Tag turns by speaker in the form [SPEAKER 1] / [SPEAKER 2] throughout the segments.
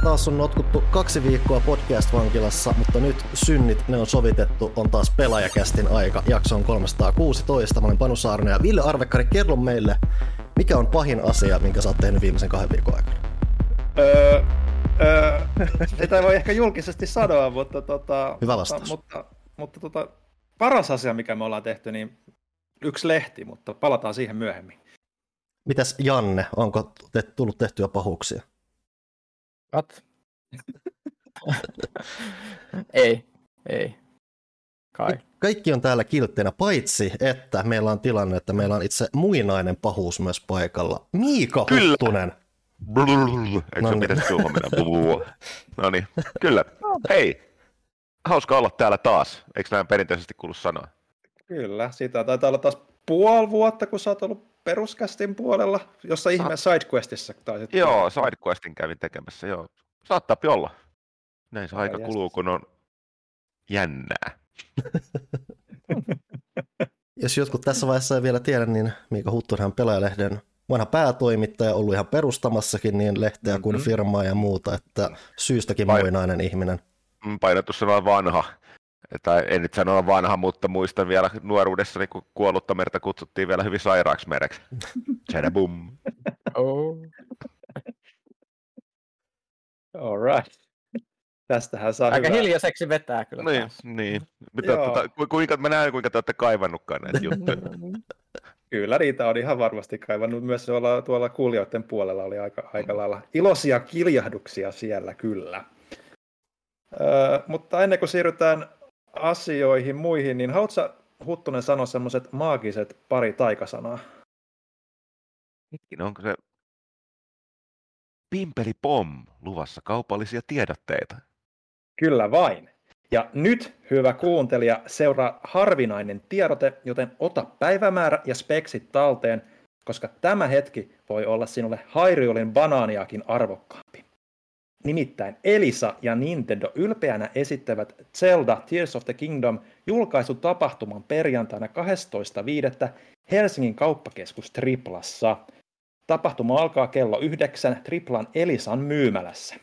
[SPEAKER 1] Taas on notkuttu 2 viikkoa podcast-vankilassa, mutta nyt synnit, ne on sovitettu, on taas Pelaajakästin aika. Jakso on 316. Mä olen Panu Saarinen ja Ville Arvekkari, kerro meille, mikä on pahin asia, minkä sä oot tehnyt viimeisen 2 viikon aikana?
[SPEAKER 2] Sitä ei voi ehkä julkisesti sanoa, mutta,
[SPEAKER 1] hyvä vastaus.
[SPEAKER 2] Mutta paras asia, mikä me ollaan tehty, niin yksi lehti, mutta palataan siihen myöhemmin.
[SPEAKER 1] Mitäs Janne, onko tullut tehtyä pahuuksia?
[SPEAKER 3] What? Ei. Kai.
[SPEAKER 1] Kaikki on täällä kiltteinä, paitsi että meillä on tilanne, että meillä on itse muinainen pahuus myös paikalla. Miika Huttunen.
[SPEAKER 4] Eikö se pitäisi huomioon? No niin, kyllä. Hei, hauska olla täällä taas. Eikö näin perinteisesti kuulu sanoa?
[SPEAKER 2] Kyllä, siitä taitaa olla taas puoli vuotta, kun sä oot ollut peruskästin puolella, jossa ihmeen SideQuestissa taisit.
[SPEAKER 4] Joo, SideQuestin kävin tekemässä, joo. Saattaa olla. Näin se aika kuluu, kun on jännää.
[SPEAKER 1] Jos jotkut tässä vaiheessa ei vielä tiedä, niin Miika Huttunen on Pelaajalehden vanha päätoimittaja, ollut ihan perustamassakin niin lehteä kuin firmaa ja muuta, että syystäkin muinainen ihminen.
[SPEAKER 4] Painotus sanoo vanha. Tai en nyt sanoa vanha, mutta muistan vielä nuoruudessani, kun kuollutta merta kutsuttiin vielä hyvin sairaaksi mereksi. Tsadabum.
[SPEAKER 3] Oh.
[SPEAKER 2] All right. Tästähän saa
[SPEAKER 3] aika
[SPEAKER 2] hyvää.
[SPEAKER 3] Hiljaiseksi vetää kyllä.
[SPEAKER 4] Niin. Mä näen, kuinka te olette kaivannutkaan näitä juttuja.
[SPEAKER 2] Kyllä, niitä on ihan varmasti kaivannut. Myös tuolla kuulijoiden puolella oli aika lailla iloisia kiljahduksia siellä kyllä. Mutta ennen kuin siirrytään asioihin muihin, niin haluatko sä, Huttunen, sanoa semmoiset maagiset pari taikasanaa?
[SPEAKER 4] Hetkin, onko se Pimpeli Pom luvassa kaupallisia tiedotteita?
[SPEAKER 2] Kyllä vain. Ja nyt, hyvä kuuntelija, seuraa harvinainen tiedote, joten ota päivämäärä ja speksit talteen, koska tämä hetki voi olla sinulle Hyrule banaaniakin arvokkaampi. Nimittäin Elisa ja Nintendo ylpeänä esittävät Zelda Tears of the Kingdom julkaisutapahtuman perjantaina 12.5. Helsingin kauppakeskus Triplassa. Tapahtuma alkaa kello 9 Triplan Elisan myymälässä.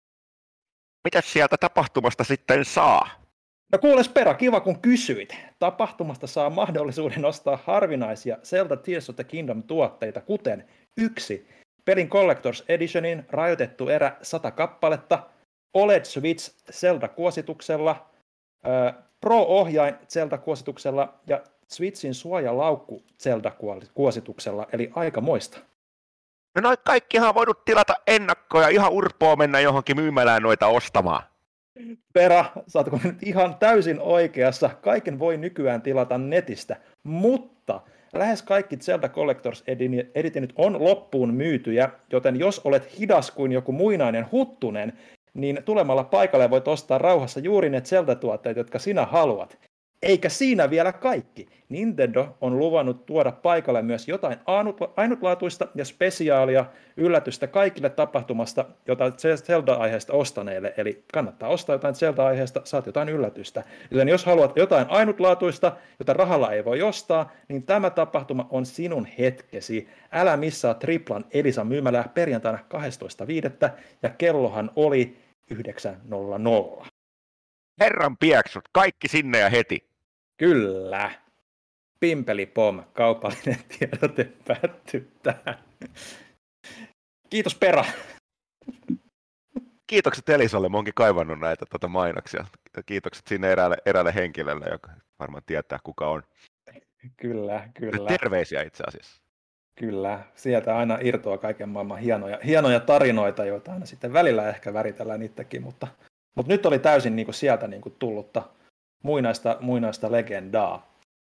[SPEAKER 4] Mitäs sieltä tapahtumasta sitten saa?
[SPEAKER 2] No kuules Pera, kiva kun kysyit. Tapahtumasta saa mahdollisuuden ostaa harvinaisia Zelda Tears of the Kingdom tuotteita, kuten 1. pelin Collector's Editionin rajoitettu erä 100 kappaletta, OLED Switch Zelda-kuosituksella, Pro-ohjain Zelda-kuosituksella ja Switchin suojalaukku Zelda-kuosituksella, eli aikamoista.
[SPEAKER 4] No noit kaikkihan on voinut tilata ennakkoja, ihan urpoa mennä johonkin myymälään noita ostamaan.
[SPEAKER 2] Pera, saatko nyt ihan täysin oikeassa, kaiken voi nykyään tilata netistä, mutta lähes kaikki Zelda Collector's Editionit on loppuun myytyjä, joten jos olet hidas kuin joku muinainen Huttunen, niin tulemalla paikalle voit ostaa rauhassa juuri ne Zelda-tuotteet, jotka sinä haluat. Eikä siinä vielä kaikki. Nintendo on luvannut tuoda paikalle myös jotain ainutlaatuista ja spesiaalia yllätystä kaikille tapahtumasta, jota Zelda-aiheesta ostaneille. Eli kannattaa ostaa jotain Zelda-aiheesta, saat jotain yllätystä. Joten jos haluat jotain ainutlaatuista, jota rahalla ei voi ostaa, niin tämä tapahtuma on sinun hetkesi. Älä missaa Triplan Elisan myymälää perjantaina 12.5. ja kellohan oli 9.00.
[SPEAKER 4] Herran pieksut, kaikki sinne ja heti.
[SPEAKER 2] Kyllä. Pimpeli Pom, kaupallinen tiedote päättyy tähän. Kiitos Pera.
[SPEAKER 4] Kiitokset Elisalle, mä oonkin kaivannut näitä mainoksia. Kiitokset sinne eräälle henkilölle, joka varmaan tietää kuka on.
[SPEAKER 2] Kyllä.
[SPEAKER 4] Terveisiä itse asiassa.
[SPEAKER 2] Kyllä, sieltä aina irtoaa kaiken maailman hienoja tarinoita, joita aina sitten välillä ehkä väritellään itsekin, mutta nyt oli täysin niin kuin sieltä niin kuin tullutta muinaista legendaa.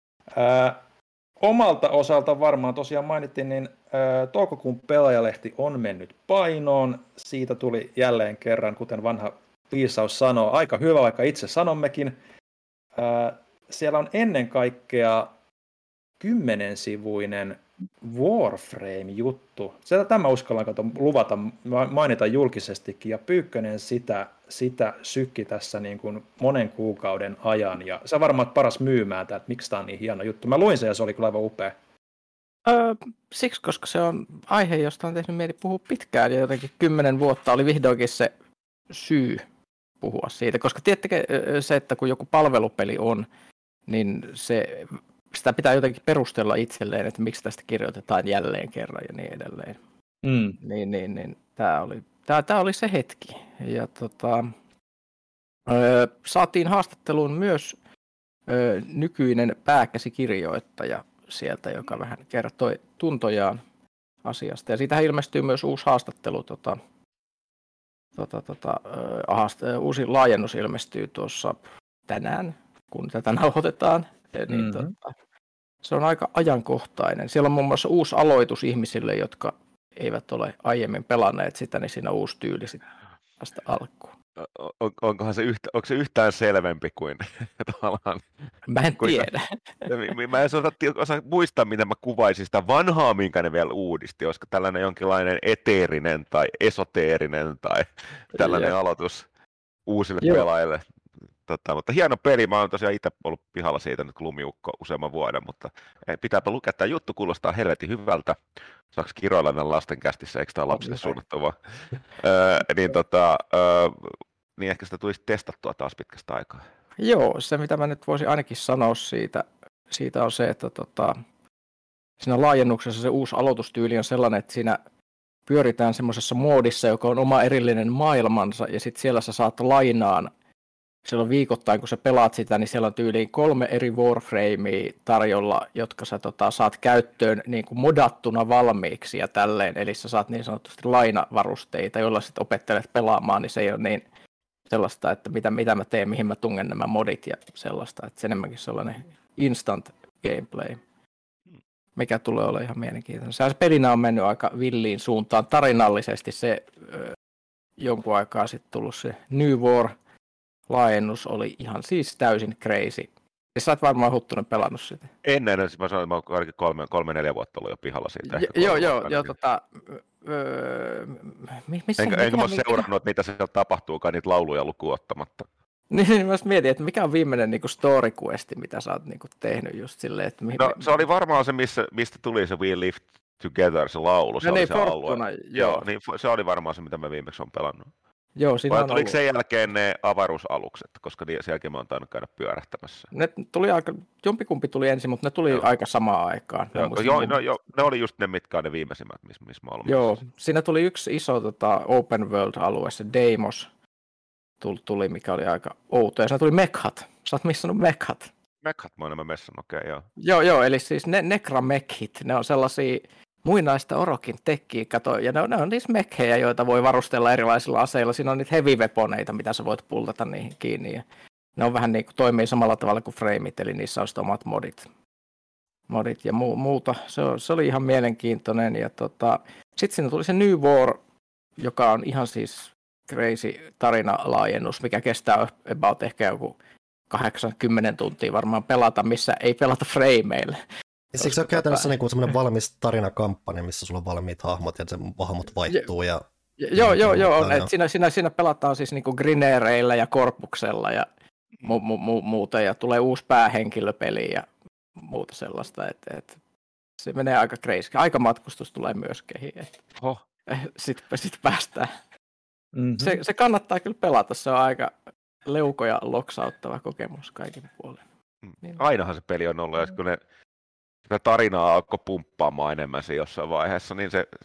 [SPEAKER 2] Omalta osalta varmaan tosiaan mainittiin, niin toukokuun Pelaajalehti on mennyt painoon. Siitä tuli jälleen kerran, kuten vanha viisaus sanoo, aika hyvä, vaikka itse sanommekin. Siellä on ennen kaikkea 10-sivuinen Warframe-juttu. Tämä uskallan luvata, mainita julkisestikin, ja Pyykkönen sitä sykki tässä niin kuin monen kuukauden ajan, ja sä varmaan paras myymään, että miksi tämä on niin hieno juttu. Mä luin sen, ja se oli kyllä aivan upea.
[SPEAKER 3] Siksi, koska se on aihe, josta on tehnyt mieli puhua pitkään, ja jotenkin 10 vuotta oli vihdoinkin se syy puhua siitä, koska tiedättekö se, että kun joku palvelupeli on, niin sitä pitää jotenkin perustella itselleen, että miksi tästä kirjoitetaan jälleen kerran ja niin edelleen. Niin tämä oli se hetki. Ja saatiin haastatteluun myös nykyinen pääkäsikirjoittaja sieltä, joka vähän kertoi tuntojaan asiasta. Ja siitähän ilmestyy myös uusi haastattelu. Uusi laajennus ilmestyy tuossa tänään, kun tätä nauhoitetaan. Niin se on aika ajankohtainen. Siellä on muun muassa uusi aloitus ihmisille, jotka eivät ole aiemmin pelanneet sitä, niin siinä on uusi tyyli vasta alkuun.
[SPEAKER 4] Onko se yhtään selvempi kuin tavallaan?
[SPEAKER 3] Mä en tiedä.
[SPEAKER 4] Mä en osaa muistaa, miten mä kuvaisin sitä vanhaa, minkä ne vielä uudisti. Olisiko tällainen jonkinlainen eteerinen tai esoteerinen tai tällainen aloitus uusille pelaajille. Mutta hieno peli. Mä oon tosiaan itse ollut pihalla siitä nyt lumiukko useamman vuoden, mutta pitääpä lukea. Tämä juttu kuulostaa helvetin hyvältä. Saaks kiroilla näin lastenkästissä, eikö tämä lapsille suunnattu vaan? Niin ehkä sitä tulisi testattua taas pitkästä aikaa.
[SPEAKER 3] Joo, se mitä mä nyt voisin ainakin sanoa siitä on se, että siinä laajennuksessa se uusi aloitustyyli on sellainen, että siinä pyöritään semmoisessa moodissa, joka on oma erillinen maailmansa, ja sitten siellä sä saat lainaan. Silloin viikoittain, kun sä pelaat sitä, niin siellä on tyyliin 3 eri Warframea tarjolla, jotka sä saat käyttöön niin kuin modattuna valmiiksi ja tälleen. Eli sä saat niin sanotusti lainavarusteita, joilla sitten opettelet pelaamaan, niin se ei ole niin sellaista, että mitä mä teen, mihin mä tungen nämä modit ja sellaista. Että se enemmänkin sellainen instant gameplay, mikä tulee olla ihan mielenkiintoinen. Se pelinä on mennyt aika villiin suuntaan. Tarinallisesti se jonkun aikaa sitten tullut se New War laajennus oli ihan siis täysin crazy. Sä oot varmaan huttunut pelannut sitä.
[SPEAKER 4] Ennen, mä sanoin, että mä oon ainakin 3-4 vuotta ollut jo pihalla siitä. Enkä mä ole seurannut, mitä siellä tapahtuukaan, niitä lauluja lukuun ottamatta.
[SPEAKER 3] Niin, mä mietin, että mikä on viimeinen niinku story questi, mitä sä oot niinku tehnyt just silleen, että...
[SPEAKER 4] se oli varmaan se, mistä tuli se We Live Together, se laulu. Se oli se Fortuna, joo. Niin, se oli varmaan se, mitä mä viimeksi on pelannut.
[SPEAKER 3] Joo, siinä
[SPEAKER 4] vai tuliko sen jälkeen ne avaruusalukset, koska sen jälkeen mä oon tainnut käydä pyörähtämässä?
[SPEAKER 3] Jompikumpi tuli ensin, mutta ne tuli aika samaan aikaan.
[SPEAKER 4] Ne oli just ne, mitkä on ne viimeisimmät, missä mä oon.
[SPEAKER 3] Joo, siinä tuli yksi iso open world-alue, se Deimos tuli, mikä oli aika outo. Ja siinä tuli Mekhat. Sä oot missannut Mekhat.
[SPEAKER 4] Mekhat mä oon enemmän messan, okei, joo.
[SPEAKER 3] Joo, eli siis Necramekhit, ne on sellaisia muinaista Orokin tekkiä, kato, ja ne on niissä mekhejä, joita voi varustella erilaisilla aseilla. Siinä on niitä heavy weaponeita, mitä sä voit pultata niihin kiinni. Ja ne on vähän niin kuin toimii samalla tavalla kuin frameit, eli niissä on omat modit ja muuta. Se oli ihan mielenkiintoinen. Ja sitten siinä tuli se New War, joka on ihan siis crazy tarinalaajennus, mikä kestää about ehkä joku 80 tuntia varmaan pelata, missä ei pelata frameille.
[SPEAKER 1] Ja siksi se on käytännössä niin kuin semmoinen valmis tarinakampanja, missä sulla on valmiit hahmot ja se hahmot vaihtuu.
[SPEAKER 3] Joo. Siinä pelataan siis niin kuin grineereillä ja korpuksella ja muuta, ja tulee uusi päähenkilöpeli ja muuta sellaista, että se menee aika crazy. Aikamatkustus tulee myös kehiin. Sitten päästään. Mm-hmm. Se kannattaa kyllä pelata, se on aika leukoja loksauttava kokemus kaikin puolin.
[SPEAKER 4] Niin. Ainahan se peli on ollut, kun sitä tarinaa alkoi pumppaamaan enemmän se jossain vaiheessa, niin se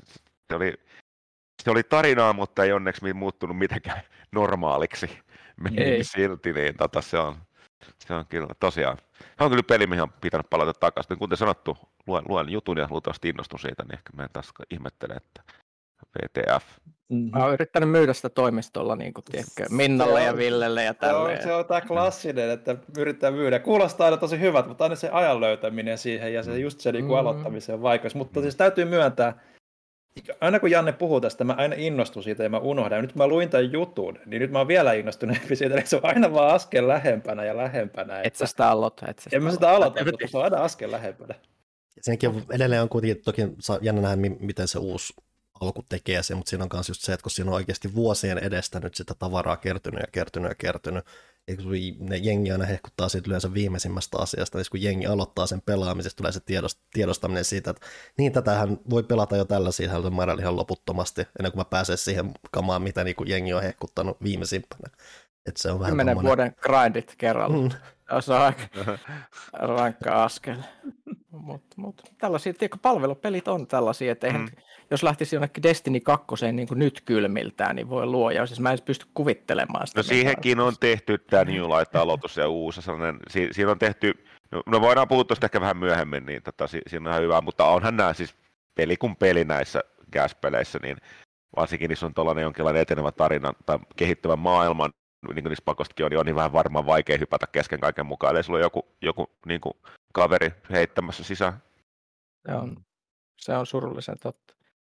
[SPEAKER 4] oli tarinaa, mutta ei onneksi muuttunut mitenkään normaaliksi. Ei silti, niin se on kyllä tosiaan. Se on kyllä peli, mihin on pitänyt palata takaisin. Kuten sanottu, luen jutun ja luultavasti innostun siitä, niin ehkä meidän taas ihmettelen, että VTF.
[SPEAKER 3] Mä oon yrittänyt myydä sitä toimistolla, niin kuin tiedätkö, Minnalle ja Villelle ja tälleen.
[SPEAKER 2] Se on tämä klassinen, että yrittää myydä. Kuulostaa aina tosi hyvältä, mutta aina se ajan löytäminen siihen ja se just se niin kuin aloittamisen vaikeus. Mutta siis täytyy myöntää, aina kun Janne puhuu tästä, mä aina innostun siitä ja mä unohdan. Ja nyt mä luin tämän jutun, niin nyt mä oon vielä innostuneempi siitä, eli se on aina vaan askel lähempänä ja lähempänä.
[SPEAKER 3] Et sä sitä aloita.
[SPEAKER 2] En mä sitä aloita, mutta se on aina askel lähempänä.
[SPEAKER 1] Senkin edelleen on kuitenkin toki jännä nähdä, miten se uusi alku tekee sen, mutta siinä on myös just se, että kun siinä on oikeasti vuosien edestä nyt sitä tavaraa kertynyt, ja kun ne jengi aina hehkuttaa siitä yleensä viimeisimmästä asiasta, niin kun jengi aloittaa sen pelaamisesta, tulee se tiedostaminen siitä, että niin tätähän voi pelata jo tällaisia määrällä ihan loputtomasti, ennen kuin mä pääsen siihen kamaan, mitä niin jengi on hehkuttanut viimeisimpänä. Että se on vähän
[SPEAKER 3] 10 vuoden grindit kerralla. Se on aika rankka askel. Mut tällaisia palvelupelit on tällaisia, että eihän, jos lähtisi jonnekin Destiny 2 niin kuin nyt kylmiltään, niin voi luoja. Siis mä en pysty kuvittelemaan sitä.
[SPEAKER 4] No siihenkin on tehty tämä New Light-aloitus ja uusi sellainen. Siinä on tehty, no voidaan puhua tuosta ehkä vähän myöhemmin, niin siinä on ihan hyvä, mutta onhan nämä siis peli kuin peli näissä GAS-peleissä, niin varsinkin niissä on tuollainen jonkinlainen etenevä tarina tai kehittyvä maailma, niin kuin niissä pakostakin on, niin on niin vähän varmaan vaikea hypätä kesken kaiken mukaan, eli sulla on joku niin kuin kaveri heittämässä sisään.
[SPEAKER 3] Se on surullisen totta.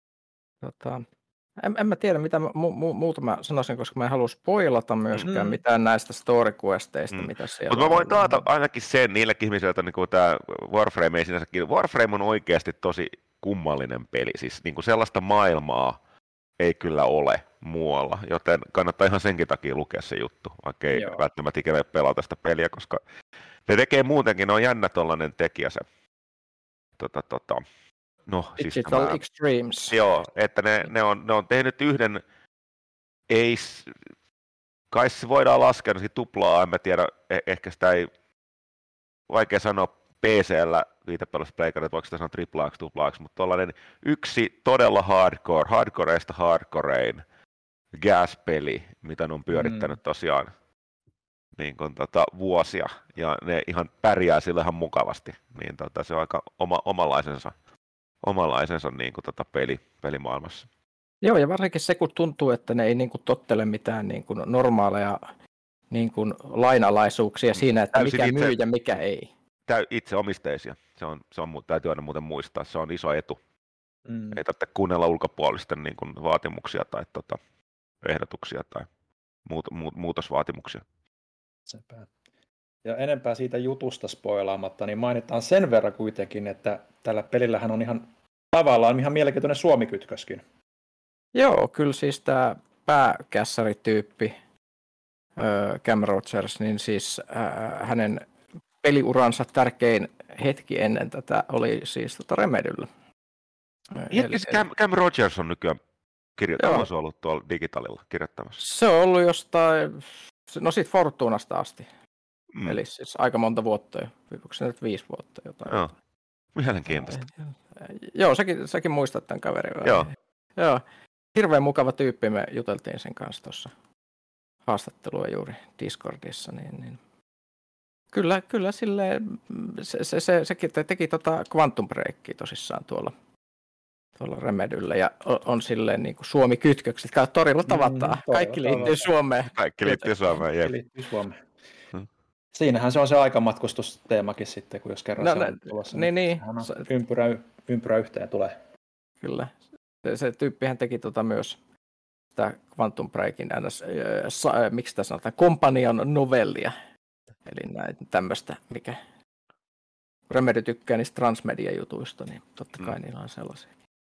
[SPEAKER 3] En mä tiedä, mitä muuta mä sanoisin, koska mä en halua spoilata myöskään mitään näistä story questeista, mitä siellä
[SPEAKER 4] Mutta mä voin taata ainakin sen niillekin ihmisille, että niin tämä Warframe ei sinänsäkin. Warframe on oikeasti tosi kummallinen peli, siis niin kuin sellaista maailmaa ei kyllä ole muualla, joten kannattaa ihan senkin takia lukea se juttu, vaikka ei välttämättä ikinä pelata sitä peliä, koska ne tekee muutenkin, ne on jännä tollainen tekijä se. No,
[SPEAKER 3] Digital siis Extremes.
[SPEAKER 4] Joo, että ne on tehnyt yhden, kai se voidaan laskea tuplaa, en mä tiedä, ehkä sitä ei, vaikea sanoa PC:llä viitepelussa pleikalla, että voiko sitä sanoa triplaaksi, tuplaaksi, mutta tollainen yksi todella hardcoreista hardcorein GAS-peli, mitä ne on pyörittänyt tosiaan niin kuin vuosia, ja ne ihan pärjää sille ihan mukavasti, niin se on aika omanlaisensa niin kuin pelimaailmassa.
[SPEAKER 3] Joo, ja varsinkin se, kun tuntuu, että ne ei niin kuin tottele mitään niin kuin normaaleja niin kuin lainalaisuuksia siinä, että mikä myy ja mikä ei.
[SPEAKER 4] Itse omisteisia. Se on täytyy aina muuten muistaa. Se on iso etu. Ei tarvitse kuunnella ulkopuolisten niin kuin vaatimuksia tai ehdotuksia tai muutosvaatimuksia.
[SPEAKER 2] Sepä. Ja enempää siitä jutusta spoilaamatta, niin mainitaan sen verran kuitenkin, että tällä pelillähän on tavallaan ihan mielenkiintoinen suomikytköskin.
[SPEAKER 3] Joo, kyllä siis tämä pääkässärityyppi Cam Rogers, niin siis hänen peliuransa tärkein hetki ennen tätä oli siis Remedyllä.
[SPEAKER 4] Cam Rogers on nykyään kirjoittamassa, ollut tuolla Digitalilla kirjoittamassa.
[SPEAKER 3] Se on ollut jostain, no siitä Fortunasta asti. Eli siis aika monta vuotta jo, onko se nyt 5 vuotta jotain.
[SPEAKER 4] Joo, mielenkiintoista.
[SPEAKER 3] Joo, säkin muistat tämän kaverin. Joo. Hirveän mukava tyyppi, me juteltiin sen kanssa tuossa haastattelua juuri Discordissa. Niin. Kyllä silleen, se teki Quantum Breakia tosissaan tuolla Remedyllä ja on silleen niin kuin Suomi-kytkökset. Torilla tavataan. Kaikki liittyy Suomeen.
[SPEAKER 4] Kaikki liittyy Suomeen.
[SPEAKER 2] Siinähän se on se aikamatkustusteemakin sitten, kun jos kerran se on tulossa.
[SPEAKER 3] Niin.
[SPEAKER 2] Ympyrä yhteen tulee.
[SPEAKER 3] Kyllä. Se tyyppihän teki myös sitä Quantum Breakin, miksi sitä sanotaan, companion novellia. Eli näin tämmöistä, mikä Remedy tykkää niistä transmedia-jutuista, niin totta kai niillä on sellaisia.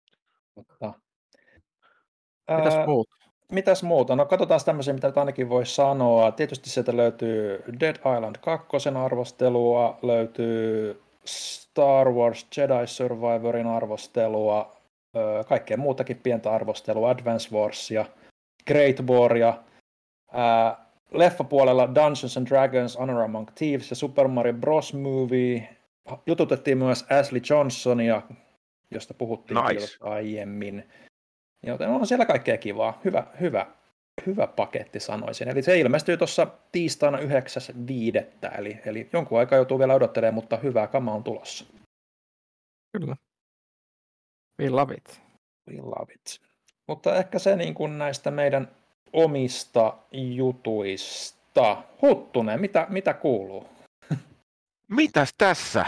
[SPEAKER 2] Mitäs muuta? No katsotaan tämmöisiä, mitä ainakin voi sanoa. Tietysti sieltä löytyy Dead Island 2 arvostelua, löytyy Star Wars Jedi Survivorin arvostelua, kaikkea muutakin pientä arvostelua, Advance Warsia, Great Waria, leffapuolella Dungeons and Dragons, Honor Among Thieves ja Super Mario Bros. Movie. Jututettiin myös Ashley Johnsonia, josta puhuttiin aiemmin. Joten on siellä kaikkea kivaa. Hyvä paketti sanoisin. Eli se ilmestyy tuossa tiistaina 9.5. Eli jonkun aikaa joutuu vielä odottelemaan, mutta hyvää kama on tulossa.
[SPEAKER 3] Kyllä. We love it.
[SPEAKER 2] We love it. Mutta ehkä se niin kuin näistä meidän omista jutuista. Huttunen, mitä kuuluu?
[SPEAKER 4] Mitäs tässä?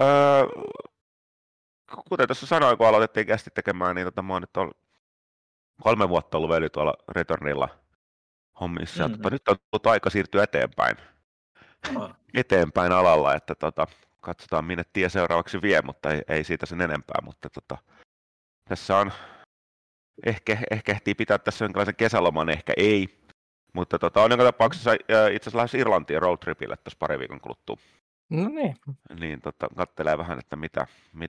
[SPEAKER 4] Kuten tuossa sanoin, kun aloitettiin kästi tekemään, niin mä oon nyt 3 vuotta ollut veli tuolla Returnilla hommissa. Ja nyt on tullut aika siirtyä eteenpäin alalla, että katsotaan minne tie seuraavaksi vie, mutta ei siitä sen enempää. Mutta tässä on ehkä ehtii pitää tässä jonkinlaisen kesäloman, ehkä ei. Mutta on joka tapauksessa itse asiassa lähes Irlantiin roadtripille tässä pari viikon kuluttua.
[SPEAKER 3] No niin.
[SPEAKER 4] Niin kattelee vähän, että mitä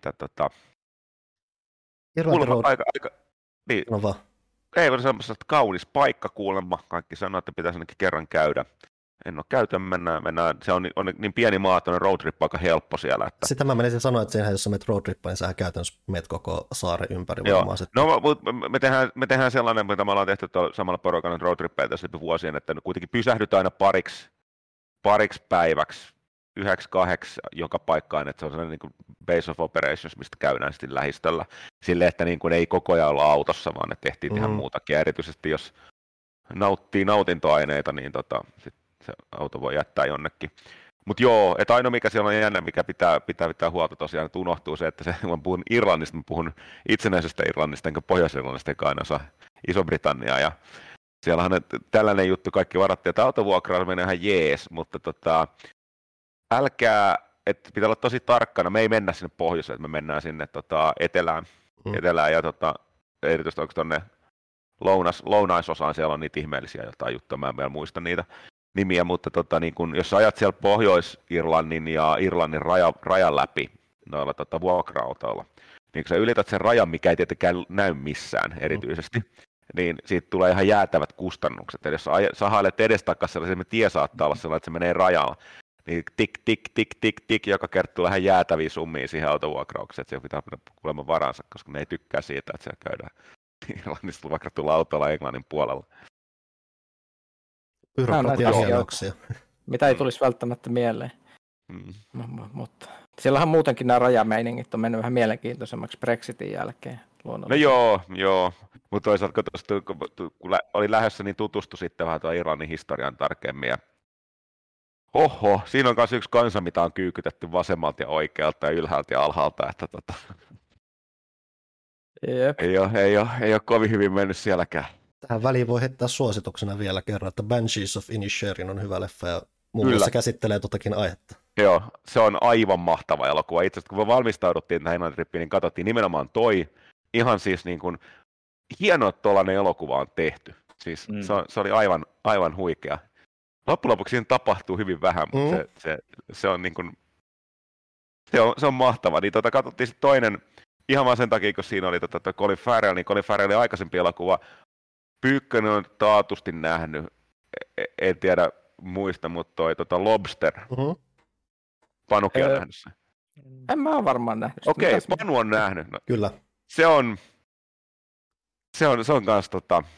[SPEAKER 1] Irlanti road...
[SPEAKER 4] aika niin.
[SPEAKER 1] No vaan.
[SPEAKER 4] Ei ole semmoista kaunis paikka kuulemma. Kaikki sanoo, että pitäisi ainakin kerran käydä. En ole käyty, mennään. Se on niin pieni maa, että roadtrip aika helppo siellä. Että...
[SPEAKER 1] Sitä mä menisin sanoa, että siinä, jos sä menet roadtrippaan, niin sähän käytännössä menet koko saaren ympäri.
[SPEAKER 4] No, me tehdään sellainen, mitä me ollaan tehty samalla porukalla roadtrippeja tässä läpi vuosien, että kuitenkin pysähdytään aina pariksi päiväksi, 1-2 joka paikkaan, että se on sellainen niin kuin base of operations, mistä käydään sitten lähistöllä. Silleen, että niin kuin ei koko ajan olla autossa, vaan että tehtiin ihan muutakin. Ja erityisesti jos nauttii nautintoaineita, niin sit se auto voi jättää jonnekin. Mutta joo, että ainoa mikä siellä on jännä, mikä pitää huolta tosiaan, että unohtuu se, että mä puhun Irlannista, mä puhun itsenäisestä Irlannista, enkä Pohjois-Irlannista, eikä aina osa Iso-Britanniaa. Ja siellähän tällainen juttu kaikki varattiin, että autovuokraus menee ihan jees, mutta älkää, että pitää olla tosi tarkkana, me ei mennä sinne pohjoiseen, että me mennään sinne etelään ja erityisesti onko tuonne lounaisosaan, siellä on niitä ihmeellisiä jotain juttuja, mä en vielä muista niitä nimiä, mutta niin kun, jos ajat siellä Pohjois-Irlannin ja Irlannin rajan läpi noilla vuokra-autoilla, niin kun sä ylität sen rajan, mikä ei tietenkään näy missään erityisesti, niin siitä tulee ihan jäätävät kustannukset. Eli jos sahailet edestakaisin sellaisen, tie saattaa olla sellainen, että se menee rajalla, niin tik, joka kerta tulee vähän jäätäviä summia siihen autovuokraukseen, että se pitää kuulemma varansa, koska ne ei tykkää siitä, että siellä käydään Irlannista vaikka tulla autolla Englannin puolella.
[SPEAKER 1] Byrokratiahienouksia.
[SPEAKER 3] Mitä ei tulisi välttämättä mieleen. Mutta siellähän muutenkin nämä rajameiningit on mennyt vähän mielenkiintoisemmaksi Brexitin jälkeen.
[SPEAKER 4] No joo. Mutta toisaalta kun oli lähdössä, niin tutustui sitten vähän tuon Irlannin historian tarkemmin. Ja oho, siinä on myös yksi kansa, mitä on kyykytetty vasemmalta ja oikealta ja ylhäältä ja alhaalta. Että ei ole kovin hyvin mennyt sielläkään.
[SPEAKER 1] Tähän väliin voi heittää suosituksena vielä kerran, että Banshees of Inisherin on hyvä leffa ja muun muassa käsittelee totakin aihetta.
[SPEAKER 4] Joo, se on aivan mahtava elokuva. Itse asiassa kun me valmistauduttiin tähän Englannin-trippiin, niin katsottiin nimenomaan toi. Ihan siis niin kuin hienoa, että tuollainen elokuva on tehty. Siis se oli aivan huikea. Loppujen lopuksi siinä tapahtuu hyvin vähän, mutta se on niin kuin, se on mahtava. Niin katsottiin sitten toinen, ihan vaan sen takia, kun siinä oli Colin Farrell, niin Colin Farrellin aikaisempi elokuva, Pyykkönen on taatusti nähnyt, en tiedä muista, mutta toi Lobster. Panukin on nähnyt sen.
[SPEAKER 3] En mä ole varmaan nähnyt.
[SPEAKER 4] Okei, Panu on nähnyt. No,
[SPEAKER 1] kyllä.
[SPEAKER 4] Se on kans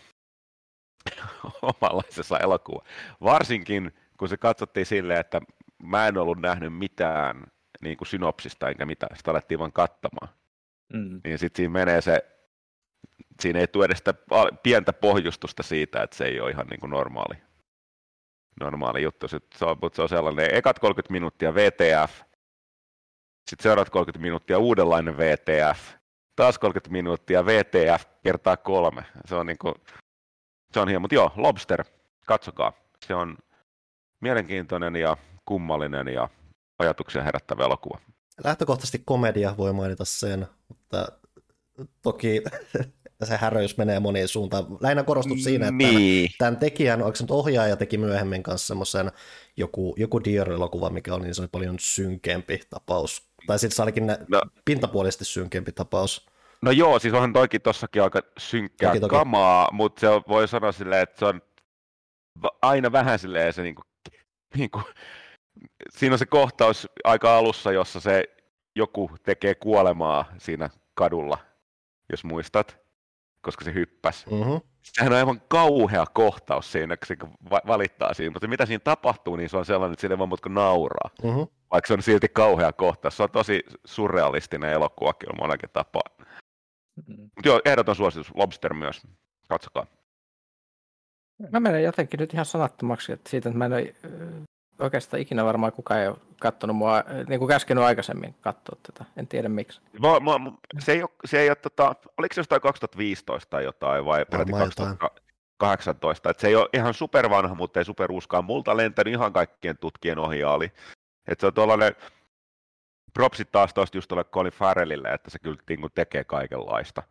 [SPEAKER 4] omanlaisessa elokuva. Varsinkin, kun se katsottiin silleen, että mä en ollut nähnyt mitään niin kuin synopsista enkä mitään, sitä alettiin vaan katsomaan. Niin sitten siinä menee siinä ei tule edes sitä pientä pohjustusta siitä, että se ei ole ihan niin kuin normaali juttu. Mutta se on sellainen, ekat 30 minuuttia VTF, sitten seuraavat 30 minuuttia uudenlainen VTF, taas 30 minuuttia VTF kertaa 3. Se on hieno, mutta joo, Lobster, katsokaa. Se on mielenkiintoinen ja kummallinen ja ajatuksia herättävä elokuva.
[SPEAKER 1] Lähtökohtaisesti komedia voi mainita sen, mutta toki se häröys menee moniin suuntaan. Lähinnä korostus siinä, että tämän tekijän, onko se nyt ohjaaja teki myöhemmin kanssa semmoisen joku Deer-elokuva, mikä oli, niin se oli paljon synkempi tapaus. Tai sitten se olikin pintapuolisesti synkempi tapaus.
[SPEAKER 4] No joo, siis onhan toikin tossakin aika synkkää kamaa, mutta se voi sanoa silleen, että se on aina vähän silleen se niinku siinä on se kohtaus aika alussa, jossa se joku tekee kuolemaa siinä kadulla, jos muistat, koska se hyppäsi. Sehän on aivan kauhea kohtaus siinä, kun se valittaa siinä, mutta mitä siinä tapahtuu, niin se on sellainen, että siinä ei vaan muuta kuin nauraa. Vaikka se on silti kauhea kohtaus. Se on tosi surrealistinen elokuva kyllä monakin tapaa. Mutta joo, ehdoton suositus, Lobster myös. Katsokaa.
[SPEAKER 3] Mä menen jotenkin nyt ihan sanattomaksi että siitä, että mä en ole oikeastaan ikinä varmaan kukaan ei ole katsonut mua, niin kuin käskenyt aikaisemmin katsoa tätä. En tiedä miksi.
[SPEAKER 4] Se ei ole, oliko se jostain 2015 tai jotain vai peräti 2018. Että se ei ole ihan supervanha, mutta ei superuuskaan. Multa lentänyt ihan kaikkien tutkien ohjaali. Että se on tuollainen, propsit taas tuosta just tuolle Colin Farrellille, että se kyllä tekee kaikenlaista.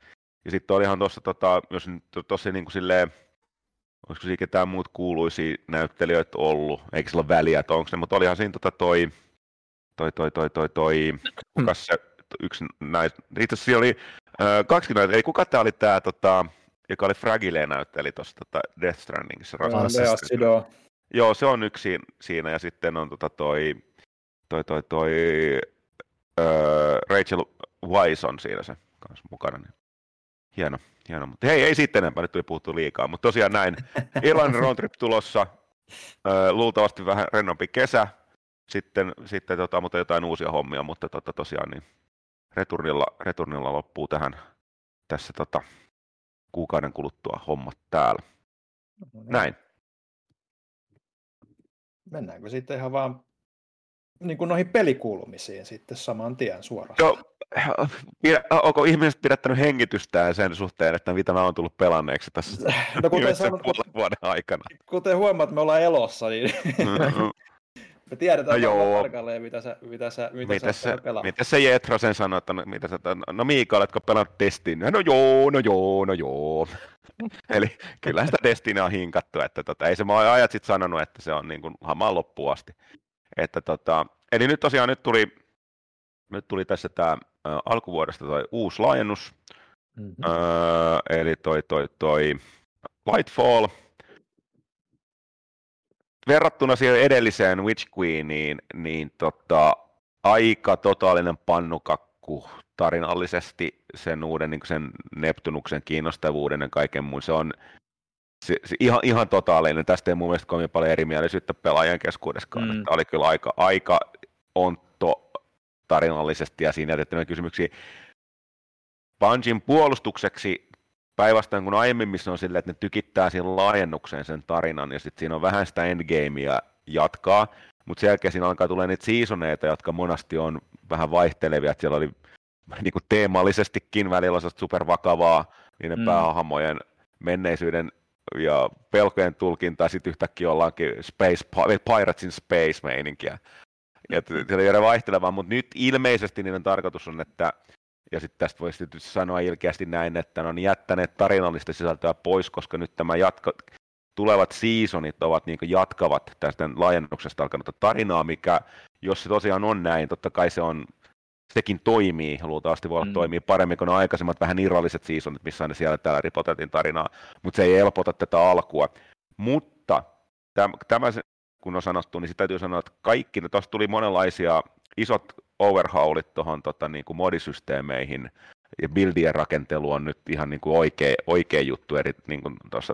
[SPEAKER 4] Ja sitten olihan tuossa, jos nyt tosi niin kuin silleen, olisiko siinä ketään muut kuuluisia näyttelijöitä ollut, eikä sillä ole väliä, että onko ne, mutta olihan siinä kukas se yksi itse asiassa siinä oli kaksi näyttelijä, ei kuka tää oli tää, joka oli Fragile näytteli tuossa Death Strandingissa. Joo, se on yksi siinä, ja sitten on Rachel Weisz on siinä se kanssa mukana. Niin. Hieno, mutta hei, ei sitten enempää, nyt tuli puhuttu liikaa, mutta tosiaan näin. Irlannin road trip tulossa, luultavasti vähän rennompi kesä, sitten mutta jotain uusia hommia, mutta tosiaan niin returnilla loppuu tässä kuukauden kuluttua hommat täällä. Näin.
[SPEAKER 2] Mennäänkö sitten ihan vaan niin kuin noihin pelikuulumisiin sitten saman tien suoraan?
[SPEAKER 4] Joo, onko ihmiset pidättänyt hengitystään sen suhteen, että mitä mä oon tullut pelanneeksi tässä vuoden aikana?
[SPEAKER 2] Kuten huomaat, me ollaan elossa, niin me tiedetään tarkalleen, mitä sä pelaat.
[SPEAKER 4] Mitä se Jetro sen sanoi, että no Miika, oletko pelannut Destinyä? No joo. Eli kyllä sitä Destinyä on hinkattu, että ei se mä ajat sitten sanonut, että se on niin kuin hamaan loppuun asti. Että eli nyt tosiaan nyt tuli tässä tämä alkuvuodesta toi uusi laajennus, eli toi Lightfall. Verrattuna siihen edelliseen Witch Queeniin, niin aika totaalinen pannukakku tarinallisesti sen uuden niin sen Neptunuksen kiinnostavuuden ja kaiken muun. Se on ihan totaalinen. Tästä ei mun mielestä kovin paljon erimielisyyttä pelaajien keskuudessakaan. Tämä oli kyllä aika ontto tarinallisesti ja siinä jätettiin kysymyksiä. Bungien puolustukseksi päinvastoin kuin aiemmin, missä on silleen, että ne tykittää siihen laajennukseen sen tarinan ja sitten siinä on vähän sitä endgamea jatkaa, mutta sen jälkeen siinä alkaa tulla niitä seasoneita, jotka monasti on vähän vaihtelevia, että siellä oli niin kuin teemallisestikin välillä supervakavaa niiden päähahmojen menneisyyden ja pelkojen tulkintaa, sitten yhtäkkiä ollaankin Pirates in Space-meininkiä. Ja se oli vaihtelevaa, mutta nyt ilmeisesti niiden tarkoitus on, että ja sitten tästä voisi tietysti sanoa ilkeästi näin, että ne on jättäneet tarinallista sisältöä pois, koska nyt tämä tulevat seasonit ovat niin kuin jatkavat tästä laajennuksesta alkanutta tarinaa, mikä, jos se tosiaan on näin, totta kai sekin toimii, luultavasti voi olla toimii paremmin kuin ne aikaisemmat vähän irralliset seasonit, missä aina siellä täällä ripoteltiin tarinaa, mutta se ei helpota tätä alkua. Mutta tämä kun on sanottu, niin sitä täytyy sanoa, että kaikki, tuossa tuli monenlaisia isot overhaulit tuohon niin kuin modisysteemeihin, ja buildien rakentelu on nyt ihan niin kuin oikea juttu, eri niin kuin tuossa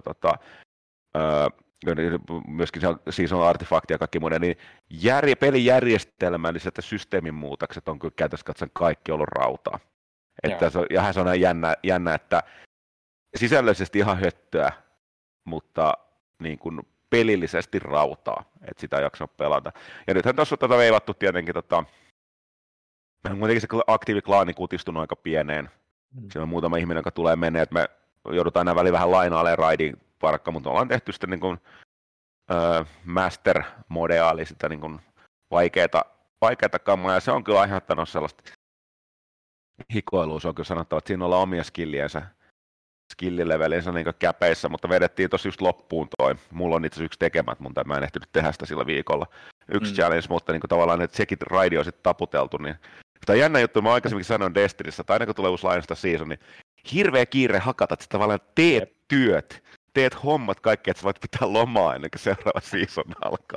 [SPEAKER 4] myöskin seasonal artefakti ja kaikki muiden, niin pelijärjestelmälliset ja systeemin muutokset on kyllä käytössä katsoen kaikki ollut rautaa. Että se on jännä, että sisällöllisesti ihan höttöä, mutta niin kuin pelillisesti rautaa, että sitä ei jaksa pelata. Ja nythän tuossa on veivattu tietenkin, muutenkin se aktiiviklaani kutistunut aika pieneen. Siellä on muutama ihminen, joka tulee menee, että me joudutaan aina väliin vähän lainaaleen raidin parkka, mutta ollaan tehty sitten niin kuin master-modea, eli sitä niin kuin vaikeata kammaa, ja se on kyllä aiheuttanut sellaista hikoilua, se on kyllä sanottava, että siinä ollaan omia skillilevelinsä niin käpeissä, mutta vedettiin tosi just loppuun toi. Mulla on itse asiassa yksi tekemät, mutta mä en ehtinyt tehdä sitä sillä viikolla. Yksi challenge, mutta niin kuin tavallaan, että sekin raidi on sitten taputeltu. Niin. Tämä on jännä juttu, mä aikaisemminkin sanoin Destinissä, että aina kun tulee uusi laajennusta season, niin hirveä kiire hakata, että tavallaan teet työt, teet hommat kaikki, että sä voit pitää lomaa ennen kuin seuraava season alkaa.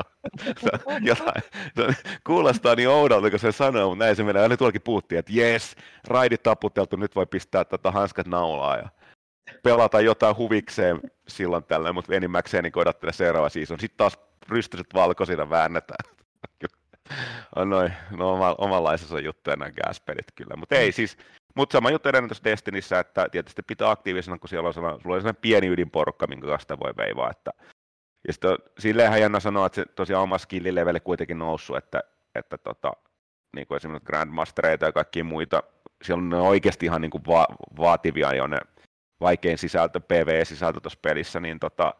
[SPEAKER 4] Kuulostaa niin oudolta, kun se sanoo, mutta näin se menee. Aina tuollakin puhuttiin, että jes, raidi taputeltu, nyt voi pistää hanskat naulaa ja pelata jotain huvikseen silloin tällöin, mutta enimmäkseen niin odottele seuraava season. Sitten taas rystyset valkoisina väännetään. No omanlaisensa juttuja nämä gaspelit kyllä, mutta ei siis. Mutta sama juttu edelleen tuossa Destinissä, että tietysti pitää aktiivisena, kun sulla on sellainen pieni ydinporukka, minkä kanssa sitä voi veivaa. Ja sitten silleenhän jännä sanoa, että se tosiaan oma skillileveli kuitenkin noussut, että niin kuin esimerkiksi Grandmastereita ja kaikkia muita, siellä on oikeasti ihan niin kuin vaativia jo ne vaikein sisältö, PvE-sisältö tuossa pelissä, niin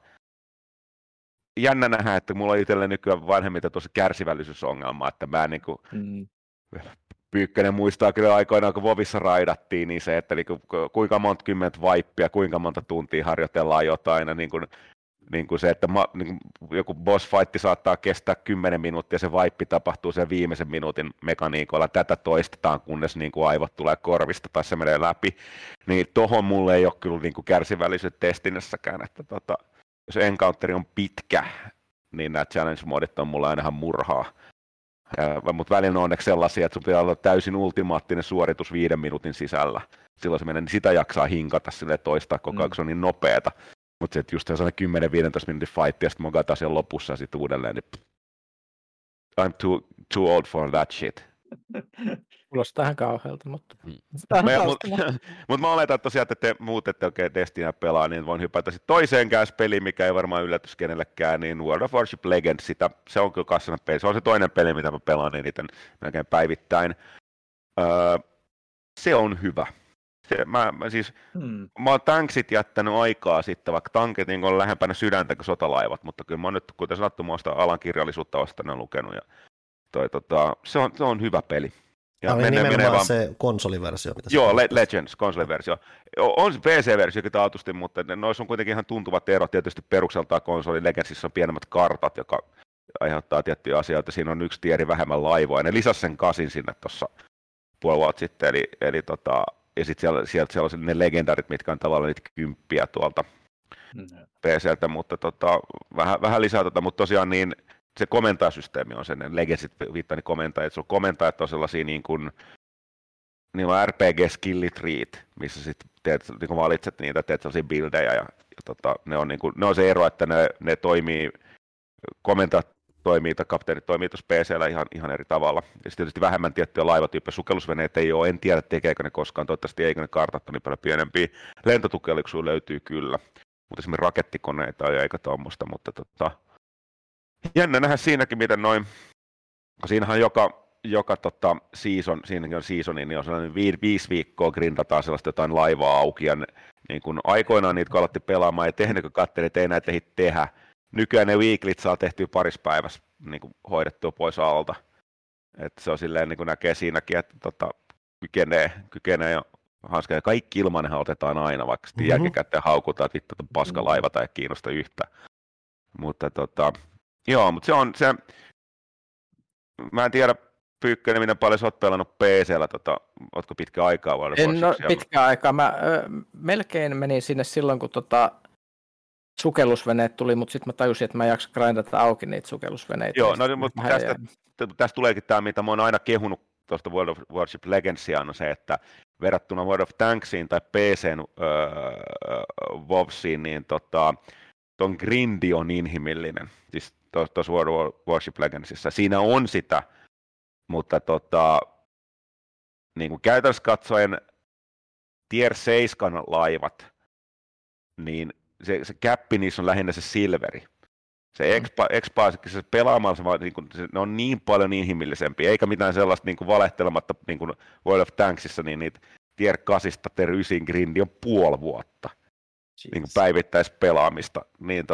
[SPEAKER 4] jännä nähdä, että mulla on itselle nykyään vanhemmilta tosi kärsivällisyysongelma, että mä en niin kuin Pyykkönen muistaa kyllä aikoinaan, kun Vovissa raidattiin, niin se, että niinku, kuinka monta kymmentä vaippia, kuinka monta tuntia harjoitellaan jotain, ja niin kuin se, että niin kuin joku boss fight saattaa kestää 10 minuuttia, se vaippi tapahtuu sen viimeisen minuutin mekaniikolla, tätä toistetaan, kunnes niin kuin aivot tulee korvista tai se menee läpi, niin tohon mulle ei ole kyllä niin kuin kärsivällisyyttä testinnässäkään, että jos encounteri on pitkä, niin nämä challenge-modit on mulle aina ihan murhaa. Mutta välillä on onneksi sellaisia, että sun pitää olla täysin ultimaattinen suoritus 5 minuutin sisällä. Silloin se menee, niin sitä jaksaa hinkata silleen toistaa koko ajan, kun se on niin nopeeta. Mutta se, että just sellainen 10-15 minuutin fight, ja sitten mogataan siellä lopussa ja sitten uudelleen, niin I'm too old for that shit.
[SPEAKER 3] Kuulostaa ihan kauhealta, mutta...
[SPEAKER 4] Mutta mä oletan tosiaan, että te muut ette oikein Destinä pelaa, niin voin hypätä sitten toiseen peliin, mikä ei varmaan yllätys kenellekään, niin World of Warship Legends, se on kyllä kassana peli. Se on se toinen peli, mitä mä pelaan eniten melkein päivittäin. Se on hyvä. Mä oon tanksit jättänyt aikaa sitten, vaikka tankit niin on lähempänä sydäntä kuin sotalaivat, mutta kyllä mä oon nyt, kuten sanottu, mä oon sitä alan kirjallisuutta vastanne lukenut, ja se on hyvä peli.
[SPEAKER 1] Ja nimenomaan se konsoliversio. Mitä
[SPEAKER 4] joo, Legends, konsoliversio. On se PC-versiokin taatusti, mutta noissa on kuitenkin ihan tuntuvat erot. Tietysti perukseltaan konsoli Legendsissa on pienemmät kartat, joka aiheuttaa tiettyjä asioita. Siinä on yksi tieri vähemmän laivoa, ja ne lisäsi sen 8 sinne tuossa puoli vuotta sitten. Ja sitten siellä on ne legendarit, mitkä on tavallaan niitä 10 tuolta PC:ltä, mutta vähän lisää mutta tosiaan niin se komentajasysteemi on sen, Legendsit viittaa, niin komentajat, sulla komentajat on sellaisia niin kuin RPG-skillit-riit, missä sitten niin valitset niitä, teet sellaisia buildejä, ja ne on se ero, että ne toimii, komentajat toimii, tai kapteenit toimii tuossa PC:llä ihan eri tavalla. Ja sitten tietysti vähemmän tiettyjä laivatyyppejä, sukellusveneet ei ole, en tiedä tekeekö ne koskaan, toivottavasti eikö ne kartat on niin paljon pienempiä. Lentotukeliksuja löytyy kyllä, mutta esimerkiksi rakettikoneita ei eikä tuommoista, mutta jännä nähdä siinäkin, miten noin, siinähän joka season, siinäkin on seasoni, niin on sellainen 5 viikkoa grindataan sellaista jotain laivaa auki, ja niin kun aikoinaan niitä kun alettiin pelaamaan, ja tehnyt, kun katselin, että ei näitä ehdi tehdä. Nykyään ne weeklit saa tehtyä parissa päivässä niin kuin hoidettua pois alta. Että se on silleen, niin kuin näkee siinäkin, että kykenee jo hanskaa. Kaikki ilmanenhan otetaan aina, vaikka sitten jälkikäteen haukutaan, että vittu, että paskalaiva tai ei kiinnosta yhtään. Mutta joo, mutta se mä en tiedä, Pyykkönen, miten paljon sä oot pelannut PC:llä, ootko pitkä aikaa vai?
[SPEAKER 3] En ole pitkä aikaa, mä melkein menin sinne silloin, kun sukellusveneet tuli, mutta sitten mä tajusin, että mä en jaksa grindata auki niitä sukellusveneitä. Joo,
[SPEAKER 4] no mutta tästä tuleekin tämä, mitä mä oon aina kehunut tuosta World of Warship Legendsia, on se, että verrattuna World of Tanksiin tai PC:n WoWsiin, niin ton grindi on inhimillinen, siis tuossa World of Warship Legendsissa. Siinä on sitä, mutta niin kuin käytännössä katsoen Tier 7 laivat, niin se käppi niissä on lähinnä se silveri. Se se pelaamalla, ne on niin paljon inhimillisempiä, eikä mitään sellaista niin kuin valehtelematta niin kuin World of Tanksissa, niin niitä Tier 8 Tier 9 grindi on puoli vuotta niin kuin päivittäispelaamista. Niin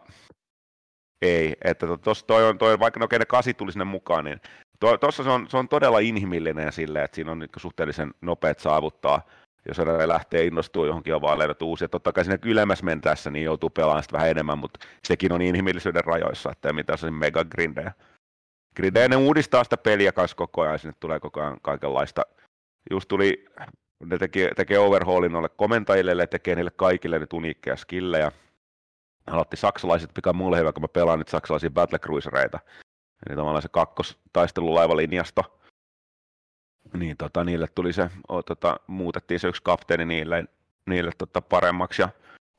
[SPEAKER 4] ei, että toi vaikka ne 8 tuli sinne mukaan, niin tuossa se on todella inhimillinen silleen, että siinä on niin suhteellisen nopeat saavuttaa, jos ne lähtee innostumaan johonkin ja vaan löydät uusia. Totta kai sinne ylemmässä mentäessä niin joutuu pelaamaan sitä vähän enemmän, mutta sekin on inhimillisyyden rajoissa, että ei mitään sellaisia mega grindejä. Ne uudistaa sitä peliä kanssa koko ajan, sinne tulee koko ajan kaikenlaista. Just tuli, ne tekee overhaulin noille komentajille, tekee niille kaikille nyt uniikkeja skillejä. Aloitti saksalaiset, mikä on mulle hyvä, kun mä pelaan nyt saksalaisia battlecruisereita. Eli tavallaan se kakkostaistelulaivalinjasto. Niin niille tuli se, muutettiin se yksi kapteeni niille paremmaksi. Ja,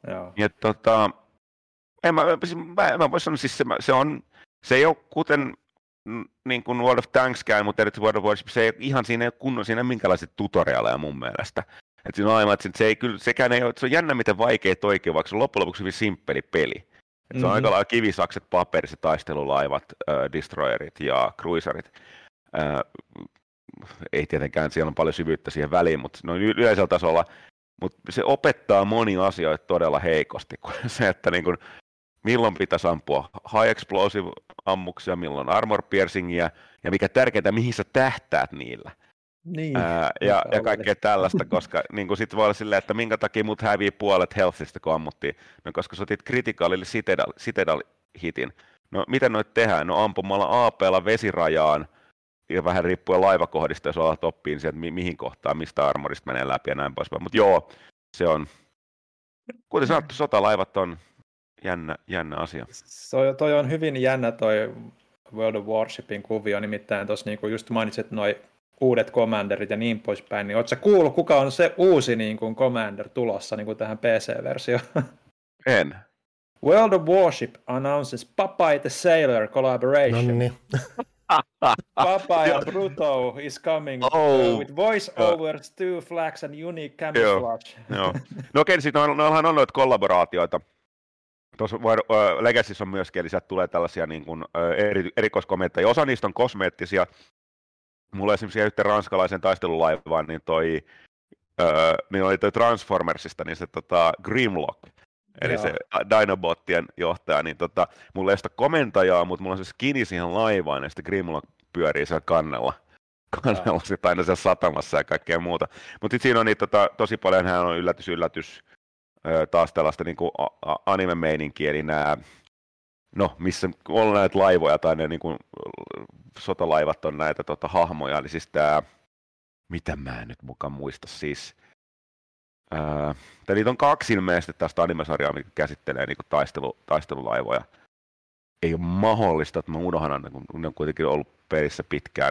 [SPEAKER 4] mä voin sanoa, siis se ei ole kuten niin kuin World of Tankskään, mutta erityisesti World of Warship, se ei ihan siinä ei ole kunnon siinä minkälaisia tutorialeja mun mielestä. Et siinä on aivan, että se ei kyllä, sekään ei ole, se on jännä miten vaikea oikein, vaikka se on loppujen lopuksi hyvin simppeli peli. Se on aika lailla kivisakset, paperiset, taistelulaivat, destroyerit ja cruiserit. Ei tietenkään, siellä on paljon syvyyttä siihen väliin, mutta noin yleisellä tasolla, mutta se opettaa monia asioita todella heikosti, kun se, että niin kuin, milloin pitäisi ampua high explosive ammuksia, milloin armor piercingia, ja mikä tärkeintä, mihin sä tähtäät niillä.
[SPEAKER 2] Niin.
[SPEAKER 4] Ja kaikkea tällaista, koska niin sitten voi olla silleen, että minkä takia mut hävii puolet Healthista, kun ammuttiin. No koska sä otit Criticalille Citadel-hitin. No miten noit tehdään? No ampumalla AP:lla vesirajaan, ja vähän riippuen laivakohdista, jos alat oppiin sieltä, mihin kohtaan, mistä armorista menee läpi ja näin poispäin. Mutta joo, se on, kuten sanottu, sotalaivat on jännä asia.
[SPEAKER 2] Toi on hyvin jännä toi World of Warshipin kuvio, nimittäin tuossa niinku just mainitsit noi uudet commanderit ja niin poispäin, niin ootko sä kuullut, kuka on se uusi niin kuin commander tulossa niin kuin tähän PC-versioon?
[SPEAKER 4] En.
[SPEAKER 2] World of Warship announces Popeye the Sailor collaboration.
[SPEAKER 1] No niin.
[SPEAKER 2] Popeye Bruto is coming with voice-overs, two flags and unique camouflage.
[SPEAKER 4] Joo. No okei, siis noillahan on noita kollaboraatioita. Tuossa Legacyssä on myöskin, eli sieltä tulee tällaisia niin kuin, erikoiskomentteja. Osa niistä on kosmeettisia. Mulla esimerkiksi yhteen ranskalaisen taistelulaivaan, niin niin oli toi Transformersista, niin se Grimlock, eli joo, se Dinobottien johtaja, niin mulla ei ole sitä komentajaa, mutta mulla on se skini siihen laivaan, ja sitten Grimlock pyörii siellä kannella sitten aina siellä satamassa ja kaikkea muuta. Mutta sitten siinä on niitä tosi paljon, hän on yllätys, taas tällaista niin kuin anime-meininkiä, eli nämä, no missä on näitä laivoja tai ne niin kuin sotalaivat on näitä hahmoja, eli siis tämä, mitä mä en nyt mukaan muista, siis niitä on 2 ilmeisesti tästä anime-sarjaa, mikä käsittelee niin kuin taistelulaivoja. Ei ole mahdollista, että mä unohdan, kun ne on kuitenkin ollut pelissä pitkään.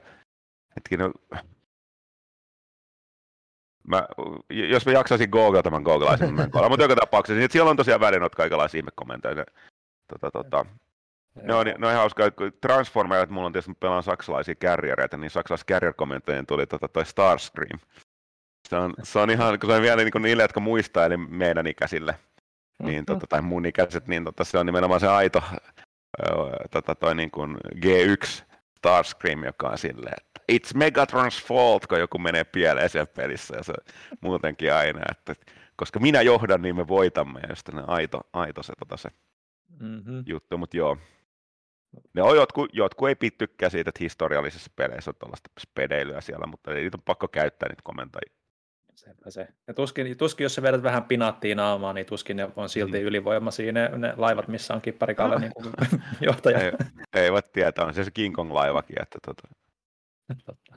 [SPEAKER 4] Jos mä jaksaisin googlata, mä googlaisin. Mutta joka tapauksessa, niin siellä on tosiaan väliin kaikenlaisia ihmekommentoja. Ne on ihan hauskaa, kun Transformerit, mulla on tietysti, pelaan saksalaisia carriereita, niin saksalaiset carrier-kommentojen tuli toi Starscream. Se on ihan, kun se on vielä niin niille, jotka muistaa, eli meidän ikäisille, niin, tai mun ikäiset, niin se on nimenomaan se aito toi niin kuin G1 Starscream, joka on silleen, että it's Megatron's fault, kun joku menee pieleen siellä pelissä, ja se muutenkin aina, että koska minä johdan, niin me voitamme, ja sitten aito se juttu, mutta joo. Ne on jotkut ei tykkää siitä, että historiallisissa peleissä on tuollaista spedeilyä siellä, mutta ei niitä on pakko käyttää niitä komentajia.
[SPEAKER 2] Se. Ja tuskin, jos sä vedät vähän pinaattiin naamaa, niin tuskin ne on silti ylivoimaisia ne laivat, missä on Kipparikalle niin kuin johtaja.
[SPEAKER 4] Ei voi tietää, on se King Kong-laivakin. Että
[SPEAKER 2] Totta.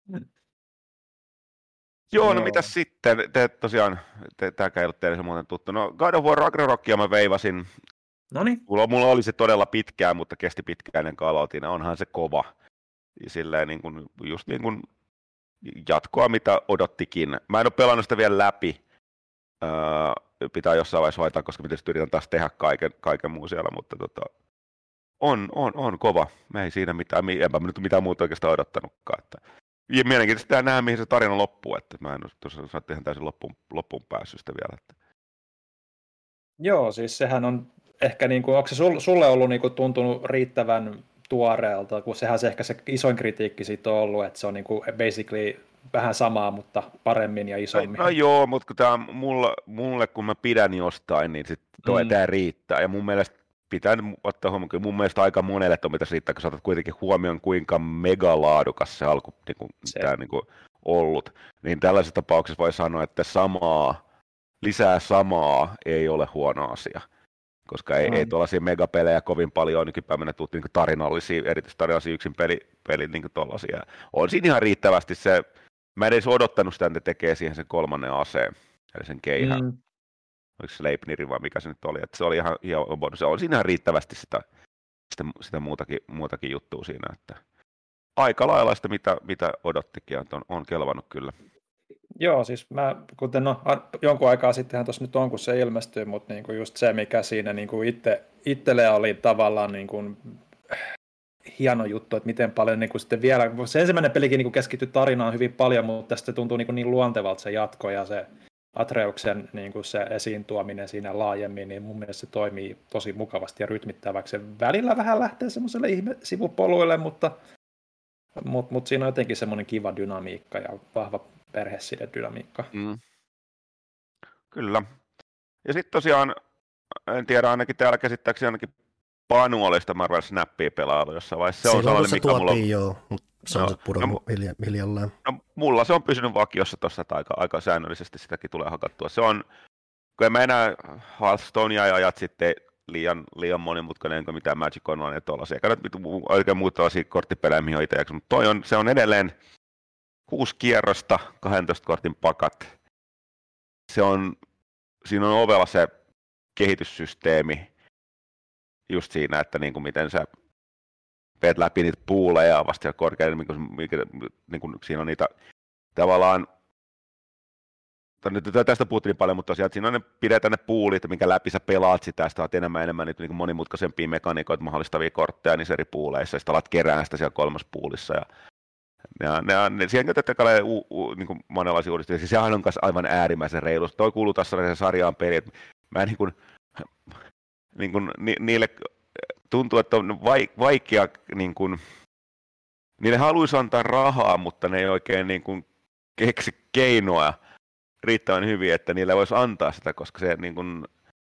[SPEAKER 4] Joo, no mitäs sitten? Tämäkään ei ollut teille se muuten tuttu. No God of War Ragnarokia mä veivasin.
[SPEAKER 2] Noniin.
[SPEAKER 4] Mulla oli se todella pitkään, mutta kesti pitkään ennen kuin aloitin. Onhan se kova. Silleen niin kuin, just niin kuin jatkoa, mitä odottikin. Mä en ole pelannut sitä vielä läpi. Pitää jossain vaiheessa hoitaa, koska tietysti yritän taas tehdä kaiken muun siellä, mutta on kova. Mä ei siinä mitään, enpä nyt mitään muuta oikeastaan odottanutkaan. Ja mielenkiintoista nähdä, mihin se tarina loppuu. Että mä en ole tuossa ihan täysin loppuun päässyt sitä vielä. Että.
[SPEAKER 2] Joo, siis sehän on ehkä, niin kuin, onko se sulle ollut niin kuin, tuntunut riittävän tuoreelta, kun sehän se ehkä se isoin kritiikki siitä on ollut, että se on niin kuin basically vähän samaa, mutta paremmin ja isommin.
[SPEAKER 4] No joo, mutta kun tämä mulle, kun mä pidän jostain, niin tämä riittää. Ja mun mielestä pitää ottaa huomioon, mun mielestä aika monelle on mitä riittää, kun sä otat kuitenkin huomioon, kuinka megalaadukas se alku tämä ollut. Niin tällaisessa tapauksessa voi sanoa, että lisää samaa ei ole huono asia. Koska ei tuollaisia megapelejä kovin paljon nykypäivänä tullut niin tarinallisia, erityisesti tarinallisia yksin peli niin tuollaisia. On siinä ihan riittävästi se, mä en edes odottanut sitä, että tekee siihen sen 3. aseen, eli sen keihän. Oliko se Leipniri vai mikä se nyt oli, että se oli ihan bonus. Se on siinä ihan riittävästi sitä muutakin juttua siinä, että aika lailla sitä, mitä odottikin, että on kelvannut kyllä.
[SPEAKER 2] Joo, siis kuten jonkun aikaa sittenhän tuossa nyt on, kun se ilmestyy, mutta niinku just se, mikä siinä niinku itselle oli tavallaan niinku hieno juttu, että miten paljon niinku sitten vielä, se ensimmäinen pelikin niinku keskittyi tarinaan hyvin paljon, mutta tästä tuntuu niin luontevalta se jatko ja se Atreuksen niinku se esiin tuominen siinä laajemmin, niin mun mielestä se toimii tosi mukavasti ja rytmittäväksi. Se välillä vähän lähtee semmoiselle ihme-sivupoluille, mutta siinä on jotenkin semmoinen kiva dynamiikka ja vahva perhesidedynamiikka.
[SPEAKER 4] Kyllä. Ja sitten tosiaan, en tiedä, ainakin täällä käsittääkseni ainakin Panu oli sitä Marvel Snappia pelailu jossain vaiheessa. Se on sellainen, mikä mulla on.
[SPEAKER 1] Joo. se on pudonnut hiljalleen.
[SPEAKER 4] No, mulla se on pysynyt vakiossa tuossa, että aika säännöllisesti sitäkin tulee hakattua. Se on, kun en mä enää Hearthstonea ja ajat sitten liian monimutkainen, kuin mitä Magic Online ja tuollaisia. Eikä nyt oikein muuta tällaisia korttipelejä, mihin on itse jaksanut. Mutta se on edelleen 6 kierrosta, 12 kortin pakat. Siinä on ovella se kehityssysteemi just siinä, että niin kuin miten sä veet läpi niitä puuleja vasta siellä korkealla, niin kuin siinä on niitä tavallaan, tästä puhuttiin paljon, mutta tosiaan siinä on pidetään ne puulit, minkä läpi sä pelaat sitä, ja sitä olet enemmän niitä niin monimutkaisempia mekaniikoita mahdollistavia kortteja niissä eri puuleissa, ja sitten alat kerää sitä siellä 3. puulissa, ja siihen käytetään niin kuin monenlaisia uudistuksia, siis sehän on myös aivan äärimmäisen reilu. Toi kuuluu tässä sarjaan peli, että mä niin kuin niille tuntuu, että on vaikea, niin kuin, niille haluaisi antaa rahaa, mutta ne ei oikein niin kuin keksi keinoa riittävän hyvin, että niille voisi antaa sitä, koska se niin kuin,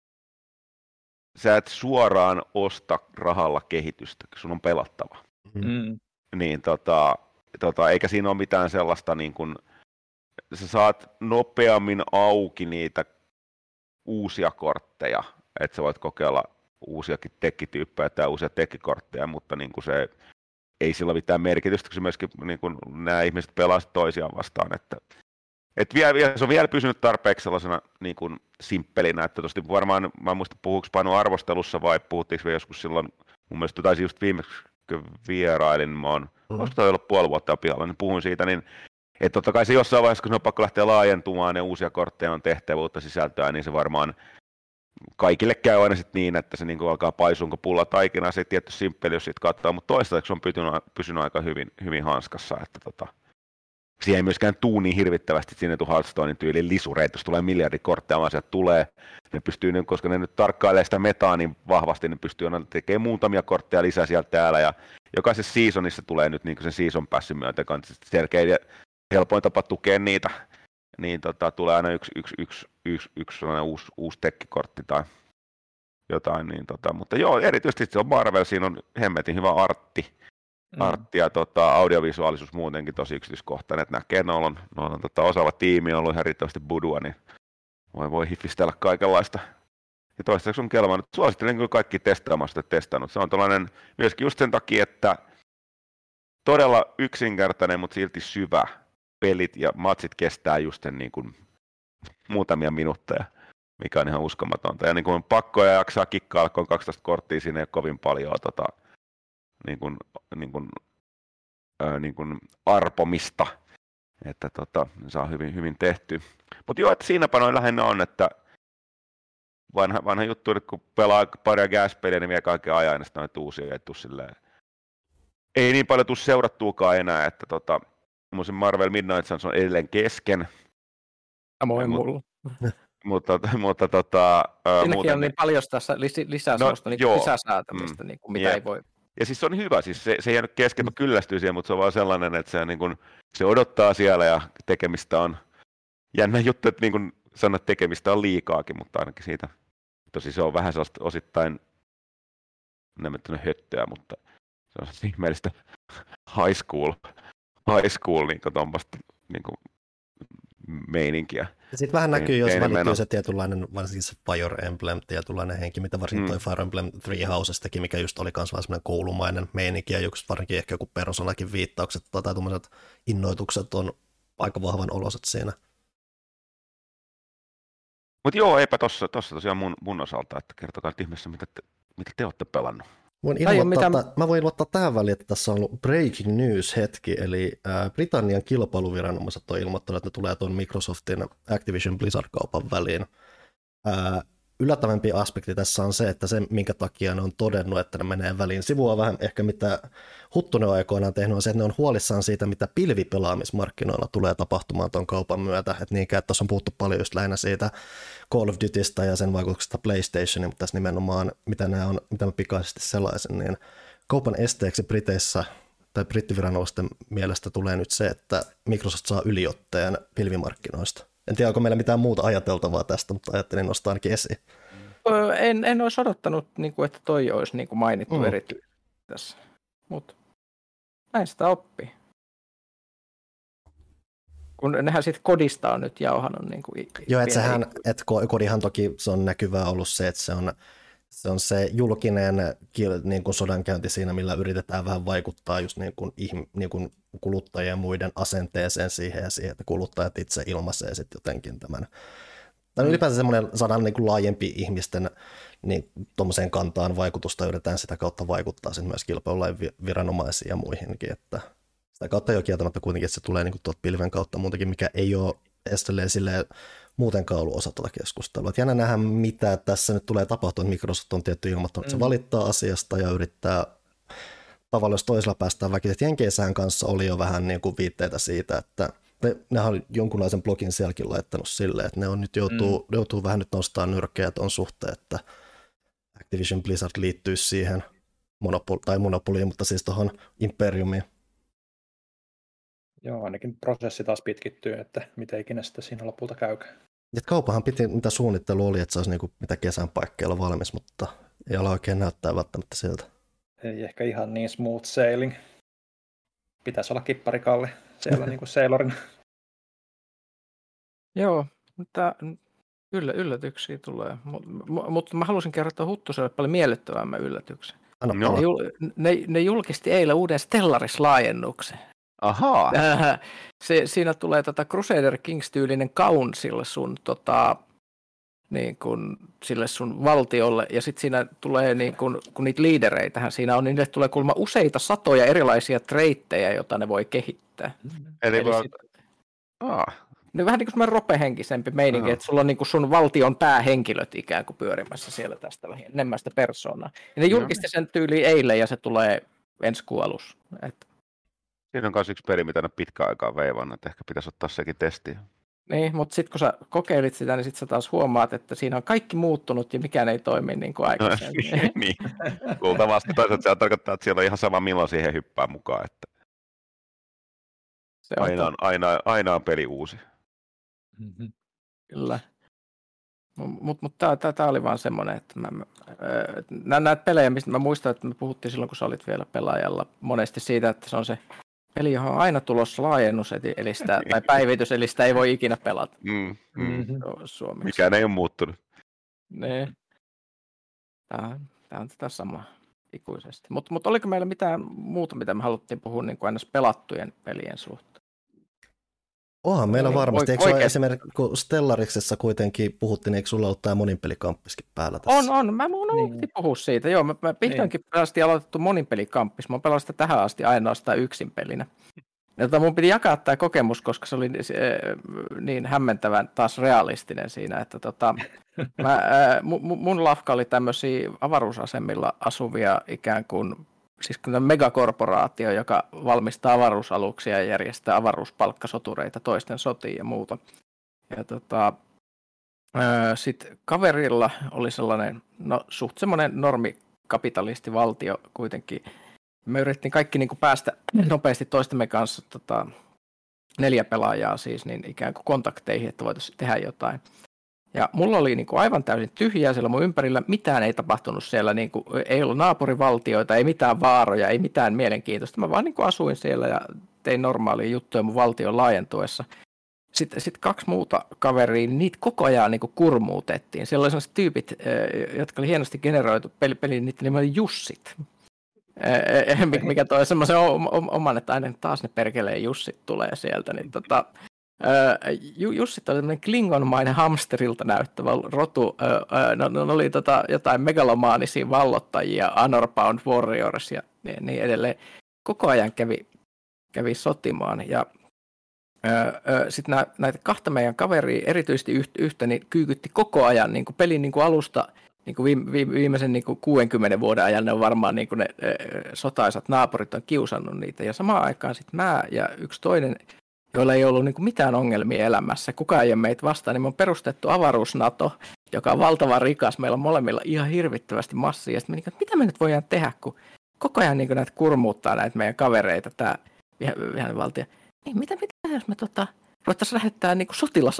[SPEAKER 4] sä et suoraan osta rahalla kehitystä, sun on pelattava. Niin eikä siinä ole mitään sellaista, niin kuin, sä saat nopeammin auki niitä uusia kortteja, että sä voit kokeilla uusiakin tekkityyppejä tai uusia tekkikortteja, mutta niin kuin se ei sillä ole mitään merkitystä, kun se myöskin niin kuin nämä ihmiset pelaavat toisiaan vastaan. Että se on vielä pysynyt tarpeeksi sellaisena niin kuin simppelinä, että tosti varmaan, mä en muista puhuuko Panu arvostelussa vai puhuttiinko me joskus silloin, mun mielestä taisin just viimeksi vierailin, mä oon, olisiko toi ollut puoli vuotta pihalla, niin puhuin siitä, niin että totta kai se jossain vaiheessa, kun se on pakko lähteä laajentumaan ja uusia kortteja on tehtävä, uutta sisältöä, niin se varmaan kaikille käy aina sitten niin, että se niin kuin alkaa paisua, kun pulla taikina, se tietty simppeli, jos siitä katsoo, mutta toistaiseksi on pysynyt aika hyvin hanskassa, että siihen ei myöskään tuu niin hirvittävästi sinne Hearthstonein tyyliin lisureita, jos tulee miljardikortteja, vaan sieltä tulee, ne pystyy, koska ne nyt tarkkailee sitä metaa niin vahvasti, ne pystyy aina tekemään muutamia kortteja lisää sieltä täällä, ja jokaisessa seasonissa tulee nyt niin kuin sen season passin myötä, joka on selkeä ja helpoin tapa tukea niitä, niin tulee aina yksi uusi tekkikortti tai jotain, niin mutta joo, erityisesti se on Marvel, siinä on hemmetin hyvä artti ja audiovisuaalisuus muutenkin tosi yksityiskohtainen, että näkee, että noilla on osaava tiimi, on ollut ihan riittävästi budua, niin voi hiffistellä kaikenlaista. Ja toistaiseksi on kelvannut. Suosittelen kyllä kaikki testaamasta testannut. Se on tällainen myöskin just sen takia, että todella yksinkertainen, mutta silti syvä. Pelit ja matsit kestää just sen niin kuin muutamia minuutteja, mikä on ihan uskomatonta. Ja niin kuin on pakko ja jaksaa kikkailla, kun on 12 korttia, siinä ei ole kovin paljon niin kuin arpomista, että saa hyvin tehty. Mutta joo, että siinäpä noin lähinnä on, että vanha juttu, että kun pelaa paria gas-peliä, niin vie kaiken ajan, ja sitten noita uusia ei tule silleen. Ei niin paljon tule seurattuukaan enää, että mun Marvel Midnight Suns on edelleen kesken.
[SPEAKER 3] Samoin mulla.
[SPEAKER 4] Mutta
[SPEAKER 3] siinäkin on niin paljon tässä lisää sellaista lisäsäätämistä, niin kuin mitä ei voi.
[SPEAKER 4] Ja siis se on hyvä, siis se ei jäänyt kesken, mä kyllästyin siihen, mutta se on vaan sellainen, että se odottaa siellä ja tekemistä on jännä juttu, että niin kuin sanot, tekemistä on liikaakin, mutta ainakin siitä, tosi se on vähän sellaista osittain näyttänyt höttöä, mutta se on ihmeellistä high school niin tuommoista niin meininkiä.
[SPEAKER 1] Sitten vähän näkyy, jos välittyy se tietynlainen, varsinkin se Fire Emblem, tietynlainen henki, mitä varsinkin toi Fire Emblem Three Houses teki, mikä just oli myös semmoinen koulumainen meininki, ja just varsinkin ehkä joku Personakin viittaukset tai tuommoiset innoitukset on aika vahvan oloset siinä.
[SPEAKER 4] Mutta joo, eipä tossa tosiaan mun osalta, että kertokaa nyt ihmeessä, mitä te olette pelannut.
[SPEAKER 1] Mä voin ilmoittaa tähän väliin, että tässä on ollut breaking news hetki, eli Britannian kilpailuviranomaiset on ilmoittanut, että ne tulee tuon Microsoftin Activision Blizzard-kaupan väliin. Yllättävämpi aspekti tässä on se, että se, minkä takia ne on todennut, että ne menee väliin. Sivua vähän ehkä mitä Huttunen on aikoinaan tehnyt, on se, että ne on huolissaan siitä, mitä pilvipelaamismarkkinoilla tulee tapahtumaan tuon kaupan myötä. Että niinkään, että tuossa on puhuttu paljon just lähinnä siitä Call of Dutysta ja sen vaikutuksesta PlayStationiin, mutta tässä nimenomaan, mitä mä pikaisesti sellaisin, niin kaupan esteeksi Briteissä tai brittiviranomaisten mielestä tulee nyt se, että Microsoft saa yliotteen pilvimarkkinoista. En tiedä, onko meillä mitään muuta ajateltavaa tästä, mutta ajattelin nostaa ainakin esiin.
[SPEAKER 3] En olisi odottanut, että toi olisi mainittu erityisesti tässä, mutta näin sitä oppii. kun nehän sitten kodista on nyt jauhannut. Niin kuin
[SPEAKER 1] joo, että kodihan toki se on näkyvää ollut se, että se on se julkinen niin kuin sodankäynti siinä, millä yritetään vähän vaikuttaa just niin kuin kuluttajien ja muiden asenteeseen siihen ja siihen, että kuluttajat itse ilmaisee sitten jotenkin tämän. Tämä on ylipäänsä semmoinen saadaan niin kuin laajempi ihmisten niin tuommoiseen kantaan vaikutusta, yritetään sitä kautta vaikuttaa sitten myös kilpailulain viranomaisiin ja muihinkin, että sitä kautta ei ole kieltämättä kuitenkin, että se tulee niin kuin tuolta pilven kautta muutenkin, mikä ei ole estelleen silleen muutenkaan ollut osa tuota keskustelua. Jännä nähdä, mitä tässä nyt tulee tapahtua, että Microsoft on tietty ilmoittanut, että se valittaa asiasta ja yrittää tavallaan, jos toisella päästään väkiset. Jenkeissähän kanssa oli jo vähän niin kuin viitteitä siitä, että nehän on jonkunlaisen blogin sielläkin laittanut silleen, että ne on nyt joutuu vähän nyt nostaa nyrkkejä tuon suhteen, että Activision Blizzard liittyy siihen monopoliin, mutta siis tuohon Imperiumiin.
[SPEAKER 2] Joo, ainakin prosessi taas pitkittyy, että mitä ikinä sitten siinä lopulta käykään.
[SPEAKER 1] Ja kaupahan piti, mitä suunnittelu oli, että se olisi niin mitä kesän paikkeilla valmis, mutta ei ala oikein näyttää välttämättä siltä.
[SPEAKER 2] Ei ehkä ihan niin smooth sailing. Pitäisi olla kipparikalle siellä niin kuin Sailorina.
[SPEAKER 3] Joo, mutta yllätyksiä tulee. Mutta mä halusin kertoa Huttuselle paljon miellyttävämmän yllätyksen. Ne julkisti eilen uuden Stellaris-laajennuksen.
[SPEAKER 4] Ahaa.
[SPEAKER 3] Siinä tulee Crusader Kings-tyylinen kaun sille sun, niin kun, sille sun valtiolle, ja sitten siinä tulee, niin kun niitä liidereitähän siinä on, niin niille tulee kuulemma useita satoja erilaisia treittejä, joita ne voi kehittää.
[SPEAKER 4] Eli
[SPEAKER 3] Ne vähän niin kuin semmoinen ropehenkisempi meininki, että sulla on niin kuin sun valtion päähenkilöt ikään kuin pyörimässä siellä tästä enemmän sitä persoonaa. Ja ne julkisti sen tyyliin eilen, ja se tulee ensi kuun alussa.
[SPEAKER 4] Siinä on myös yksi peli, mitä on pitkään aikaa veivannut, että ehkä pitäisi ottaa sekin testiin.
[SPEAKER 3] Niin, mutta sitten kun sä kokeilit sitä, niin sitten sä taas huomaat, että siinä on kaikki muuttunut ja mikään ei toimi niin kuin aikaisemmin.
[SPEAKER 4] Niin, luultavasti toisaalta se tarkoittaa, että siellä on ihan sama milloin siihen hyppää mukaan. Että
[SPEAKER 3] se
[SPEAKER 4] on aina on peli uusi.
[SPEAKER 2] Mm-hmm.
[SPEAKER 3] Kyllä. Mutta tämä oli vaan semmoinen, että näitä pelejä, mistä mä muistan, että me puhuttiin silloin, kun sä olit vielä pelaajalla monesti siitä, että se on se peli, johon on aina tulossa laajennus, eli sitä, tai päivitys, eli sitä ei voi ikinä pelata. Suomeksi.
[SPEAKER 4] Mikään ei ole muuttunut.
[SPEAKER 3] Niin. Tämä on tätä samaa ikuisesti. Mutta oliko meillä mitään muuta, mitä me haluttiin puhua niin kuin aina pelattujen pelien suhteen?
[SPEAKER 1] Onhan meillä varmasti. Eikö ole esimerkiksi, kun Stellariksessa kuitenkin puhuttiin, eikö sulla ollut tämä moninpelikampiskin päällä tässä?
[SPEAKER 3] On. Mä unohdin puhua siitä. Joo, mä vihdoinkin pelastin aloitettu moninpelikamppis. Mä pelasin sitä tähän asti ainoastaan yksin pelinä. Mun piti jakaa tämä kokemus, koska se oli niin hämmentävän taas realistinen siinä, että mun lafka oli tämmöisiä avaruusasemilla asuvia ikään kuin siis megakorporaatio, joka valmistaa avaruusaluksia ja järjestää avaruuspalkkasotureita toisten sotiin ja muuta. Ja sitten kaverilla oli sellainen, suht semmoinen normikapitalistivaltio kuitenkin. Me yritettiin kaikki niin kuin päästä nopeasti toistemme kanssa 4 pelaajaa siis niin ikään kuin kontakteihin, että voitaisiin tehdä jotain. Ja mulla oli niin kuin aivan täysin tyhjää siellä mun ympärillä, mitään ei tapahtunut siellä, niin kuin, ei ollut naapurivaltioita, ei mitään vaaroja, ei mitään mielenkiintoista. Mä vaan niin kuin asuin siellä ja tein normaalia juttuja mun valtion laajentuessa. Sitten 2 muuta kaveria, niitä koko ajan niin kuin kurmuutettiin. Siellä oli sellaiset tyypit, jotka oli hienosti generoitu pelin, niitä nimi oli Jussit. Mikä toi semmoisen oman, että aina taas ne perkelee Jussit tulee sieltä, niin Jussit oli tämmöinen klingonmainen hamsterilta näyttävä rotu. Ne oli jotain megalomaanisia vallottajia, Honorbound Warriors ja niin edelleen. Koko ajan kävi sotimaan. Ja sitten näitä 2 meidän kaveria, erityisesti yhtä, niin kyykytti koko ajan niin kuin pelin niin kuin alusta. Niin kuin viimeisen niin kuin 60 vuoden ajan ne on varmaan niin kuin ne sotaisat naapurit on kiusannut niitä. Ja samaan aikaan sitten mä ja yksi toinen, joilla ei ollut niin kuin mitään ongelmia elämässä, kukaan ei ole meitä vastaan, niin me on perustettu avaruusnato, joka on valtavan rikas. Meillä on molemmilla ihan hirvittävästi massia. Ja sitten me mitä me nyt voidaan tehdä, kun koko ajan niin kuin näitä kurmuuttaa näitä meidän kavereita, tämä vihainen valtio. Niin mitä jos me voitaisiin lähettää niin kuin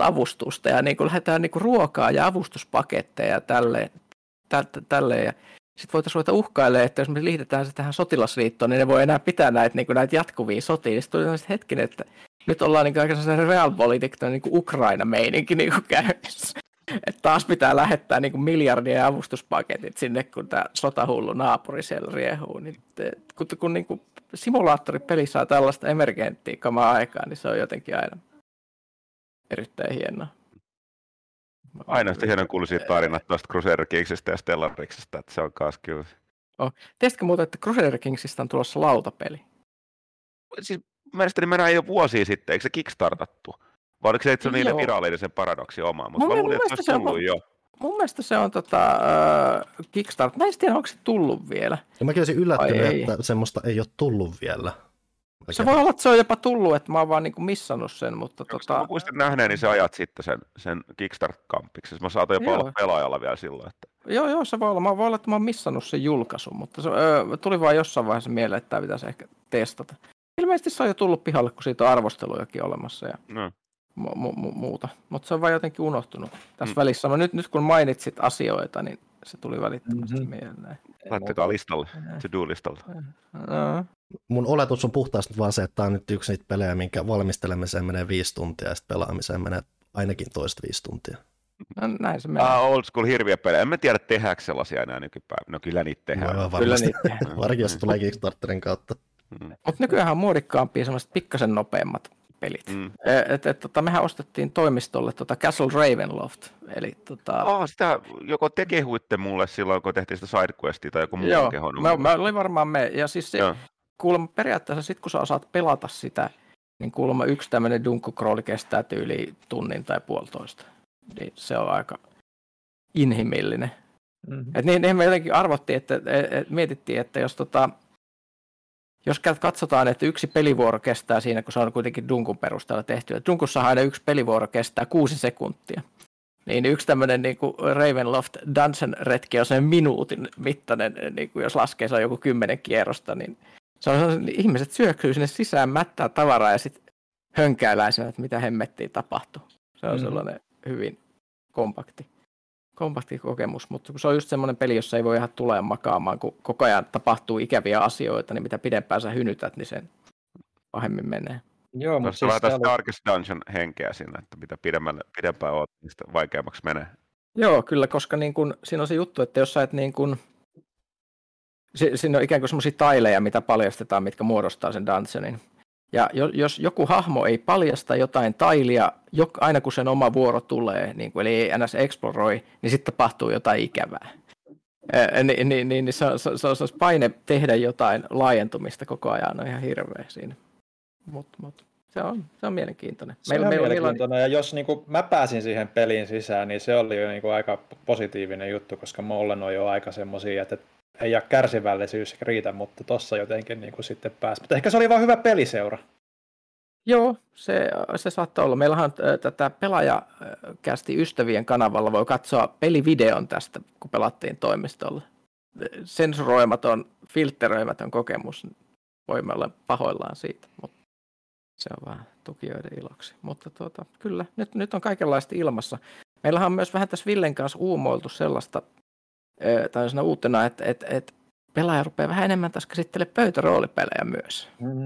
[SPEAKER 3] sotilasavustusta ja niin kuin lähdetään niin kuin ruokaa ja avustuspaketteja ja tälleen. Ja sitten voitaisiin ruveta uhkailemaan, että jos me liitetään se tähän sotilasliittoon, niin ne voi enää pitää näitä, niin näitä jatkuvia sotia. Niin sitten tuli hetkinen, että nyt ollaan niin aika sellainen realpolitik, niin Ukraina-meininki niin käynnissä. Että taas pitää lähettää niin miljardien avustuspaketit sinne, kun tämä sotahullu naapuri siellä riehuu. Niin kun niin simulaattoripeli saa tällaista emergenttiä kamaa aikaan, niin se on jotenkin aina erittäin hienoa.
[SPEAKER 4] Aina sitten hienoa kuullut siitä tarinat tuosta Crusader Kingsistä ja Stellariksesta, että se on kaas kyllä.
[SPEAKER 3] Tiesitkö muuten, että Crusader Kingsista on tulossa lautapeli?
[SPEAKER 4] Siis mielestäni mennään jo vuosia sitten, eikö se kickstartattu? Vai oliko se, että se on niiden virallinen sen paradoksi oma? Mutta mä luulin, että se on tullut jo.
[SPEAKER 3] Mun mielestä se on Kickstart. Mä en tiedä, onko se tullut vielä.
[SPEAKER 1] Ja mäkin olisin yllättynyt, että semmoista ei ole tullut vielä.
[SPEAKER 3] Se voi olla, että se on jopa tullut, että mä oon vaan niinku missannut sen, mutta
[SPEAKER 4] mä muistin nähneen, niin se ajat sitten sen Kickstart-kampiksi. Mä saatoin jopa olla pelaajalla vielä silloin. Että...
[SPEAKER 3] Joo, se voi olla. Mä voin olla, että mä oon missannut sen julkaisun, mutta se tuli vaan jossain vaiheessa mieleen, että tämä pitäisi ehkä testata. Ilmeisesti se on jo tullut pihalle, kun siitä on arvostelujakin olemassa ja muuta. Mutta se on vaan jotenkin unohtunut tässä välissä. Nyt kun mainitsit asioita, niin se tuli välittömästi mieleen.
[SPEAKER 4] Laittakaa listalle, to-do-listalle.
[SPEAKER 1] Mun oletus on puhtaasti vaan se, että tämä on nyt yksi niitä pelejä, minkä valmistelemiseen menee 5 tuntia ja sitten pelaamiseen menee ainakin toista 5 tuntia.
[SPEAKER 3] No, näin se menee.
[SPEAKER 4] Old school hirviä pelejä. En mä tiedä, tehdäänkö sellaisia enää nykypäivänä. No kyllä niitä tehdään.
[SPEAKER 1] Varsinkin jos tulee Kickstarterin kautta.
[SPEAKER 3] Mutta nykyään on muodikkaampia semmoiset pikkasen nopeammat pelit. Mehän ostettiin toimistolle Castle Ravenloft. Eli,
[SPEAKER 4] sitä joko te kehuitte mulle silloin, kun tehtiin sitä sidequestia tai joku muu kehonnut.
[SPEAKER 3] Mä olin varmaan me. Ja siis se, kuulemma periaatteessa sit kun sä osaat pelata sitä, niin kuulemma yksi tämmöinen dunkkukrooli kestää tyyli tunnin tai puolitoista. Niin se on aika inhimillinen. Niin me jotenkin arvottiin, että mietittiin, että jos katsotaan, että yksi pelivuoro kestää siinä, kun se on kuitenkin dunkun perusteella tehty, ja dunkussahan aina yksi pelivuoro kestää 6 sekuntia, niin yksi tämmöinen niin kuin Ravenloft Dungeon-retki on sen minuutin mittainen, niin kuin jos laskee, se on joku 10 kierrosta, niin se on ihmiset syöksyy sinne sisään, mättää tavaraa ja sitten hönkäillään sen, että mitä hemmettiin tapahtuu. Se on sellainen hyvin kompakti kokemus, mutta se on just semmoinen peli, jossa ei voi ihan tulla makaamaan, kun koko ajan tapahtuu ikäviä asioita, niin mitä pidempään sä hynytät, niin sen pahemmin menee.
[SPEAKER 2] Joo,
[SPEAKER 4] mutta siis vähän Darkest Dungeon henkeä siinä, että mitä pidempään oot, niin sitä vaikeammaksi menee.
[SPEAKER 3] Joo, kyllä, koska niin kun, siinä on se juttu, että jos sä et niin kun, siinä on ikään kuin semmoisia taileja, mitä paljastetaan, mitkä muodostaa sen dungeonin. Ja jos joku hahmo ei paljasta jotain tailia, aina kun sen oma vuoro tulee, niin kuin, eli ei ns. Exploroi, niin sitten tapahtuu jotain ikävää. Niin se on paine tehdä jotain laajentumista koko ajan, on ihan hirveä siinä. Mut, se on mielenkiintoinen.
[SPEAKER 2] Se on mielenkiintoinen, ja jos niin kuin, mä pääsin siihen peliin sisään, niin se oli jo niin kuin, aika positiivinen juttu, koska mulle on jo aika semmosia, että ei ole kärsivällisyys riitä, mutta tossa jotenkin niin kuin sitten pääsi. Mutta ehkä se oli vaan hyvä peliseura.
[SPEAKER 3] Joo, se saattaa olla. Meillähän on tätä pelaajakästi ystävien kanavalla voi katsoa pelivideon tästä, kun pelattiin toimistolla. Sensuroimaton, filtteröimätön kokemus. Voimme olla pahoillaan siitä, mutta se on vähän tukijoiden iloksi. Mutta kyllä, nyt on kaikenlaista ilmassa. Meillähän on myös vähän tässä Villen kanssa uumoiltu sellaista, tällaisena uutena, että pelaaja rupeaa vähän enemmän tässä käsittelemään pöytäroolipelejä myös.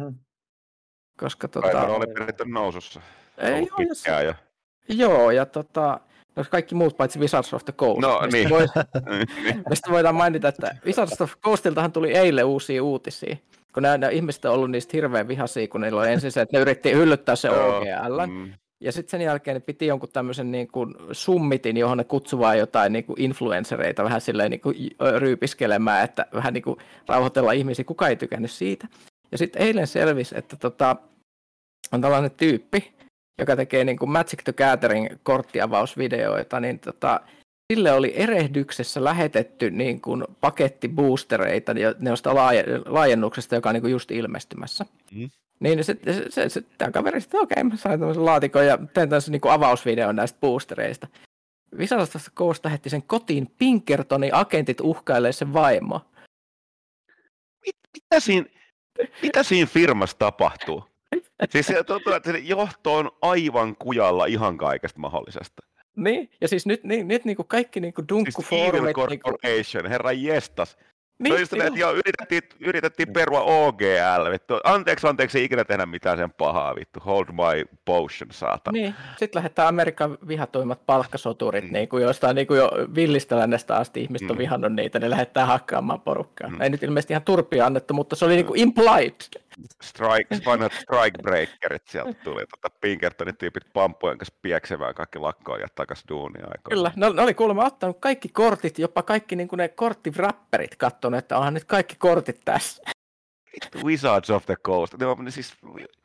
[SPEAKER 3] Koska
[SPEAKER 4] pöytäroolipelit on nousussa.
[SPEAKER 3] Ei pitkään jo. Joo, ja kaikki muut paitsi Wizards of the Coast.
[SPEAKER 4] No niin.
[SPEAKER 3] Mistä voidaan mainita, että Wizards of the Coastiltahan tuli eilen uusia uutisia. Kun nämä ihmiset on ollut niistä hirveän vihaisia, kun niillä oli ensin se, että ne yritti hyllyttää se OGL. Ja sitten sen jälkeen ne piti jonkun tämmöisen niin kuin summitin, johon ne kutsuvaa jotain niin kuin influenssereita vähän silleen niin kuin ryypiskelemään, että vähän niin kuin rauhoitella ihmisiä. Kukaan ei tykännyt siitä. Ja sitten eilen selvisi, että on tällainen tyyppi, joka tekee niin kuin Magic the Gathering korttiavausvideoita, niin sille oli erehdyksessä lähetetty niin kuin pakettiboostereita neosta laajennuksesta, joka on niin kuin just ilmestymässä. Niin tämä kaveri sitten, okei, mä sain tämmöisen laatikon ja tein tämmöisen niin kuin avausvideon näistä boostereista. Wizards of the Coast lähetti sen kotiin Pinkertonin agentit uhkailee sen vaimoa.
[SPEAKER 4] Mitä siinä firmassa tapahtuu? Siis se tuntuu, että se johto on aivan kujalla ihan kaikesta mahdollisesta.
[SPEAKER 3] Niin, ja siis nyt niinku kaikki niinku
[SPEAKER 4] Siis
[SPEAKER 3] dunkkufoorumit...
[SPEAKER 4] Evil
[SPEAKER 3] Niinku,
[SPEAKER 4] Corporation, herra jestas.
[SPEAKER 3] niin,
[SPEAKER 4] Se on just sellainen, että joo, yritettiin perua OGL, vittu. Anteeksi, ei ikinä tehdä mitään sen pahaa, vittu. Hold my potion, saatana.
[SPEAKER 3] niin, sitten lähdetään Amerikan vihatoimat palkkasoturit, niinku, joista niinku jo villistä lännestä asti ihmiset on vihannut niitä, ne lähettää hakkaamaan porukkaa. Ei nyt ilmeisesti ihan turpia annettu, mutta se oli niinku implied.
[SPEAKER 4] Vanhat strikebreakerit sieltä tuli, Pinkertonin tyypit pampujen kanssa pieksemään kaikki lakkoajat takaisin duunia aikoina.
[SPEAKER 3] Kyllä, ne oli kuulemma ottanut kaikki kortit, jopa kaikki niinku ne korttiwrapperit katsonut, että onhan nyt kaikki kortit tässä.
[SPEAKER 4] Wizards of the Coast. Ne siis...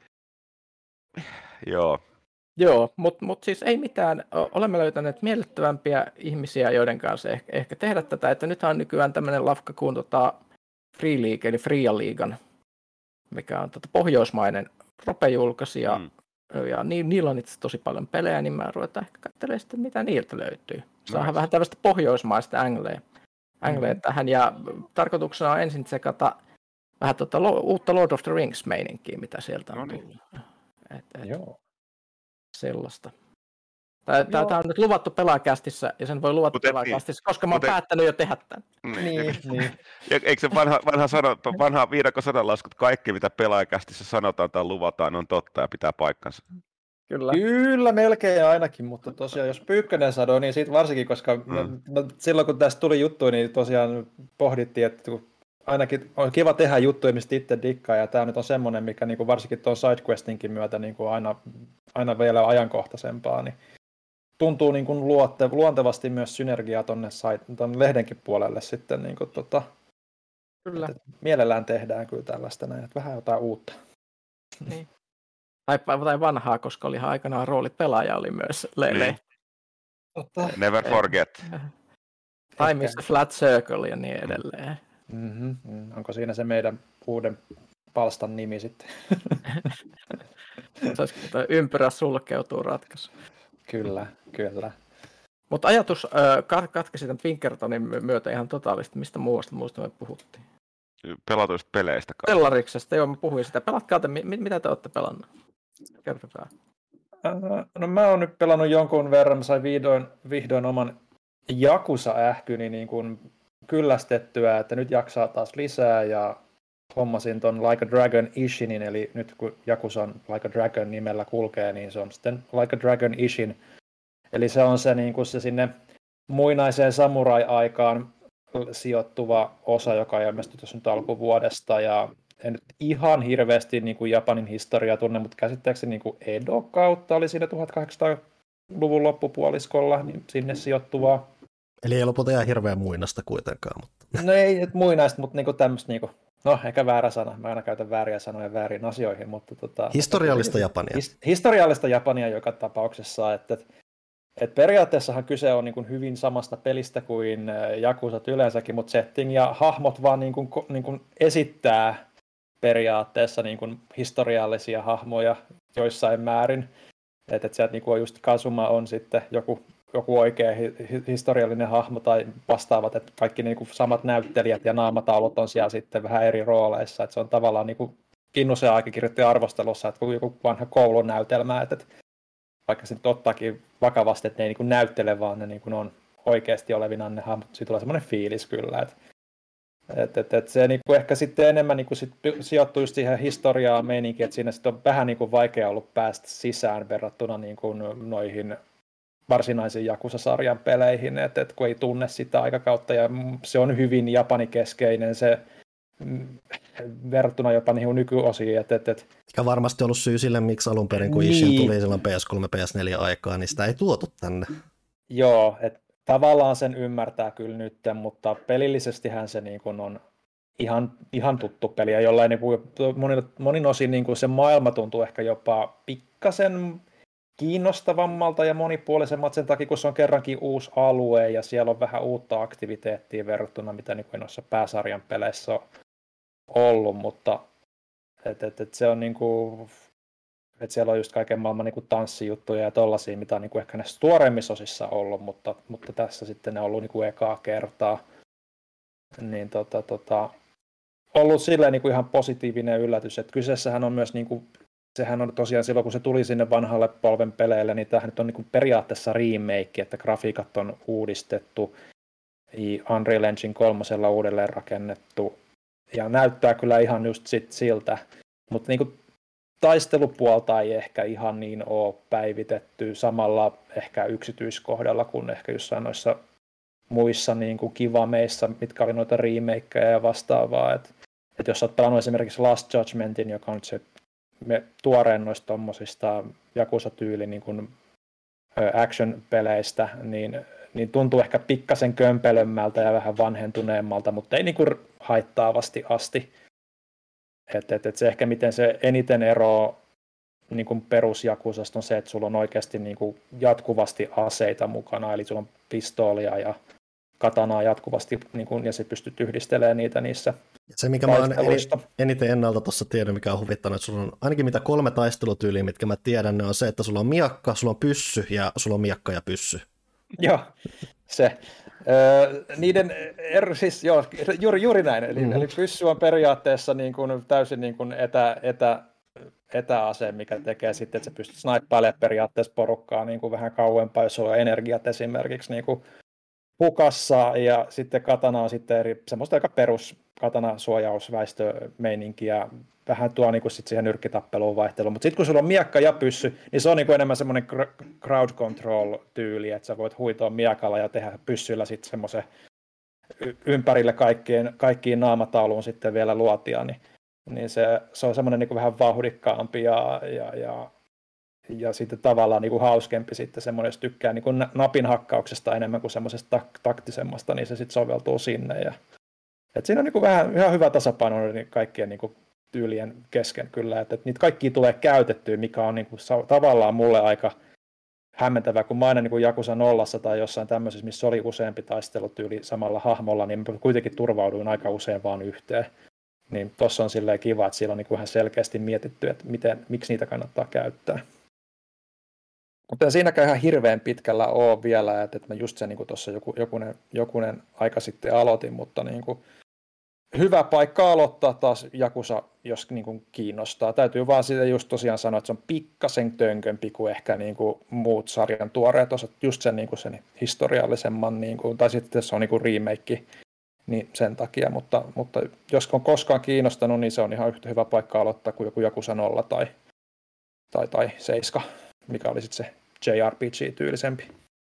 [SPEAKER 4] Joo.
[SPEAKER 3] Joo, mutta siis ei mitään. Olemme löytäneet miellyttävämpiä ihmisiä, joiden kanssa ehkä tehdä tätä. Että nythän on nykyään tämmöinen lafka kuin Free League, eli Fria Liigan, mikä on pohjoismainen ropejulkaisija. Ja niillä on itse tosi paljon pelejä, niin mä ruvetaan ehkä katselemaan sitten, mitä niiltä löytyy. Saadaan vähän tällaista pohjoismaista angleja tähän. Ja tarkoituksena on ensin tsekata vähän uutta Lord of the Rings-meininkiä, mitä sieltä on tullut.
[SPEAKER 2] Joo.
[SPEAKER 3] Sellaista. Tämä on nyt luvattu pelaajakästissä, ja sen voi luvata pelaajakästissä, koska mä oon päättänyt jo tehdä tämän.
[SPEAKER 2] Niin.
[SPEAKER 4] Eikö se vanha viidakko sananlasku, että kaikki mitä pelaajakästissä sanotaan tai luvataan on totta ja pitää paikkansa?
[SPEAKER 2] Kyllä, melkein ainakin, mutta tosiaan jos Pyykkönen sanoo, niin siitä varsinkin, koska silloin kun tästä tuli juttu, niin tosiaan pohdittiin, että ainakin on kiva tehdä juttuja, mistä itse dikkaa, ja tämä nyt on semmoinen, mikä niin kuin varsinkin tuon sidequestinkin myötä niin kuin aina vielä ajankohtaisempaa, niin tuntuu niin kuin luontevasti myös synergiaa tuonne lehdenkin puolelle sitten. Niin kuin
[SPEAKER 3] Kyllä.
[SPEAKER 2] Mielellään tehdään kyllä tällaista näin, että vähän jotain uutta.
[SPEAKER 3] Niin. Tai vanhaa, koska oli aikanaan roolipelaaja oli myös lehti.
[SPEAKER 4] Never forget.
[SPEAKER 3] Time is a flat circle ja niin edelleen.
[SPEAKER 2] Onko siinä se meidän uuden palstan nimi sitten?
[SPEAKER 3] Se olisi, ympyrä sulkeutuu ratkaisu.
[SPEAKER 2] Kyllä.
[SPEAKER 3] Mutta ajatus katkesi tämän Pinkertonin myötä ihan totaalisesti. Mistä muusta me puhuttiin?
[SPEAKER 2] Pelatuista
[SPEAKER 4] peleistä.
[SPEAKER 3] Tellariksesta, joo, mä puhuin sitä. Pelatkaa te, mitä te olette pelannut? Kertokaa.
[SPEAKER 2] No mä oon nyt pelannut jonkun verran, sain vihdoin oman Yakuza-ähkyni niin kuin kyllästettyä, että nyt jaksaa taas lisää ja hommasin ton Like a Dragon Ishinin, eli nyt kun Yakuza Like a Dragon nimellä kulkee, niin se on sitten Like a Dragon Ishin. Eli se on se, niin kuin se sinne muinaiseen samurai-aikaan sijoittuva osa, joka ilmestyi tuossa nyt alkuvuodesta, ja en nyt ihan hirveästi niin kuin Japanin historiaa tunne, mutta käsittääkseni niin kuin Edo-kautta oli siinä 1800-luvun loppupuoliskolla, niin sinne sijoittuvaa.
[SPEAKER 1] Eli ei lopulta ihan hirveän muinasta kuitenkaan. Mutta...
[SPEAKER 2] No ei nyt muinaista, mutta niinku tämmöistä, niinku, no ehkä väärä sana, mä aina käytän vääriä sanoja väärin asioihin, mutta...
[SPEAKER 1] Historiallista Japania.
[SPEAKER 2] Historiallista Japania joka tapauksessa, että periaatteessahan kyse on niinku hyvin samasta pelistä kuin Yakuzat yleensäkin, mutta setting ja hahmot vaan niinku esittää periaatteessa niinku historiallisia hahmoja joissain määrin, että sieltä niinku just Kazuma on sitten joku oikea historiallinen hahmo tai vastaavat, että kaikki niinku samat näyttelijät ja naamataulut on siellä sitten vähän eri rooleissa, että se on tavallaan niinku Kinnusen aika kirjoitti arvostelussa, että joku vanha koulun näytelmä, että vaikka se nyt ottaakin vakavasti, että ne ei niinku näyttele, vaan ne niinku on oikeasti olevinaan ne hahmot, siitä tulee semmoinen fiilis kyllä, että se niinku ehkä sitten enemmän niinku sijoittuu just siihen historiaan meininkiin, että siinä sitten on vähän niinku vaikea ollut päästä sisään verrattuna niinku noihin varsinaisiin Yakuza-sarjan peleihin, että kun ei tunne sitä aikakautta, ja se on hyvin japanikeskeinen se verrattuna jopa niihin nykyosiin.
[SPEAKER 1] Mikä varmasti ollut syy sille, miksi alun perin, kun Ishin tuli silloin PS3, PS4 aikaa, niin sitä ei tuotu tänne.
[SPEAKER 2] Joo, että tavallaan sen ymmärtää kyllä nyt, mutta pelillisestihän se niin kuin on ihan tuttu peli, ja jollain niin kuin monin osin niin kuin se maailma tuntuu ehkä jopa pikkasen kiinnostavammalta ja monipuolisemmalta sen takia, kun se on kerrankin uusi alue ja siellä on vähän uutta aktiviteettia verrattuna, mitä niin kuin noissa pääsarjan peleissä on ollut, mutta se on niin kuin, että siellä on just kaiken maailman niin kuin tanssijuttuja ja tollaisia, mitä on niin kuin ehkä näissä tuoreimmissa osissa ollut, mutta tässä sitten ne on ollut niin kuin ekaa kertaa. Niin ollut silleen niin kuin ihan positiivinen yllätys, että kyseessähän on myös niin kuin sehän on tosiaan silloin, kun se tuli sinne vanhalle polven peleille, niin tämähän nyt on niin kuin periaatteessa remake, että grafiikat on uudistettu, Unreal Engine 3 uudelleen rakennettu, ja näyttää kyllä ihan just siltä, mutta niin kuin taistelupuolta ei ehkä ihan niin ole päivitetty samalla ehkä yksityiskohdalla kuin ehkä jossain noissa muissa niin kuin kivameissa, mitkä oli noita remakeja ja vastaavaa. Et jos olet pelannut esimerkiksi Last Judgmentin, joka on se tuoreen noista tommosista Yakuza-tyyli niin kuin action-peleistä, niin tuntuu ehkä pikkasen kömpelömmältä ja vähän vanhentuneemmalta, mutta ei niin kuin haittaavasti asti. Et se ehkä miten se eniten eroaa niin kuin perusjakusasta on se, että sulla on oikeasti niin kuin jatkuvasti aseita mukana, eli sulla on pistoolia ja katanaa jatkuvasti, niin kuin, ja sä pystyt yhdistelemään niitä niissä
[SPEAKER 1] se, mikä mä oon eniten ennalta tuossa tiedän, mikä on huvittanut, että sulla on ainakin mitä 3 taistelutyyliä, mitkä mä tiedän, ne on se, että sulla on miakka, sulla on pyssy ja sulla on miakka ja pyssy.
[SPEAKER 2] Joo, se. Niiden siis joo, juuri näin. Eli pyssy on periaatteessa niin kuin täysin niin kuin etäase, mikä tekee sitten, että sä pystyt snaippailemaan periaatteessa porukkaa niin kuin vähän kauempaa, jos sulla on energiat esimerkiksi niin kuin hukassa, ja sitten katana on sitten semmoista aika perus katana-suojausväistömeininkiä, vähän tuo niin kuin sit siihen nyrkkitappeluun vaihteluun, mutta sitten kun sulla on miakka ja pyssy, niin se on niin kuin enemmän semmoinen crowd control-tyyli, että sä voit huitoa miakalla ja tehdä pyssyllä sitten semmoisen ympärille kaikkiin naamatauluun sitten vielä luotia, niin se on semmoinen niin kuin vähän vauhdikkaampi ja sitten tavallaan niin kuin hauskempi sitten semmoinen, jos tykkää niin kuin napin hakkauksesta enemmän kuin semmoisesta taktisemmasta, niin se sitten soveltuu sinne. Et siinä on niin kuin ihan hyvä tasapaino kaikkien niin kuin tyylien kesken kyllä, että niitä kaikkia tulee käytettyä, mikä on niin kuin tavallaan mulle aika hämmentävää, kun mä aina niin kuin Yakuza 0 tai jossain tämmöisessä, missä oli useampi taistelutyyli samalla hahmolla, niin mä kuitenkin turvauduin aika usein vaan yhteen. Niin tossa on silleen kiva, että siellä on niin kuin ihan selkeästi mietitty, että miksi niitä kannattaa käyttää. Mutta en siinäkään ihan hirveän pitkällä ole vielä, että mä just sen niin kuin tuossa jokunen aika sitten aloitin, mutta niin kuin hyvä paikka aloittaa taas Yakuza, jos niin kuin kiinnostaa. Täytyy vaan siitä just tosiaan sanoa, että se on pikkasen tönkömpi kuin ehkä niin kuin muut sarjan tuoreet osat, just sen, niin kuin sen historiallisemman, niin kuin, tai sitten se on niin kuin remake, niin sen takia, mutta jos on koskaan kiinnostanut, niin se on ihan yhtä hyvä paikka aloittaa kuin joku Yakuza 0 tai 7, mikä oli sitten se JRPG-tyylisempi.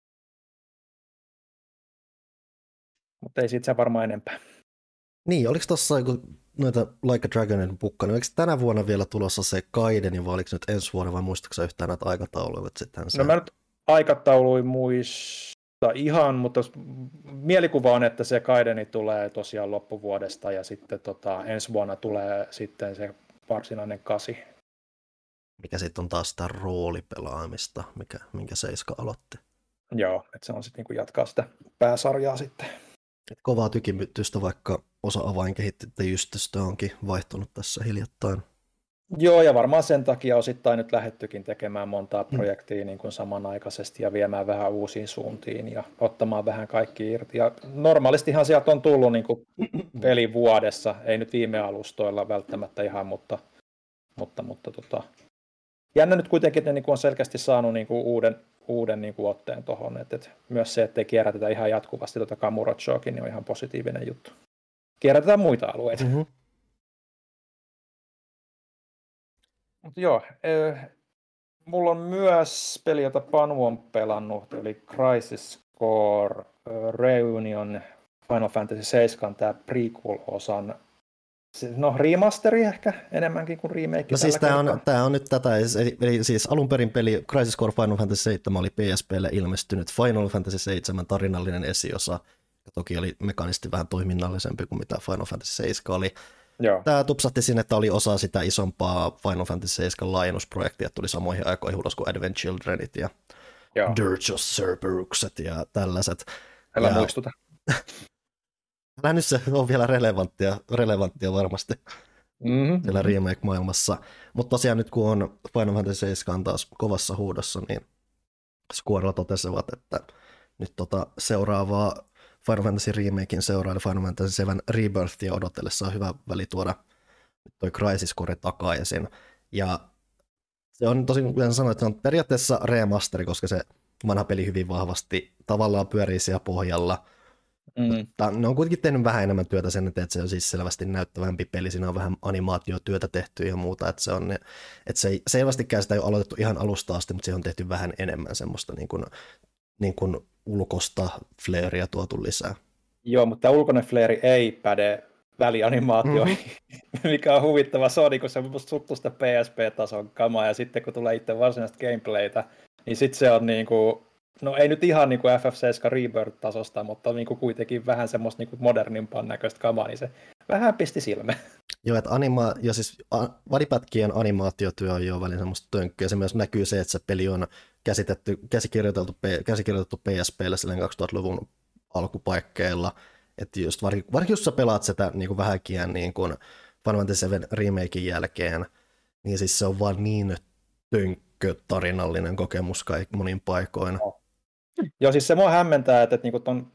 [SPEAKER 2] Mutta ei siitä se varmaan enempää.
[SPEAKER 1] Niin, oliko tuossa noita Like a Dragonin bukkana, oliko tänä vuonna vielä tulossa se Gaiden, vai oliko nyt ensi vuonna, vai muistatko yhtään näitä aikatauluja?
[SPEAKER 2] No mä nyt aikatauluin muista ihan, mutta mielikuva on, että se Gaideni tulee tosiaan loppuvuodesta, ja sitten ensi vuonna tulee sitten se varsinainen 8.
[SPEAKER 1] Mikä sitten on taas sitä roolipelaamista, minkä Seiska aloitti.
[SPEAKER 2] Joo, että se on sitten niin jatkaa sitä pääsarjaa sitten.
[SPEAKER 1] Et kovaa tykimytystä, vaikka osa avainkehittäjistöstä onkin vaihtunut tässä hiljattain.
[SPEAKER 2] Joo, ja varmaan sen takia osittain nyt lähdettykin tekemään montaa projektia niin kuin samanaikaisesti ja viemään vähän uusiin suuntiin ja ottamaan vähän kaikki irti. Ja normaalistihan sieltä on tullut niin kuin peli vuodessa, ei nyt viime alustoilla välttämättä ihan, mutta jännä nyt kuitenkin, että ne niin kuin on selkeästi saanut niin kuin uuden niin kuin otteen tuohon. Että myös se, ettei kierrätetä ihan jatkuvasti Kamurochoakin, niin on ihan positiivinen juttu. Kierrätetään muita alueita. Mm-hmm. Mutta joo, mulla on myös peli, jota Panu on pelannut, eli Crisis Core Reunion Final Fantasy 7, tämä prequel-osan, remasteri ehkä enemmänkin kuin remake.
[SPEAKER 1] No siis tämä on nyt tätä, eli siis alun perin peli Crisis Core Final Fantasy 7 oli PSP:lle ilmestynyt Final Fantasy 7 tarinallinen esiosa, joka toki oli mekaanisesti vähän toiminnallisempi kuin mitä Final Fantasy 7 oli.
[SPEAKER 2] Joo.
[SPEAKER 1] Tämä tupsahti sinne, että oli osa sitä isompaa Final Fantasy 7 laajennusprojektia, tuli samoihin aikoihin ulos kuin Advent Childrenit ja Dirge of Cerberukset ja tällaiset.
[SPEAKER 2] Älä muistuta.
[SPEAKER 1] Älä nyt se on vielä relevanttia varmasti siellä remake-maailmassa. Mutta tosiaan nyt kun on Final Fantasy 7 taas kovassa huudossa, niin Squarella totesivat, että nyt seuraavaa Final Fantasy remakein seuraava Final Fantasy 7 Rebirthia odotellessa on hyvä väli tuoda toi Crisis Core takaisin. Ja Se on tosi, kuten sanoin, että se on periaatteessa remasteri, koska se vanha peli hyvin vahvasti tavallaan pyörii siellä pohjalla. Mutta ne on kuitenkin tehnyt vähän enemmän työtä sen eteen, että se on siis selvästi näyttävämpi peli. Siinä on vähän animaatiotyötä tehty ja muuta. Että se ei selvästikään sitä ei ole aloitettu ihan alusta asti, mutta siihen on tehty vähän enemmän semmoista niin kuin ulkosta flairia tuotu lisää.
[SPEAKER 2] Joo, mutta tämä ulkoinen flairi ei päde välianimaatioihin, mikä on huvittava. Se on niin se suttu sitä PSP-tason kamaa, ja sitten kun tulee itse varsinaista gameplaytä, niin sitten se on niin kuin, no ei nyt ihan niin kuin FF7 Rebirth-tasosta, mutta niin kuin kuitenkin vähän semmoista niin kuin modernimpaan näköistä kamaa, niin se vähän pisti silmään.
[SPEAKER 1] Joo, että siis varipätkien animaatiotyö on jo välin semmoista tönkköä. Se myös näkyy se, että se peli on käsikirjoitettu PSP:lle silleen 2000-luvun alkupaikkeilla. Että just varsinkin jos sä pelaat sitä niin kuin vähänkin niin kuin Final Fantasy 7 remakein jälkeen, niin siis se on vaan niin tarinallinen kokemus monin paikoin.
[SPEAKER 2] Joo, siis se mua hämmentää, että niin kuin ton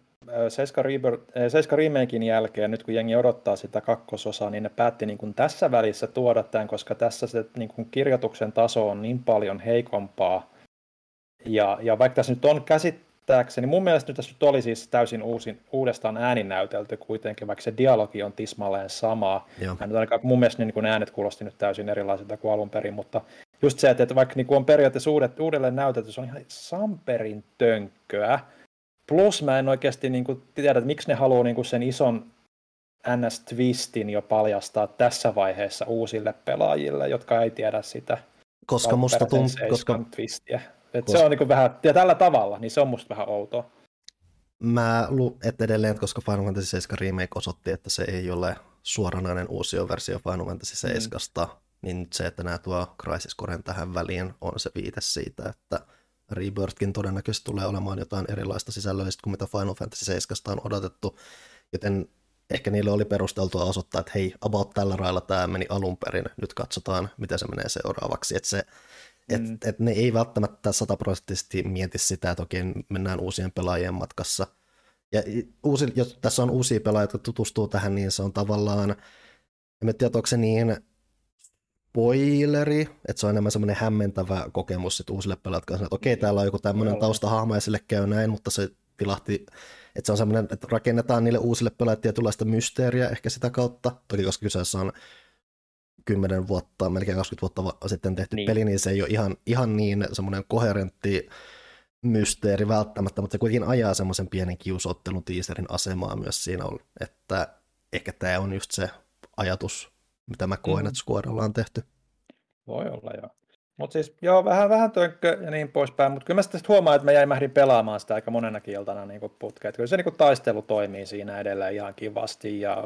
[SPEAKER 2] 7 remakein jälkeen, nyt kun jengi odottaa sitä kakkososaa, niin ne päätti niin kuin tässä välissä tuoda tämän, koska tässä se niin kuin kirjoituksen taso on niin paljon heikompaa. Ja vaikka tässä nyt on käsittääkseni, mun mielestä nyt tässä nyt oli siis täysin uudestaan ääninäytelty kuitenkin, vaikka se dialogi on tismalleen samaa. Mun mielestä niin kuin ne äänet kuulosti nyt täysin erilaisilta kuin alun perin, mutta just se, että vaikka niin kuin on periaatteessa uudelleen näytelty, se on ihan samperin tönkköä. Plus mä en oikeasti niin kuin tiedä, että miksi ne haluaa niin kuin sen ison NS-twistin jo paljastaa tässä vaiheessa uusille pelaajille, jotka ei tiedä sitä.
[SPEAKER 1] Koska musta tuntuu,
[SPEAKER 2] twistiä. Se on niin vähän, ja tällä tavalla, niin se on musta vähän outoa.
[SPEAKER 1] Mä että edelleen, koska Final Fantasy 7 Remake osoitti, että se ei ole suoranainen uusioversio Final Fantasy 7, niin nyt se, että nämä tuo Crisis Coren tähän väliin, on se viite siitä, että Rebirthkin todennäköisesti tulee olemaan jotain erilaista sisällöllistä kuin mitä Final Fantasy 7 on odotettu, joten ehkä niille oli perusteltua osoittaa, että hei, about tällä railla tämä meni alun perin, nyt katsotaan, miten se menee seuraavaksi, että ne ei välttämättä 100% mieti sitä, että okei, mennään uusien pelaajien matkassa. Ja jos tässä on uusia pelaajia, jotka tutustuu tähän, niin se on tavallaan, en tiedä, onko se niin spoileri, että se on enemmän semmoinen hämmentävä kokemus sit uusille pelaajille, että okei, täällä on joku tämmöinen taustahahmo ja sille käy näin, mutta se vilahti, että se on semmoinen, että rakennetaan niille uusille pelaajille tietynlaista mysteeriä ehkä sitä kautta, toki koska kyseessä on 10 vuotta, melkein 20 vuotta sitten tehty peli, niin se ei ole ihan niin semmoinen koherentti mysteeri välttämättä, mutta se kuitenkin ajaa semmoisen pienen kiusottelun teaserin asemaa myös siinä, että ehkä tämä on just se ajatus, mitä mä koen, että Squarella on tehty.
[SPEAKER 2] Voi olla, joo. Mutta siis joo, vähän tönkkö ja niin poispäin, mutta kyllä mä sitten huomaan, että mä mähdin pelaamaan sitä aika monenakin iltana niin putkeen. Kyllä se niin taistelu toimii siinä edelleen ihan kivasti ja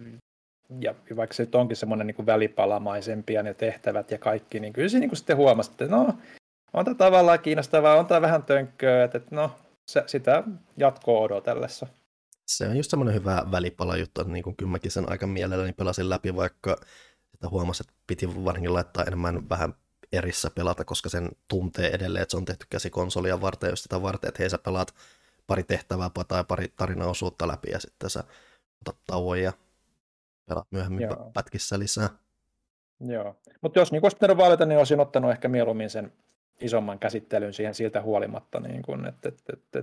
[SPEAKER 2] vaikka se nyt onkin semmoinen niin välipalamaisempi ja ne tehtävät ja kaikki, niin kyllä se niin sitten huomasi, että no, on tämä tavallaan kiinnostavaa, on tämä vähän tönkköä, että no, sitä jatkoa odotellessa.
[SPEAKER 1] Se on just semmoinen hyvä välipala juttu, että niin kuin kyllä mäkin sen aika mielelläni pelasin läpi, vaikka sitä huomasi, että piti varsinkin laittaa enemmän vähän erissä pelata, koska sen tuntee edelleen, että se on tehty käsikonsolia varten, jos sitä varten, että hei, sä pelaat pari tehtävää tai pari tarinaosuutta läpi ja sitten sä otat tauon ja pelaat myöhemmin pätkissä lisää. Joo,
[SPEAKER 2] mutta jos niin olisi pitänyt valita, niin olisin ottanut ehkä mieluummin sen isomman käsittelyn siihen siltä huolimatta, niin kuin, että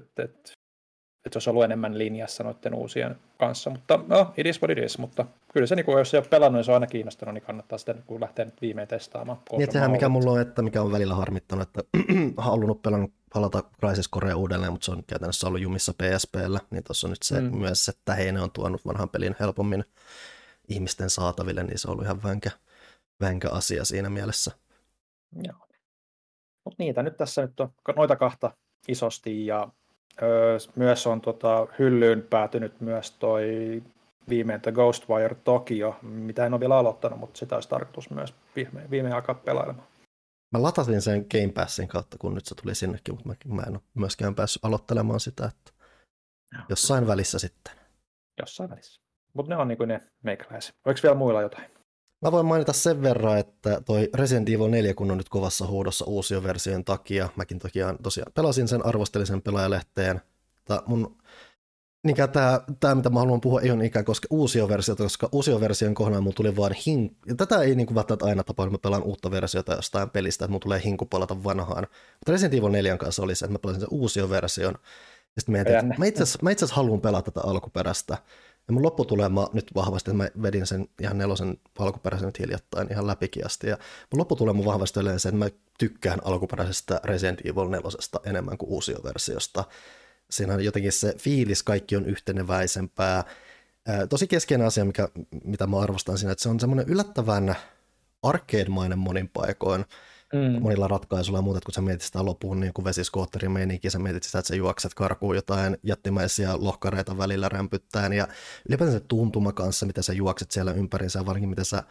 [SPEAKER 2] se olisi ollut enemmän linjassa noiden uusien kanssa, mutta no, it is what it is, mutta kyllä se, niin kuin, jos se ei ole pelannut ja se on aina kiinnostunut, niin kannattaa sitä niin lähteä nyt viimein testaamaan.
[SPEAKER 1] Niin, sehän mikä mulla on, että mikä on välillä harmittanut, että halunnut palata Crisis Corea uudelleen, mutta se on käytännössä ollut jumissa PSP:llä, niin tuossa on nyt se myös, että Heine on tuonut vanhan pelin helpommin ihmisten saataville, niin se on ollut ihan vänkä asia siinä mielessä.
[SPEAKER 2] Joo. Mutta niitä nyt tässä nyt on noita kahta isosti ja myös on hyllyyn päätynyt myös toi viimein The Ghostwire Tokyo, mitä en ole vielä aloittanut, mutta sitä olisi tarkoitus myös viimein alkaa pelailemaan.
[SPEAKER 1] Mä latasin sen Game Passin kautta, kun nyt se tuli sinnekin, mutta mä en ole myöskään päässyt aloittelemaan sitä, että jossain välissä sitten.
[SPEAKER 2] Jossain välissä. Mutta ne on niin kuin ne meikäläisiä. Oliko vielä muilla jotain?
[SPEAKER 1] Mä voin mainita sen verran, että toi Resident Evil 4, kun on nyt kovassa huudossa uusioversion takia, mäkin tosiaan pelasin sen, arvostelin sen pelaajalehteen. Mun Niinkään tämä, mitä mä haluan puhua, ei ole niinkään koska uusioversiota, koska uusioversion kohdalla mulla tuli vaan ja tätä ei niin kuin välttämättä aina tapaa, että mä pelaan uutta versiota jostain pelistä, että mulla tulee hinku palata vanhaan. Mutta Resident Evil 4 kanssa oli se, että mä pelasin sen uusioversion. Ja sitten mietin, että mä itse asiassa haluan pelata tätä alkuperäistä. Ja mun lopputulema nyt vahvasti, että mä vedin sen ihan 4 alkuperäisen nyt hiljattain ihan läpikin asti. Ja mun lopputulema vahvasti oli se, että mä tykkään alkuperäisestä Resident Evil 4 enemmän kuin uusioversiosta. Siinä on jotenkin se fiilis, kaikki on yhteneväisempää. Tosi keskeinen asia, mitä mä arvostan siinä, että se on semmoinen yllättävän arcade-mainen monin paikoin. Monilla ratkaisuilla ja muuta, kun sä mietit sitä lopuun niin kuin vesiskootterin meininkiä, sä mietit sitä, että sä juokset karkuun jotain jättimäisiä lohkareita välillä rämpyttäen, ja ylipäätään se tuntuma kanssa, mitä sä juokset siellä ympärinsä, varsinkin miten sä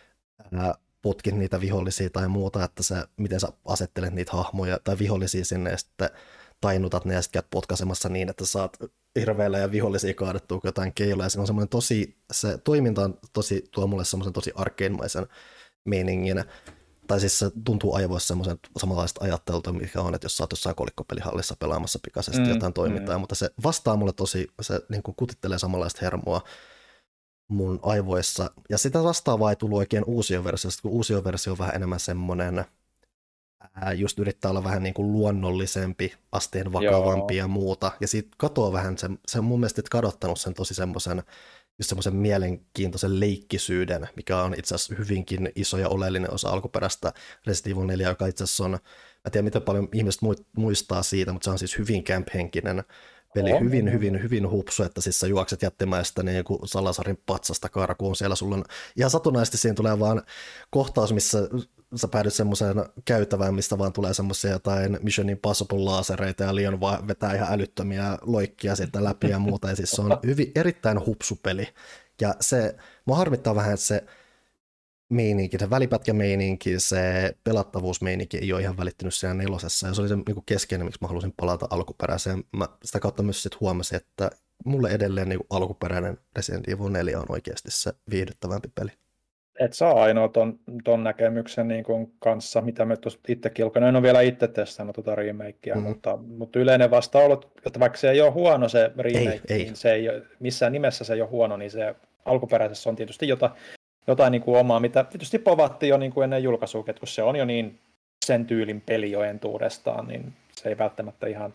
[SPEAKER 1] potkit niitä vihollisia tai muuta, että miten sä asettelet niitä hahmoja tai vihollisia sinne, ja sitten tainutat ne ja sitten käyt potkaisemassa niin, että saat hirveillä ja vihollisia kaadettua jotain keiloja. Se on semmoinen se toiminta on tuo mulle semmoisen tosi arcade-maisen meiningin. Tai siis se tuntuu aivoissa semmoisen samanlaista ajattelua, mikä on, että jos sä oot jossain kolikkopelihallissa pelaamassa pikaisesti jotain toimintaa, mutta se vastaa mulle se niin kuin kutittelee samanlaista hermoa mun aivoissa. Ja sitä vastaavaa ei tullut oikein uusioversiosta, kun uusioversio on vähän enemmän semmoinen, just yrittää olla vähän niin kuin luonnollisempi, asteen vakavampi ja muuta. Ja siitä katoaa vähän, se on mun mielestä kadottanut sen tosi semmoisen mielenkiintoisen leikkisyyden, mikä on itse asiassa hyvinkin iso ja oleellinen osa alkuperäistä Resident Evil 4, joka itse asiassa on, mä tiedän miten paljon ihmiset muistaa siitä, mutta se on siis hyvin camp-henkinen peli, hyvin hupsu, että siis sä juokset jättimäistä niin kuin Salasarin patsasta karkuun, siellä sulla on ihan satunnaisesti siinä tulee vaan kohtaus, missä sä päädyt semmoiseen käytävään, mistä vaan tulee semmoisia jotain Mission Impossible-laasereita ja Leon vaan vetää ihan älyttömiä loikkia sieltä läpi ja muuta. Ja siis se on erittäin hupsupeli. Ja mua harmittaa vähän, että se meininki, se välipätkämeininki, se pelattavuusmeininki ei ole ihan välittynyt siellä 4. Ja se oli se niin kuin keskeinen, miksi mä halusin palata alkuperäiseen. Mä sitä kautta myös sit huomasin, että mulle edelleen niin kuin alkuperäinen Resident Evil 4 on oikeasti se viihdyttävämpi peli.
[SPEAKER 2] Et saa ainoa ton näkemyksen niin kuin kanssa, mitä me tuossa itsekin olemme. En ole vielä itse testannut tuota remakea, mutta yleinen vastaanolo, että vaikka se ei ole huono se remake, niin se ei ole, missään nimessä se ei ole huono, niin se alkuperäisessä on tietysti jotain niin kuin omaa, mitä tietysti povattiin jo niin kuin ennen julkaisua, että kun se on jo niin sen tyylin peli jo entuudestaan, niin se ei välttämättä ihan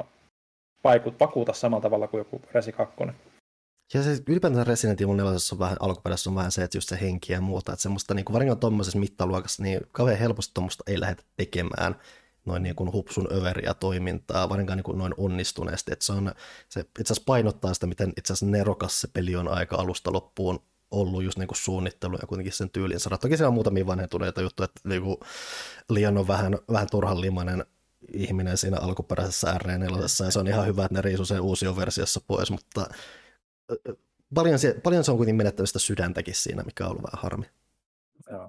[SPEAKER 2] vakuuta samalla tavalla kuin joku Resi 2.
[SPEAKER 1] Ja se ylipäätään Resident Evil 4 on vähän, alkuperäisessä on vähän se, että just se henki ja muuta, että semmoista niin varsinkin tuommoisessa mittaluokassa, niin kauhean helposti tuommoista ei lähdetä tekemään noin niin kuin hupsun överiä toimintaa, varsinkaan niin kuin noin onnistuneesti, että se itse asiassa painottaa sitä, miten itse asiassa nerokas se peli on aika alusta loppuun ollut just niin kuin suunnittelu ja kuitenkin sen tyylinsä. Toki siellä on muutamia vanhentuneita juttuja, että niin kuin Leon on vähän turhanlimainen ihminen siinä alkuperäisessä R4, ja se on ihan hyvä, että ne riisui sen uusioversiossa pois, mutta paljon se on kuitenkin menettänyt sitä sydäntäkin siinä, mikä on ollut vähän harmi.
[SPEAKER 2] Joo.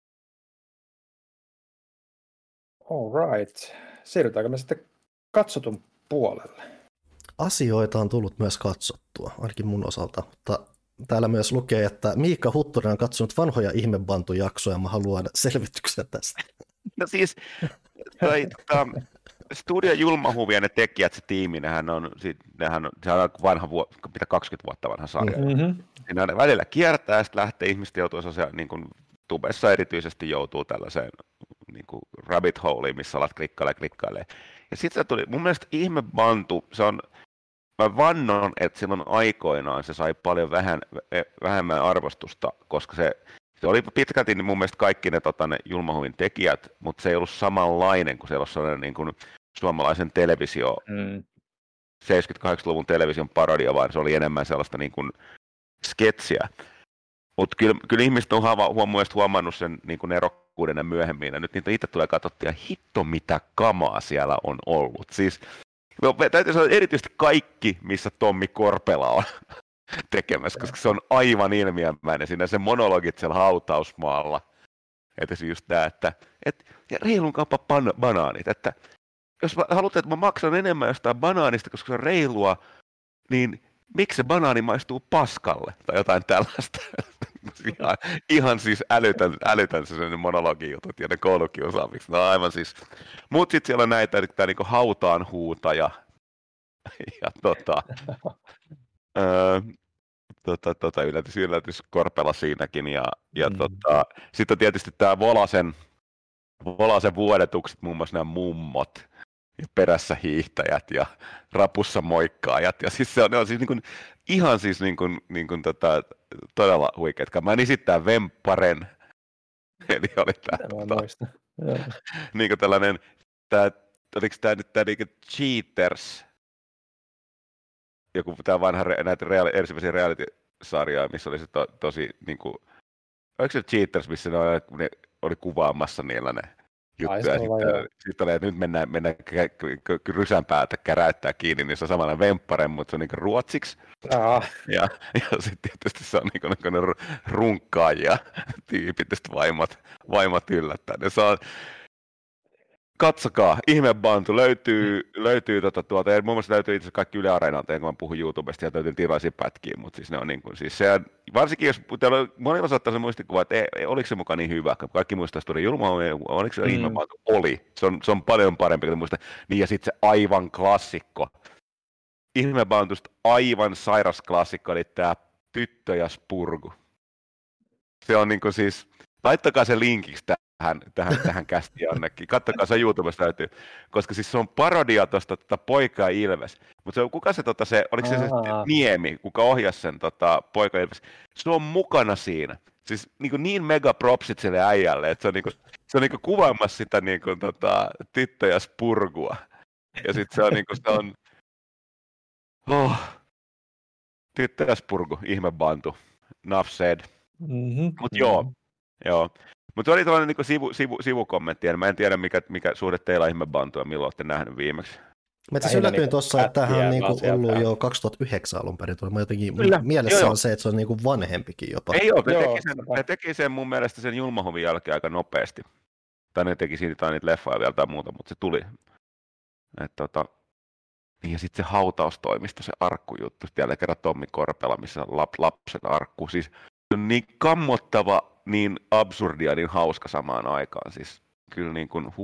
[SPEAKER 2] All right. Siirrytäänkö me sitten katsotun puolelle?
[SPEAKER 1] Asioita on tullut myös katsottua, ainakin mun osalta, mutta täällä myös lukee, että Miikka Huttunen on katsonut vanhoja ihmebantujaksoja, mä haluan selvityksen tästä.
[SPEAKER 4] No siis, Studio Julmahuvi ja ne tekijät, se tiimi, sehän on vanha, mitä 20 vuotta vanha sarja. Mm-hmm. Siinä ne välillä kiertää ja sitten lähtee ihmiset joutuu niin kuin tubessa erityisesti joutuu tällaiseen niin kuin rabbit holeiin, missä alat klikkailee. Ja sitten se tuli, mun mielestä ihmebantu, mä vannon, että silloin aikoinaan se sai paljon vähemmän arvostusta, koska se oli pitkälti niin mun mielestä kaikki ne Julmahuvin tekijät, mutta se ei ollut samanlainen kuin sellainen niin kuin suomalaisen televisio, 78-luvun television parodia, vaan se oli enemmän sellaista niin kuin sketsiä. Mutta kyllä ihmiset on huomannut sen niin kuin erokkuuden ja myöhemmin, ja nyt niitä itse tulee katsottua, ja hitto mitä kamaa siellä on ollut. Siis täytyy sanoa erityisesti kaikki, missä Tommi Korpela on tekemässä, koska se on aivan ilmiömäinen siinä se monologit siellä hautausmaalla. Että se just tämä, että reilun kauppa banaanit, että jos haluatte, että mä maksan enemmän jostain banaanista, koska se on reilua, niin miksi se banaani maistuu paskalle tai jotain tällaista. ihan siis älytän se sen monologijutut ja ne koulukiusaamiksi. No aivan siis. Mut sitten siellä on näitä, että tämä niinku hautaan huutaja Ja yllätys Korpela siinäkin. Sitten on tietysti tämä Volasen vuodetukset, muun muassa nämä mummot ja perässä hiihtäjät ja rapussa moikkaajat. Ja siis ne on siis ihan siis todella huikeat. Mä en esittää Vempparen. Eli oli tämä tällainen, oliko tämä nyt tämä Cheaters, joku tämä vanha näitä ensimmäisiä reality-sarjaa, missä oli se tosi oliko se Cheaters, missä ne oli kuvaamassa niillä ne juttuja. Sitten oli, että nyt mennään rysän päältä käräyttää kiinni, niin se on samalla Vempparen, mutta se on ruotsiksi. Ja sitten tietysti se on runkkaajia tyypit, ja vaimat yllättää. Katsokaa, Ihmebantu löytyy ja muun muassa löytyy itse asiassa kaikki Yle Areenalta, kun mä puhun YouTubesta, ja löytyy erilaisia pätkiä, mutta siis ne on varsinkin jos monilla saattaa se muistikuva, että oliko se mukaan niin hyvä, kaikki muistaa, että tuli julma, oliko se Ihmebantu? Oli, se on paljon parempi kuin muista, niin ja sitten se aivan klassikko, Ihmebantusta aivan sairas klassikko, eli tämä Tyttö ja Spurgu. Se on siis, laittakaa se linkiksi tähän kästiin jonnekin. Kattokaa, se YouTubesta löytyy. Koska siis se on parodia tuosta Poika Ilves. Mutta oliko se Niemi, kuka ohjasi sen Poika Ilves? Se on mukana siinä. Siis niin mega propsit sille äijälle, että se on kuvaamassa sitä Tyttö ja Spurgua. Ja sitten se on Tyttö ja Spurgu, Ihmebantu. Enough said. Mutta joo. Mutta se oli tällainen sivukommentti, ja mä en tiedä, mikä suhde teillä on Ihmebantua ja milloin olette nähneet viimeksi.
[SPEAKER 1] Mä itse yllätyin tuossa, että tämähän on ollut jo 2009 alun perin. Mä jotenkin mielessä on se, että se on vanhempikin jopa.
[SPEAKER 4] Ei ole, ne teki sen mun mielestä sen Julmahovin jälkeen aika nopeasti. Tai ne teki siitä niitä leffoja vielä tai muuta, mutta se tuli. Ja sitten se hautaustoimisto, se arkkujuttu, jälleen kerran Tommi Korpela, missä on lapsen arkku. Siis se on niin kammottava, niin absurdia, niin hauska samaan aikaan. Siis kyllä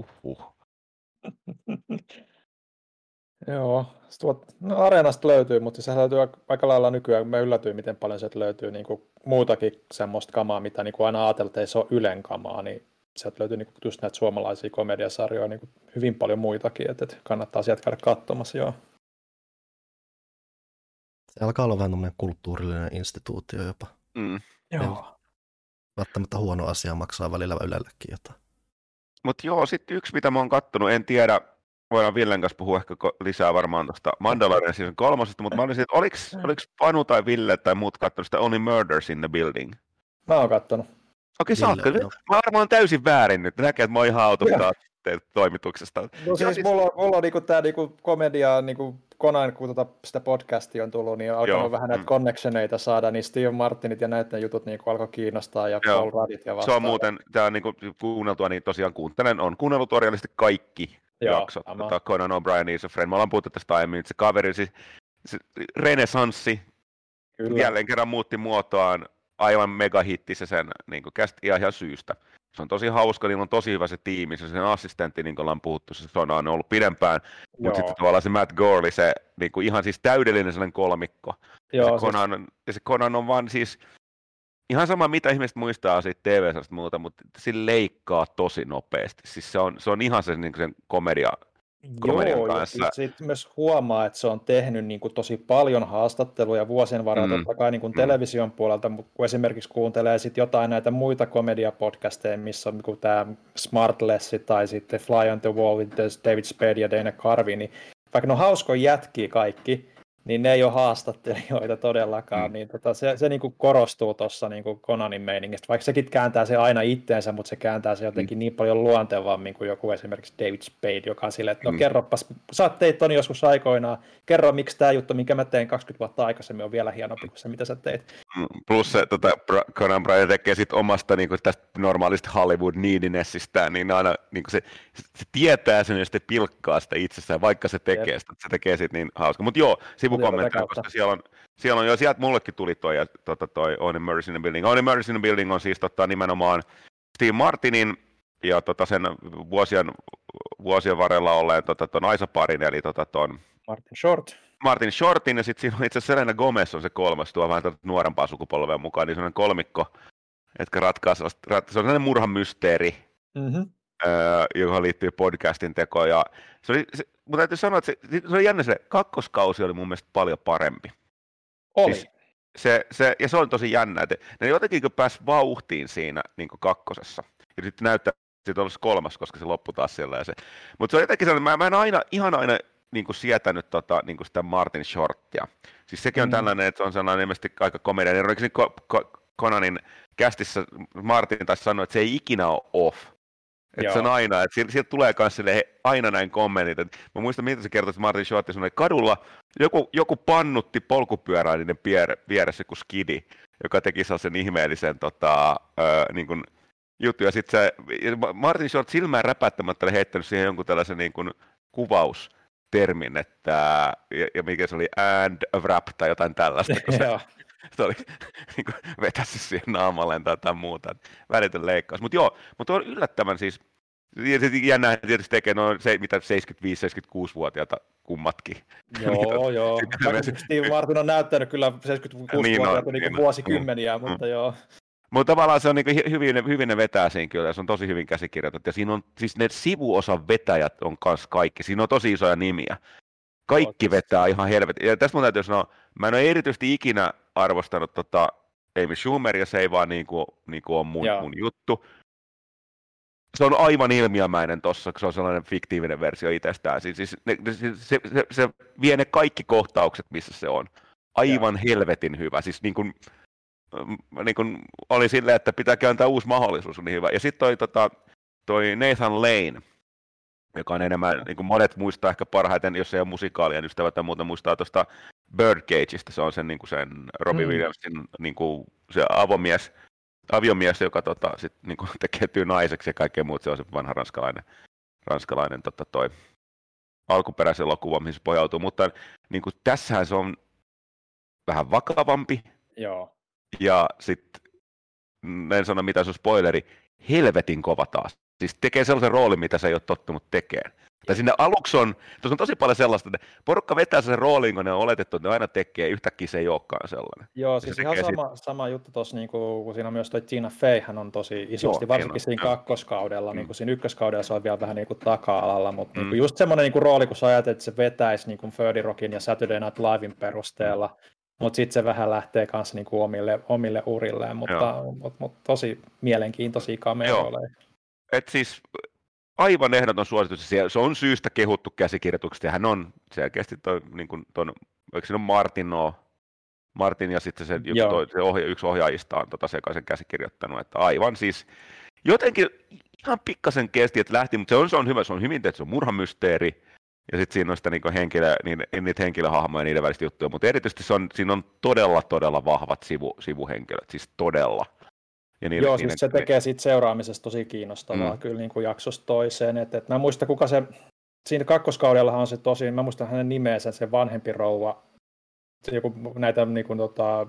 [SPEAKER 2] Joo, Areenasta löytyy, mutta se löytyy aika lailla nykyään. Mä yllätyin, miten paljon sieltä löytyy muutakin semmoista kamaa, mitä aina ajatellaan, että ei se ole Ylen kamaa, niin sieltä löytyy just näitä suomalaisia komediasarjoja hyvin paljon muitakin, että kannattaa sieltä käydä katsomassa, joo.
[SPEAKER 1] Se alkaa olla vähän tämmöinen kulttuurillinen instituutio jopa.
[SPEAKER 2] Joo.
[SPEAKER 1] Välttämättä huono asia maksaa välillä Ylellekin jotain.
[SPEAKER 4] Mutta joo, sitten yksi, mitä mä oon kattonut, en tiedä, voidaan Villen kanssa puhua ehkä lisää varmaan tuosta Mandalorian season 3, mutta mä olisin, että oliko Panu tai Ville tai muut kattonut sitä Only Murders in the Building?
[SPEAKER 2] Mä oon kattonut.
[SPEAKER 4] Okei, saatko? Mä varmaan täysin väärin nyt, näkee, että mä oon ihan autosta toimituksesta.
[SPEAKER 2] No siis mulla on tää komedia, Conan, kun sitä podcastia on tullut, niin on alkanut vähän näitä connectioneita saada, niin Steve Martinit ja näiden jutut alkoi kiinnostaa, ja Paul Ruddit ja vastaan.
[SPEAKER 4] Se on muuten, tää on kuunneltua, niin tosiaan on kuunnellut orjallisesti kaikki jaksot. Conan O'Brien is a friend. Me ollaan puhuttu tästä aiemmin, se kaveri, se renesanssi, jälleen kerran muutti muotoaan, aivan megahitti se sen kästi ihan syystä. Se on tosi hauska, niillä on tosi hyvä se tiimi, se sen assistentti, niin kuin ollaan puhuttu, se on ollut pidempään, mutta sitten tavallaan se Matt Gorley, se ihan siis täydellinen sellainen kolmikko. Joo, se Conan on vaan siis ihan sama, mitä ihmiset muistaa siitä TV-sarjasta muuta, mutta se leikkaa tosi nopeasti. Siis se on ihan sen komedian kanssa.
[SPEAKER 2] Joo, sitten myös huomaa, että se on tehnyt tosi paljon haastatteluja vuosien varrella, totta kai television puolelta, mutta kun esimerkiksi kuuntelee sit jotain näitä muita komediapodcasteja, missä on tämä Smartless tai sitten Fly on the Wall with David Spade ja Dana Carvey, niin vaikka ne on hauskoja jätkiä kaikki, niin ne ei ole haastattelijoita todellakaan, niin se korostuu tuossa Conanin meiningistä, vaikka sekin kääntää se aina itteensä, mutta se kääntää se jotenkin niin paljon luontevammin kuin joku esimerkiksi David Spade, joka on silleen, että no kerropas, sä oot teit ton joskus aikoinaan, kerro miksi tämä juttu, minkä mä tein 20 vuotta aikaisemmin, on vielä hienompi kuin se, mitä sä teit.
[SPEAKER 4] Plus se Conan Bryan tekee sit omasta tästä normaalista Hollywood needinessistään, niin aina se tietää sen ja sitten pilkkaa sitä itsessään, vaikka se tekee sitä, se tekee sit niin hauska. Mutta joo, kommentteja, koska siellä on jo, sieltä mullekin tuli toi Only Murders in the Building. Only Murders in the Building on siis nimenomaan Steve Martinin ja sen vuosien varrella olleen naisaparin, eli
[SPEAKER 2] Martin
[SPEAKER 4] Shortin, ja sitten siinä on itse asiassa Selena Gomez on se kolmas, tuo vähän nuorempaa sukupolvea mukaan, niin sellainen kolmikko, jotka ratkaa se on sellainen murhamysteeri, johon liittyy podcastin tekoon, ja mun täytyy sanoa, että se oli jännä, se kakkoskausi oli mun mielestä paljon parempi.
[SPEAKER 2] Oli.
[SPEAKER 4] Siis ja se on tosi jännä, että ne jotenkin pääsi vauhtiin siinä niin kakkosessa, ja sitten näyttää, että siitä olisi kolmas, koska se loppui taas siellä. Mutta se on jotenkin sellainen, mä en ihan aina niin kuin sietänyt niin kuin sitä Martin Shortia. Siis sekin on tällainen, että se on sellainen ilmeisesti aika komedian. Conanin kästissä Martin taisi sanoa, että se ei ikinä ole off. Että se on aina, että sieltä tulee myös aina näin kommentit. Mä muistan, mitä se kertoi, että Martin Short sanoi, kadulla joku pannutti polkupyörää niiden vieressä kuin Skidi, joka teki sellaisen ihmeellisen niin kuin juttu. Ja sitten Martin Short silmään räpättämättä oli heittänyt siihen jonkun tällaisen niin kuin kuvaustermin, että, ja mikä se oli, and wrap tai jotain tällaista, kun se oli niin kuin vetässyt siihen naamalleen tai jotain muuta. Välitön leikkaus. Mutta on yllättävän siis, jännää tietysti tekee noin 75-76-vuotiaita kummatkin.
[SPEAKER 2] Joo. Steve Martin on näyttänyt kyllä 76-vuotiaita niin vuosikymmeniä, mutta joo.
[SPEAKER 4] Mutta tavallaan se on niin hyvin ne vetää siinä kyllä, ja se on tosi hyvin käsikirjoitettu. Ja siinä on, siis ne sivuosan vetäjät on kanssa kaikki, siinä on tosi isoja nimiä. Kaikki vetää ihan helvetin. Ja tässä mun täytyy sanoa, mä en ole erityisesti ikinä arvostanut Amy Schumeria, se ei vaan niin kuin on mun juttu. Se on aivan ilmiömäinen tossa, kun se on sellainen fiktiivinen versio itsestään. Siis se vie ne kaikki kohtaukset, missä se on. Aivan helvetin hyvä. Siis niin kuin oli silleen, että pitääkin antaa uusi mahdollisuus, niin hyvä. Ja sitten toi Nathan Lane, joka on enemmän, niin kuin monet muistaa ehkä parhaiten, jos ei ole musikaalien ystävät tai muuta, muistaa tuosta Birdcageista, se on sen, niin kuin sen Robbie Williamsin niin kuin se aviomies, joka sit, niin kuin tekeytyy naiseksi ja kaikkea muuta, se on se vanha ranskalainen toi alkuperäisen elokuva, mihin se pohjautuu, mutta niin kuin, tässähän se on vähän vakavampi.
[SPEAKER 2] Joo.
[SPEAKER 4] Ja sitten, en sano mitään, se on spoileri, helvetin kova taas. Siis tekee sellaisen roolin, mitä se ei ole tottunut tekemään. Tai sinne aluksi tuossa on tosi paljon sellaista, että porukka vetää sen roolin, kun ne on oletettu, että ne aina tekee, yhtäkkiä se ei olekaan sellainen.
[SPEAKER 2] Joo, siis ihan sama juttu tuossa, niin kun siinä on myös toi Tina Fey, hän on tosi isosti, varsinkin siinä kakkoskaudella, niin kuin siinä ykköskaudella se on vielä vähän niin kuin taka-alalla, mutta niin just semmoinen niin kuin rooli, kun sä ajattelet, että se vetäisi niin kuin 30 Rockin ja Saturday Night Liven perusteella, mutta sitten se vähän lähtee kanssa niin kuin omille urilleen, mutta tosi mielenkiintoisia cameo-rooleja.
[SPEAKER 4] Et siis aivan ehdoton suositus. Se on syystä kehuttu käsikirjoituksesta, ja hän on selkeästi niin eikö siinä ole Martin ja sitten se yksi ohjaajista on sekaisen käsikirjoittanut, että aivan siis jotenkin ihan pikkasen kesti, että lähti, mutta se on hyvä, se on hyvin tehty, se on murhamysteeri, ja sitten siinä on sitä niitä henkilöhahmoja ja niiden välistä juttuja, mutta erityisesti siinä on todella vahvat sivuhenkilöt, siis todella.
[SPEAKER 2] Joo, siis se tekee siitä seuraamisesta tosi kiinnostavaa kyllä niin kuin jaksosta toiseen. Et mä en muista, kuka se, siinä kakkoskaudellahan on se tosi, mä muistan hänen nimeensä, se vanhempi rouva, se joku näitä niin kuin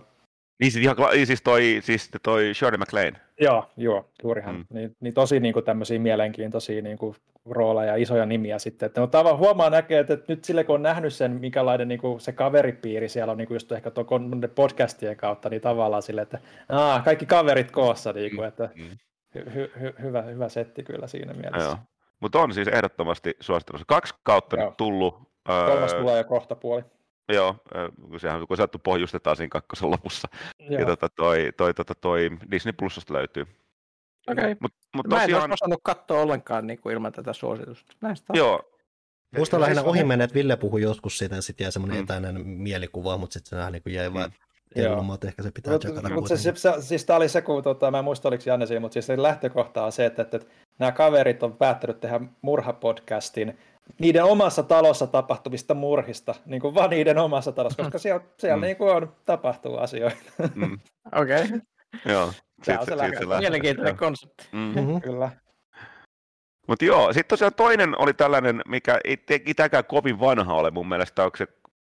[SPEAKER 4] siis toi Shirley MacLaine.
[SPEAKER 2] Joo, juurihan. Niin tosi niin kuin tämmöisiä mielenkiintoisia niin kuin rooleja ja isoja nimiä sitten. Että huomaa näkee, että nyt sille kun on nähnyt sen, minkälainen niin kuin se kaveripiiri siellä on niin kuin just ehkä podcastien kautta, niin tavallaan sille, että kaikki kaverit koossa, niin kuin, että hyvä setti kyllä siinä mielessä.
[SPEAKER 4] Mutta on siis ehdottomasti suosittelussa. 2 kautta nyt tullut.
[SPEAKER 2] 3 tulee jo kohta puoli.
[SPEAKER 4] Joo, kun sattu pohjustetaan siinä kakkosen lopussa. Joo. Ja toi Disney Plusasta löytyy.
[SPEAKER 3] Okei. Mä en olisi osannut katsoa ollenkaan niin kuin ilman tätä suositusta.
[SPEAKER 1] Joo. Musta lähinnä ohimenee, että Ville puhui joskus siitä, ja sitten jäi semmoinen etäinen mielikuva, mutta sitten se vähän niin kuin jäi vaan kellumaan, että ehkä se pitää tsekata.
[SPEAKER 2] Mutta siis tämä oli se, kun mä en muista, oliko Janne siinä, mutta siis se lähtökohta on se, että nämä kaverit on päättänyt tehdä murhapodcastin niiden omassa talossa tapahtuvista murhista, niin kuin vaan niiden omassa talossa, koska siellä niin kuin tapahtuu asioita.
[SPEAKER 3] Okei.
[SPEAKER 4] Joo.
[SPEAKER 2] Tämä on se
[SPEAKER 3] mielenkiintoinen konsepti.
[SPEAKER 2] Kyllä.
[SPEAKER 4] Mutta joo, sitten tosiaan toinen oli tällainen, mikä ei itäkään kovin vanha ole mun mielestä, onko se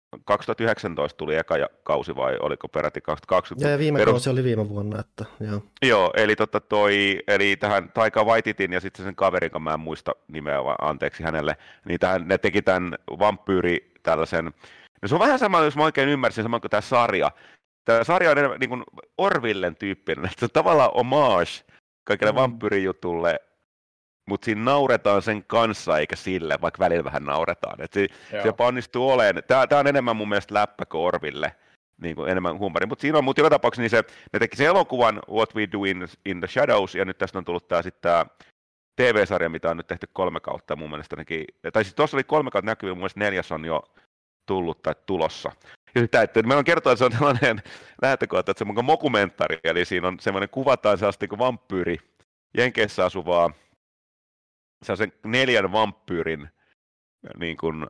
[SPEAKER 4] 2019 tuli eka kausi vai oliko peräti 2020?
[SPEAKER 1] Ja viime kausi oli viime vuonna, että joo.
[SPEAKER 4] Joo, eli tähän Taika Waititin ja sitten sen kaverin, mä en muista nimeä, vaan anteeksi hänelle, niin ne teki tämän vampyyri tällaisen, no se on vähän sama, jos mä oikein ymmärsin, sama kuin tämä sarja. Tämä sarja on enemmän niin kuin Orvillen tyyppinen, että se on tavallaan homage kaikille vampyyrijutulle, mutta siinä nauretaan sen kanssa eikä sille, vaikka välillä vähän nauretaan. Et se onnistuu olemaan. Tämä on enemmän mun mielestä läppä kuin Orville, niin kuin enemmän huumori. Mutta siinä on joka tapauksessa, niin ne teki sen elokuvan What We Do in the Shadows, ja nyt tästä on tullut tämä TV-sarja, mitä on nyt tehty 3 kautta mun mielestä. Tai siis tuossa oli 3 kautta näkyviä, mun mielestä 4 on jo tullut tai tulossa. Ja sitä, että meillä on kertoa, että se on tällainen lähtökohta, että se on mokumentari, eli siinä on semmoinen, kuvataan sellaista niin vampyyri, Jenkeissä asuvaa, sellaisen 4 vampyyrin niin kuin,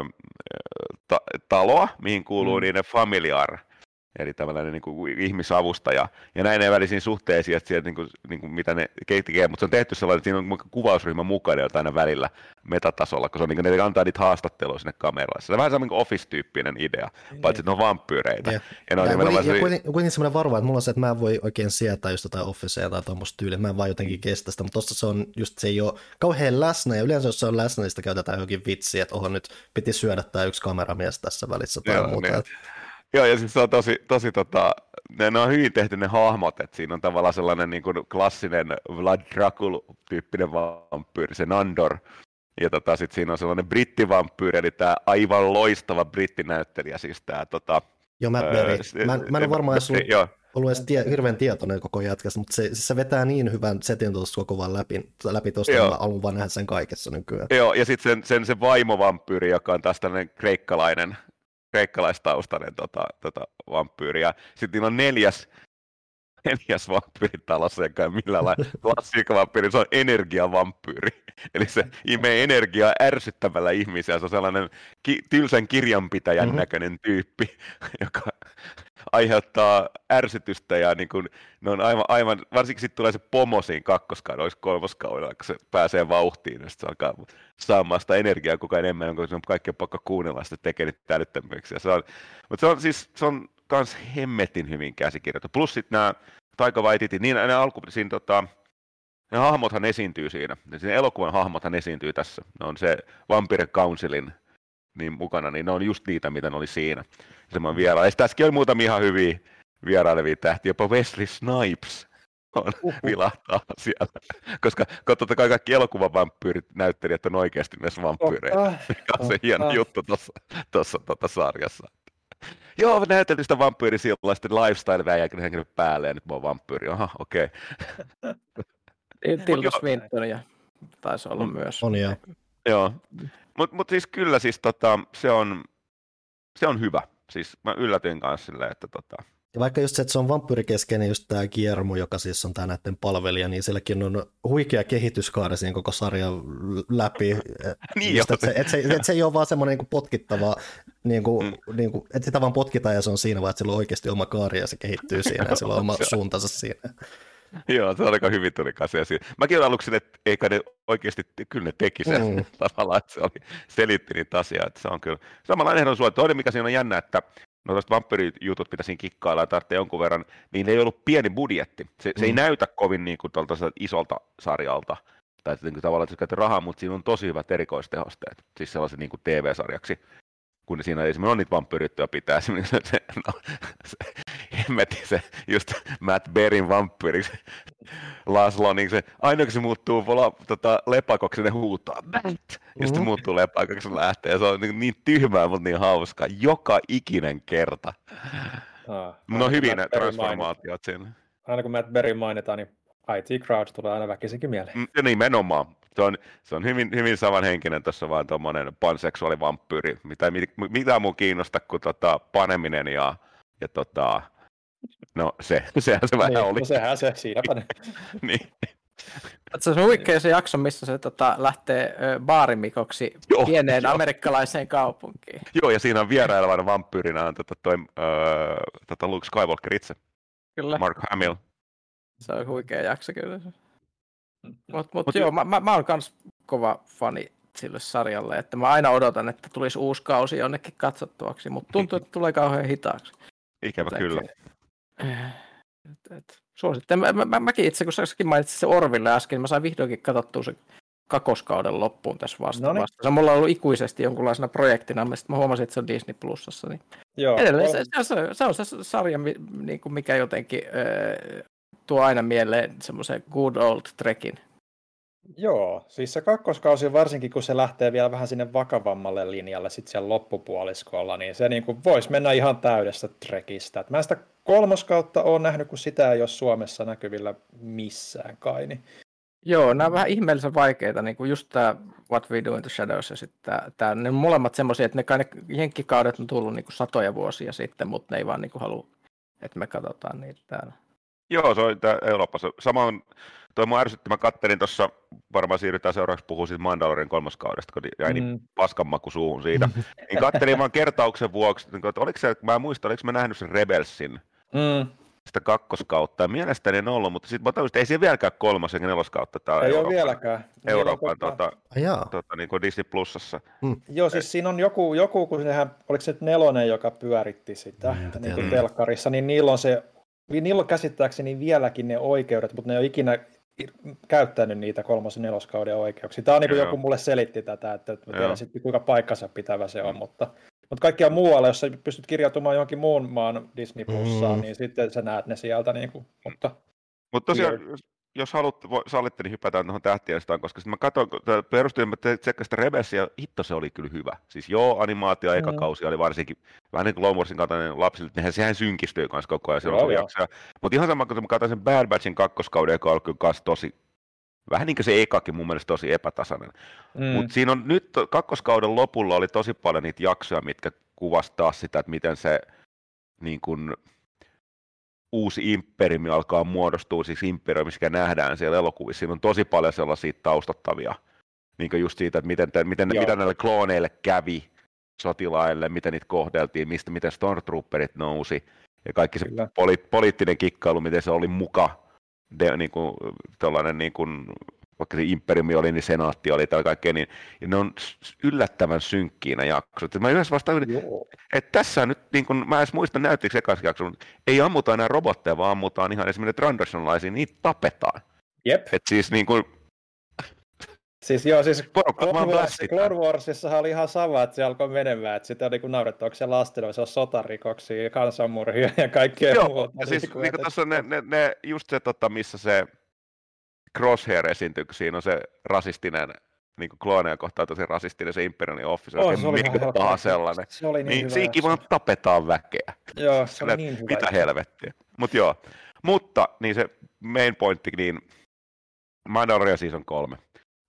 [SPEAKER 4] taloa, mihin kuuluu niiden familiar, eli tällainen niin kuin ihmisavustaja, ja näin välisiin suhteisiin, että sieltä, niin kuin, mitä ne tekee, mutta se on tehty sellainen, että siinä on kuvausryhmä mukana jota aina välillä metatasolla, kun se on, niin kuin, ne antaa niitä haastattelua sinne kameroille. Se on vähän sellainen Office-tyyppinen idea, paitsi että ne on vampyyreitä. Ja
[SPEAKER 1] kuitenkin semmoinen varma, että mulla on se, että mä en voi oikein sietää just jotain Officea tai tuommoista tyyliä, mä en vaan jotenkin kestä sitä, mutta tossa se on just, se ei ole kauhean läsnä, ja yleensä jos se on läsnä, niin sitä käytetään johonkin vitsiä, että oho, nyt piti syödä tämä yksi kameramies tässä välissä tai muuta. Niin.
[SPEAKER 4] Joo, ja siis se on tosi ne on hyvin tehty ne hahmot, että siinä on tavallaan sellainen niin kuin klassinen Vlad Dracul-tyyppinen vampyyri, se Nandor, ja sitten siinä on sellainen brittivampyyri, eli tämä aivan loistava brittinäyttelijä, siis tämä
[SPEAKER 1] Joo, Matt Berry. Mä en ole varmaan edes ollut edes hirveän tietoinen koko jätkästä, mutta se vetää niin hyvän setin tuosta koko vaan läpi tuosta, että mä haluan vaan nähdä sen kaikessa nykyään.
[SPEAKER 4] Joo, ja sitten se vaimovampyyri, joka on taas tällainen kreikkalaistaustainen vampyyri, ja sitten niillä on neljäs vampyyri talossa, joka on millään lailla klassikkovampyyri, se on energiavampyyri. Eli se imee energiaa ärsyttävällä ihmisellä, se on sellainen tylsän kirjanpitäjän näköinen tyyppi, joka aiheuttaa ärsytystä, ja niin kun, ne on aivan varsinkin sitten tulee se pomo siinä kakkoskaudella, olisi 3. kaudella, kun se pääsee vauhtiin, ja sitten se alkaa saamaan sitä energiaa koko ajan enemmän, kun se on kaikkien pakko kuunnella, sitä tekee niitä älyttömyyksiä. Mutta se on kans hemmetin hyvin käsikirjoitettu. Plus sitten nämä Taika Waititi, niin ne hahmothan esiintyy siinä. Siinä elokuvan hahmothan esiintyy tässä. Ne on se Vampire Councilin niin mukana, niin ne on just niitä, mitä ne oli siinä. Semmoinen vierailla. Ja tässäkin on muutamia ihan hyviä vierailevia tähtiä. Jopa Wesley Snipes on vilahtaa siellä. Koska totta kai kaikki elokuvan vampyyrit näyttelijät on oikeasti myös vampyyreitä. Mikä on se hieno juttu tuossa sarjassa. Joo, näyteltiin sitä vampyyri sillä sitten lifestyle-väjäkin päälle, ja nyt mä oon vampyyri. Aha, okei.
[SPEAKER 3] Tilda Swintonia taisi olla myös.
[SPEAKER 1] On joo.
[SPEAKER 4] Joo, mutta siis kyllä siis se on hyvä. Siis mä yllätyin kanssa silleen, että
[SPEAKER 1] Ja vaikka just se, että se on vampyyrikeskeinen, just tämä Guillermo, joka siis on tämä näiden palvelija, niin silläkin on huikea kehityskaari siinä koko sarjan läpi.
[SPEAKER 4] Niin
[SPEAKER 1] just, että se ei ole vaan semmoinen niin potkittava, että sitä vaan potkitaan ja se on siinä, vaan että sillä on oikeasti oma kaari ja se kehittyy siinä ja sillä on oma suuntansa siinä.
[SPEAKER 4] Joo, se on aika hyvin tuli asia siinä. Mäkin olen aluksi, että eikä ne oikeasti, kyllä ne teki sen tavallaan, että se selitti niitä asiaa, että se on kyllä samanlainen ehdon sulla. Toinen, mikä siinä on jännä, että no tuosta vampyyrijutut, mitä siinä kikkailla ja tarvitsee jonkun verran, niin ei ollut pieni budjetti. Se ei näytä kovin niin kuin tuolta isolta sarjalta, tai niin kuin tavallaan, että se käytetään rahaa, mutta siinä on tosi hyvät erikoistehosteet, siis sellaisen niin kuin TV-sarjaksi. Kun siinä esimerkiksi on niitä vampyyrittyä pitää, se just Matt Berryn vampyyriksi Laszlo, niin se aina kun se muuttuu lepakoksi, ne huutaa Matt, ja sitten muuttuu lepakoksi, lähtee, ja se on niin tyhmää, mutta niin hauskaa, joka ikinen kerta. Mun on hyvin ne transformaatiot siinä.
[SPEAKER 2] Aina kun Matt Berry mainitaan, niin IT Crowd tulee aina väkisinkin mieleen.
[SPEAKER 4] Ja nimenomaan. Se on hyvin, hyvin samanhenkinen tuossa vaan tuommoinen panseksuaalivampyyri, mitä mun kiinnostaa kuin paneminen ja no sehän se vähän
[SPEAKER 2] niin,
[SPEAKER 4] oli.
[SPEAKER 2] No sehän se, siinäpä ne.
[SPEAKER 4] Niin.
[SPEAKER 3] Se on huikea se jakso, missä se lähtee baarimikoksi pieneen amerikkalaiseen kaupunkiin.
[SPEAKER 4] Joo, ja siinä on vierailevana vampyyrinä on Luke Skywalker itse.
[SPEAKER 3] Kyllä.
[SPEAKER 4] Mark Hamill.
[SPEAKER 3] Se on huikea jakso kyllä. Mut joo, mä oon kans kova fani sille sarjalle, että mä aina odotan, että tulisi uusi kausi jonnekin katsottuaksi, mutta tuntuu, että tulee kauhean hitaaksi.
[SPEAKER 4] Ikävä kyllä.
[SPEAKER 3] Suosittelen. Mäkin itse, kun säkin mainitsit se Orville äsken, mä sain vihdoinkin katsottua se kakkoskauden loppuun tässä vasta. Se on mulla ollut ikuisesti jonkunlaisena projektina, mutta sitten mä huomasin, että se on Disney Plusassa. Niin
[SPEAKER 2] Joo,
[SPEAKER 3] edelleen se on se sarja, niin kuin mikä jotenkin tuo aina mieleen semmoisen good old Trekin.
[SPEAKER 2] Joo, siis se kakkoskausi varsinkin, kun se lähtee vielä vähän sinne vakavammalle linjalle sitten siellä loppupuoliskolla, niin se niin kuin voisi mennä ihan täydestä Trekistä. Mä en sitä kolmoskautta ole nähnyt, kun sitä ei ole Suomessa näkyvillä missään kai. Niin.
[SPEAKER 3] Joo, nämä on vähän ihmeellisen vaikeita, niin kuin just tämä What We Do in the Shadows ja sitten tämä, ne molemmat semmoisia, että ne jenkkikaudet on tullut niin kuin satoja vuosia sitten, mutta ne ei vaan niin kuin halua, että me katsotaan niitä täällä.
[SPEAKER 4] Joo, se on Euroopassa. Samoin toi mun ärsytti, mä kattelin tuossa, varmaan siirrytään seuraavaksi puhua siitä Mandalorian kolmoskaudesta, kun jäi niin paskanmaku suuhun siitä. Niin kattelin vaan kertauksen vuoksi, että oliko se, mä en muista, oliko mä nähnyt sen Rebelsin sitä kakkoskautta. Ja mielestäni en ollut, mutta sitten mä tajusin, että ei siellä vieläkään kolmas ja neloskautta. Tää
[SPEAKER 2] ei ole vieläkään.
[SPEAKER 4] Euroopan niin kuin Disney Plusassa.
[SPEAKER 2] Joo, siis siinä on joku kun sehän, oliko se nyt Nelonen, joka pyöritti sitä niin kuin telkkarissa, niin niillä on käsittääkseni vieläkin ne oikeudet, mutta ne ei ole ikinä käyttänyt niitä kolmos- ja neloskauden oikeuksia. Tämä on niin kuin joku mulle selitti tätä, että tiedän sitten kuinka paikkansa pitävä se on, mutta kaikkia muualla, jos sä pystyt kirjautumaan johonkin muun maan Disney Plussaan, niin sitten sä näet ne sieltä. Niin kuin, mutta
[SPEAKER 4] tosiaan, jos sallitte, niin hypätään tuohon tähtiästään, koska sitten mä katsoin, perustuin, että tsekkasin sitä Rebelsia, ja hitto se oli kyllä hyvä. Siis joo, animaatio eka kausi oli varsinkin vähän niin kuin Clone Warsin kaltainen lapsille, että sehän synkistyy kanssa koko ajan, siellä on jaksoja. Mutta ihan sama, kun mä katsoin sen Bad Batchin kakkoskauden, joka oli kyllä tosi, vähän niin kuin se ekakin mun mielestä tosi epätasainen. Mutta siinä on nyt kakkoskauden lopulla oli tosi paljon niitä jaksoja, mitkä kuvastaa sitä, että miten se niin kuin uusi imperiumi alkaa muodostua, siis imperiumi, mikä nähdään siellä elokuvissa. Siinä on tosi paljon sellaisia taustattavia, niin kuin just siitä, että mitä näille klooneille kävi, sotilaille, miten niitä kohdeltiin, miten Stormtrooperit nousi, ja kaikki se poliittinen kikkailu, miten se oli muka, niin kuin, tollainen, niin kuin, vaikka se imperiumi oli, niin senaatti oli tai kaikkea, niin ne on yllättävän synkkiä nämä jaksot. Mä yhdessä vastaan, että tässä nyt, niin kuin, mä edes muistan näyttikö ekaisin jakson, mutta ei ammuta enää robotteja, vaan ammutaan ihan esimerkiksi transitionlaisia, niitä tapetaan.
[SPEAKER 2] Jep.
[SPEAKER 4] Et siis niin kuin
[SPEAKER 2] siis Clone Warsissahan oli ihan sama, että se alkoi menemään, että sitä niin naurettu, onko se lastilla, se on sotarikoksia, kansanmurhia ja kaikkea muuta.
[SPEAKER 4] Ja siis niin tuossa ne just se, missä se Crosshair esiintyy, kun siinä on se rasistinen, niin kuin klooneja kohtaa tosi rasistinen se Imperial Officer, se on paha sellainen. Se oli niin siinkin vaan tapetaan väkeä.
[SPEAKER 2] Joo, se oli niin hyvä.
[SPEAKER 4] Mitä helvettiä. Mutta niin se main pointti, niin Mandalorian Season 3.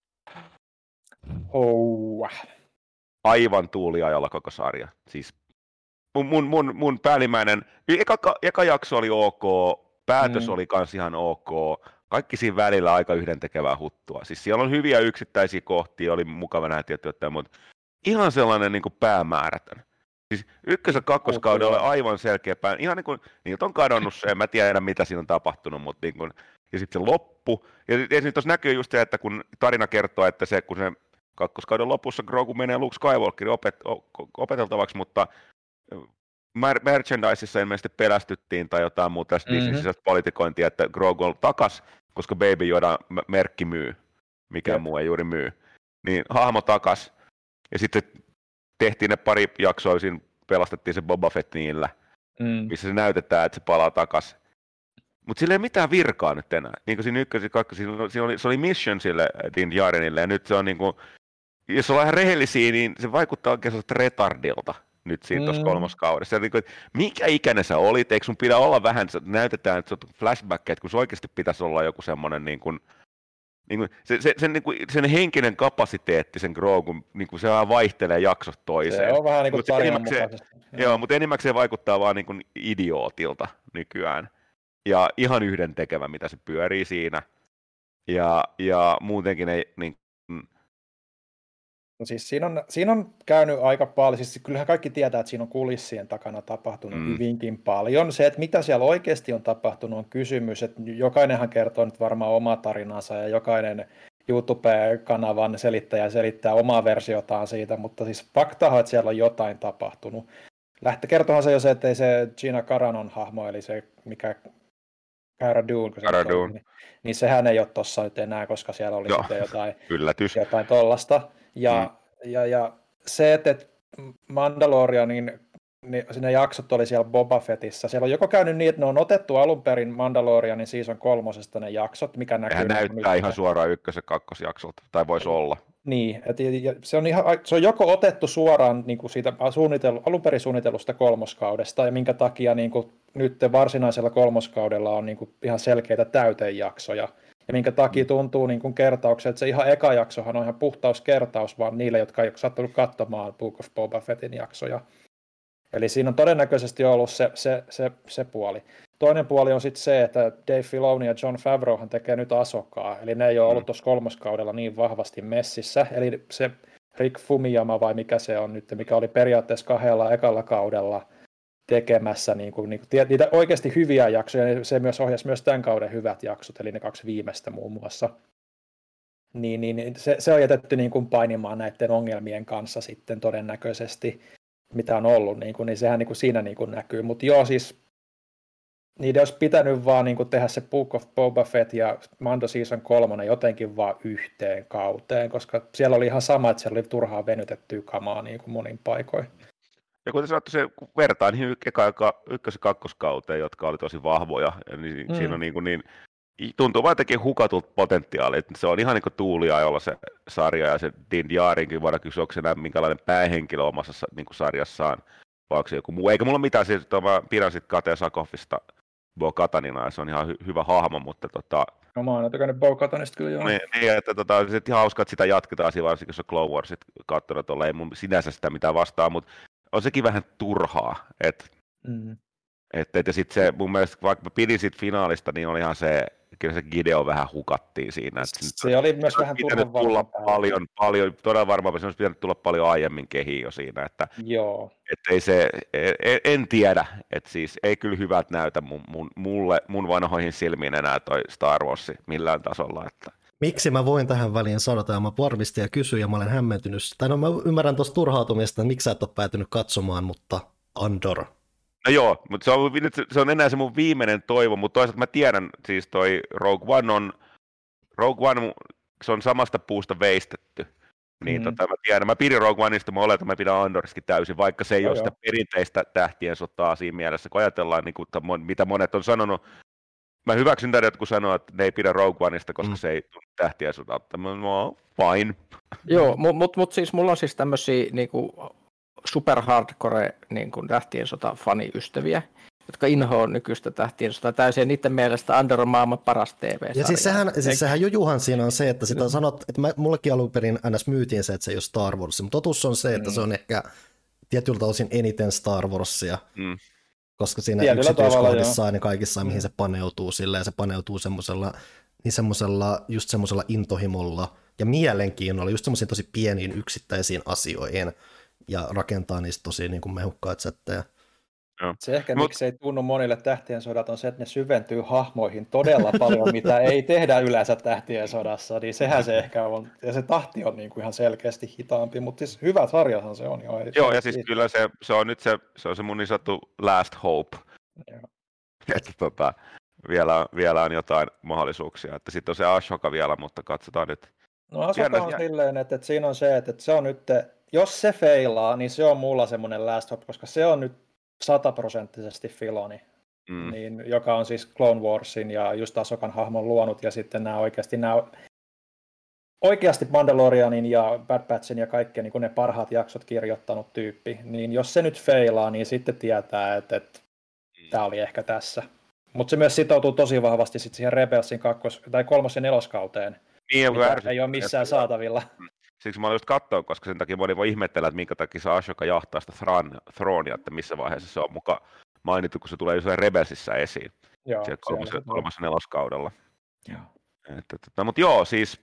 [SPEAKER 4] Aivan tuuliajalla koko sarja. Siis mun päällimmäinen, eka jakso oli ok, päätös oli kans ihan ok, kaikki siinä välillä aika yhdentekevää huttua. Siis siellä on hyviä yksittäisiä kohtia, oli mukava nähdä tiettyä, mutta ihan sellainen niin kuin päämäärätön. Siis ykkös- ja kakkoskaudella oli aivan selkeä ihan niin kuin, niiltä on kadonnut se, en mä tiedä mitä siinä on tapahtunut, mutta niin kuin, ja sitten se loppu. Ja nyt tuossa näkyy just se, että kun tarina kertoo, että se, kun se kakkoskauden lopussa Grogu menee Luke Skywalkerin opeteltavaksi, mutta merchandiseissa ilmeisesti pelästyttiin tai jotain muuta tästä sisäistä politikointia, että Grogu on takas, koska Baby Yoda merkki myy, mikään muu ei juuri myy. Niin hahmo takas, ja sitten tehtiin ne pari jaksoa, siinä pelastettiin se Boba Fett niillä, missä se näytetään, että se palaa takas. Mutta sillä ei mitään virkaa nyt enää. Niin kuin siinä ykkösen se oli mission sille Din Djarinille, ja nyt se on niin kuin, jos ollaan ihan rehellisiä, niin se vaikuttaa oikein sellaista retardilta nyt siinä tuossa kolmoskaudessa. Niin kuin, mikä ikäinen sä olit? Eikö sun pidä olla vähän, näytetään, että se on flashback, että kun se oikeasti pitäisi olla joku semmoinen niin kuin sen henkinen kapasiteetti, sen Grogun, niin kuin se vähän vaihtelee jaksot toiseen.
[SPEAKER 2] Se on vähän niin kuin tarinan mukaisesti.
[SPEAKER 4] Joo, mutta enimmäkseen vaikuttaa vaan niin kuin idiootilta nykyään. Ja ihan yhdentekevä, mitä se pyörii siinä. Ja muutenkin ei niin.
[SPEAKER 2] No siis siinä on käynyt aika paljon, siis kyllähän kaikki tietää, että siinä on kulissien takana tapahtunut hyvinkin paljon. Se, että mitä siellä oikeasti on tapahtunut, on kysymys, että jokainenhan kertoo nyt varmaan oma tarinansa ja YouTube-kanavan selittäjä selittää omaa versiotaan siitä, mutta siis faktahan, että siellä on jotain tapahtunut. Kertohan se jo se, että ei se Gina Caranon hahmo, eli se mikä Cara Dune, niin sehän ei ole tossa nyt enää, koska siellä oli sitten jotain tollasta. Ja se, että Mandalorianin niin ne jaksot oli siellä Boba Fettissä. Siellä on joko käynyt niin, että ne on otettu alun perin Mandalorianin season 3 ne jaksot, mikä näkyy.
[SPEAKER 4] Sehän näyttää ihan suoraan 1- ja 2-jaksolta, tai voisi olla.
[SPEAKER 2] Niin, se on joko otettu suoraan niin kuin siitä alun perin suunnitellusta 3. kaudesta, ja minkä takia niin kuin nyt varsinaisella 3. kaudella on niin kuin ihan selkeitä täytejaksoja. Ja minkä takia tuntuu niin kuin kertaukset, että se ihan eka jaksohan on ihan puhtauskertaus vaan niille, jotka ei ole sattunut katsomaan Book of Boba Fettin jaksoja. Eli siinä on todennäköisesti ollut se puoli. Toinen puoli on sitten se, että Dave Filoni ja Jon Favreauhan tekee nyt Asokaa, eli ne ei ole ollut tuossa 3. kaudella niin vahvasti messissä, eli se Rick Fumiyama vai mikä se on nyt, mikä oli periaatteessa 2 ekalla kaudella tekemässä niitä oikeasti hyviä jaksoja, niin se myös ohjasi myös tämän kauden hyvät jaksot, eli ne 2 viimeistä muun muassa. Niin se on jätetty niin kuin painimaan näiden ongelmien kanssa sitten todennäköisesti, mitä on ollut, niin sehän niin kuin siinä niin kuin näkyy. Mutta joo, siis niiden olisi pitänyt vaan niin kuin tehdä se Book of Boba Fett ja Mando Season 3 jotenkin vaan yhteen kauteen, koska siellä oli ihan sama, että siellä oli turhaan venytettyä kamaa niin kuin monin paikoin.
[SPEAKER 4] Ja kuten sanottu, se vertaa niihin 1- ja 2. kauteen, jotka oli tosi vahvoja, niin siinä on niin tuntuu vaan jotenkin hukatulta potentiaalia, että se on ihan niin kuin tuulia, jolla se sarja ja se Din Djarinkin voidaan kysyä, onko se näin minkälainen päähenkilö omassa niin kuin sarjassaan, vai onko se joku muu. Eikä mulla mitään, siis mä pidän sitten Kate Sakoffista Bo-Katanina, ja se on ihan hyvä hahmo, mutta
[SPEAKER 2] No mä oon tykännyt Bo-Katanista kyllä joo.
[SPEAKER 4] Niin, että se ihan hauska, että sitä jatketaan siinä, varsinkin jos on Clone Warsit katsonut, tuolla ei mun sinänsä sitä mitään vastaa, mutta on sekin vähän turhaa, että ja sitten se mun mielestä, vaikka mä pidin siitä finaalista, niin oli ihan se, kyllä se Gideon vähän hukattiin siinä. Että
[SPEAKER 2] se oli myös vähän turhan
[SPEAKER 4] tulla paljon, todella varmaan se olisi pitänyt tulla paljon aiemmin kehiin jo siinä, että ei se, en tiedä, että siis ei kyllä hyvät näytä mun vanhoihin silmiin enää toi Star Wars millään tasolla, että
[SPEAKER 1] miksi mä voin tähän väliin sanota, ja mä varmistin ja kysyin, ja mä olen hämmentynyt. Tai no mä ymmärrän tuosta turhautumista, että miksi sä et ole päätynyt katsomaan, mutta Andor.
[SPEAKER 4] No joo, mutta se on enää se mun viimeinen toivo, mutta toisaalta mä tiedän, siis toi Rogue One, se on samasta puusta veistetty. Niin mä tiedän, mä pidin Rogue Oneista, mä oletan, että mä pidän Andoriskin täysin, vaikka se ei ole sitä perinteistä tähtien sotaa siinä mielessä, kun ajatellaan, niin kuin, mitä monet on sanonut. Mä hyväksyn tätä, kun sanoo, että ne ei pidä Rogue Oneista, koska se ei tule tähtien sotaa. No, fine.
[SPEAKER 3] Joo, mutta siis mulla on siis tämmöisiä niinku super hardcore niinku tähtien sota-faniystäviä, jotka inhoaa nykyistä tähtien sotaa täysin, ja niiden mielestä Andor on maailman paras TV-sarja.
[SPEAKER 1] Ja siis sehän jujuhan siinä on se, että sitä sanot, että mullekin alun perin ns. Myytiin se, että se ei ole Star Wars, mutta totuus on se, että se on ehkä tietyltä osin eniten Star Warsia. Koska siinä yksityiskohdissa ja kaikissa, mihin se paneutuu silleen, se paneutuu semmoisella intohimolla ja mielenkiinnolla, just semmoisiin tosi pieniin yksittäisiin asioihin ja rakentaa niistä tosi niin kuin mehukkaat settejä.
[SPEAKER 2] Se ehkä miksi ei tunnu monille tähtien sodat on se, että ne syventyy hahmoihin todella paljon, mitä ei tehdä yleensä tähtien sodassa, niin sehän se ehkä on, ja se tahti on niin kuin ihan selkeästi hitaampi, mutta siis hyvä sarjahan se on.
[SPEAKER 4] Joo, ja siis kyllä se on nyt se mun niin sanottu last hope, että vielä on jotain mahdollisuuksia, että sitten on se Ashoka vielä, mutta katsotaan nyt.
[SPEAKER 2] No Ashoka on silleen, että siinä on se, että se on nyt, jos se feilaa, niin se on mulla semmoinen last hope, koska se on nyt 100% Filoni, niin, joka on siis Clone Warsin ja just Ashokan hahmon luonut, ja sitten nämä oikeasti Mandalorianin ja Bad Batchin ja kaikkien niin ne parhaat jaksot kirjoittanut tyyppi, niin jos se nyt feilaa, niin sitten tietää, että tämä oli ehkä tässä. Mutta se myös sitoutuu tosi vahvasti sit siihen Rebelsin 3. ja 4. kauteen, mitä ei ole missään saatavilla.
[SPEAKER 4] Siksi mä olin just katsoa, koska sen takia moni voi ihmetellä, että minkä takia se Ashoka jahtaa sitä Thronea, että missä vaiheessa se on mukaan mainittu, kun se tulee jossain Rebelsissä esiin.
[SPEAKER 2] Joo,
[SPEAKER 4] siellä 3. ja 4. kaudella. Mutta joo, siis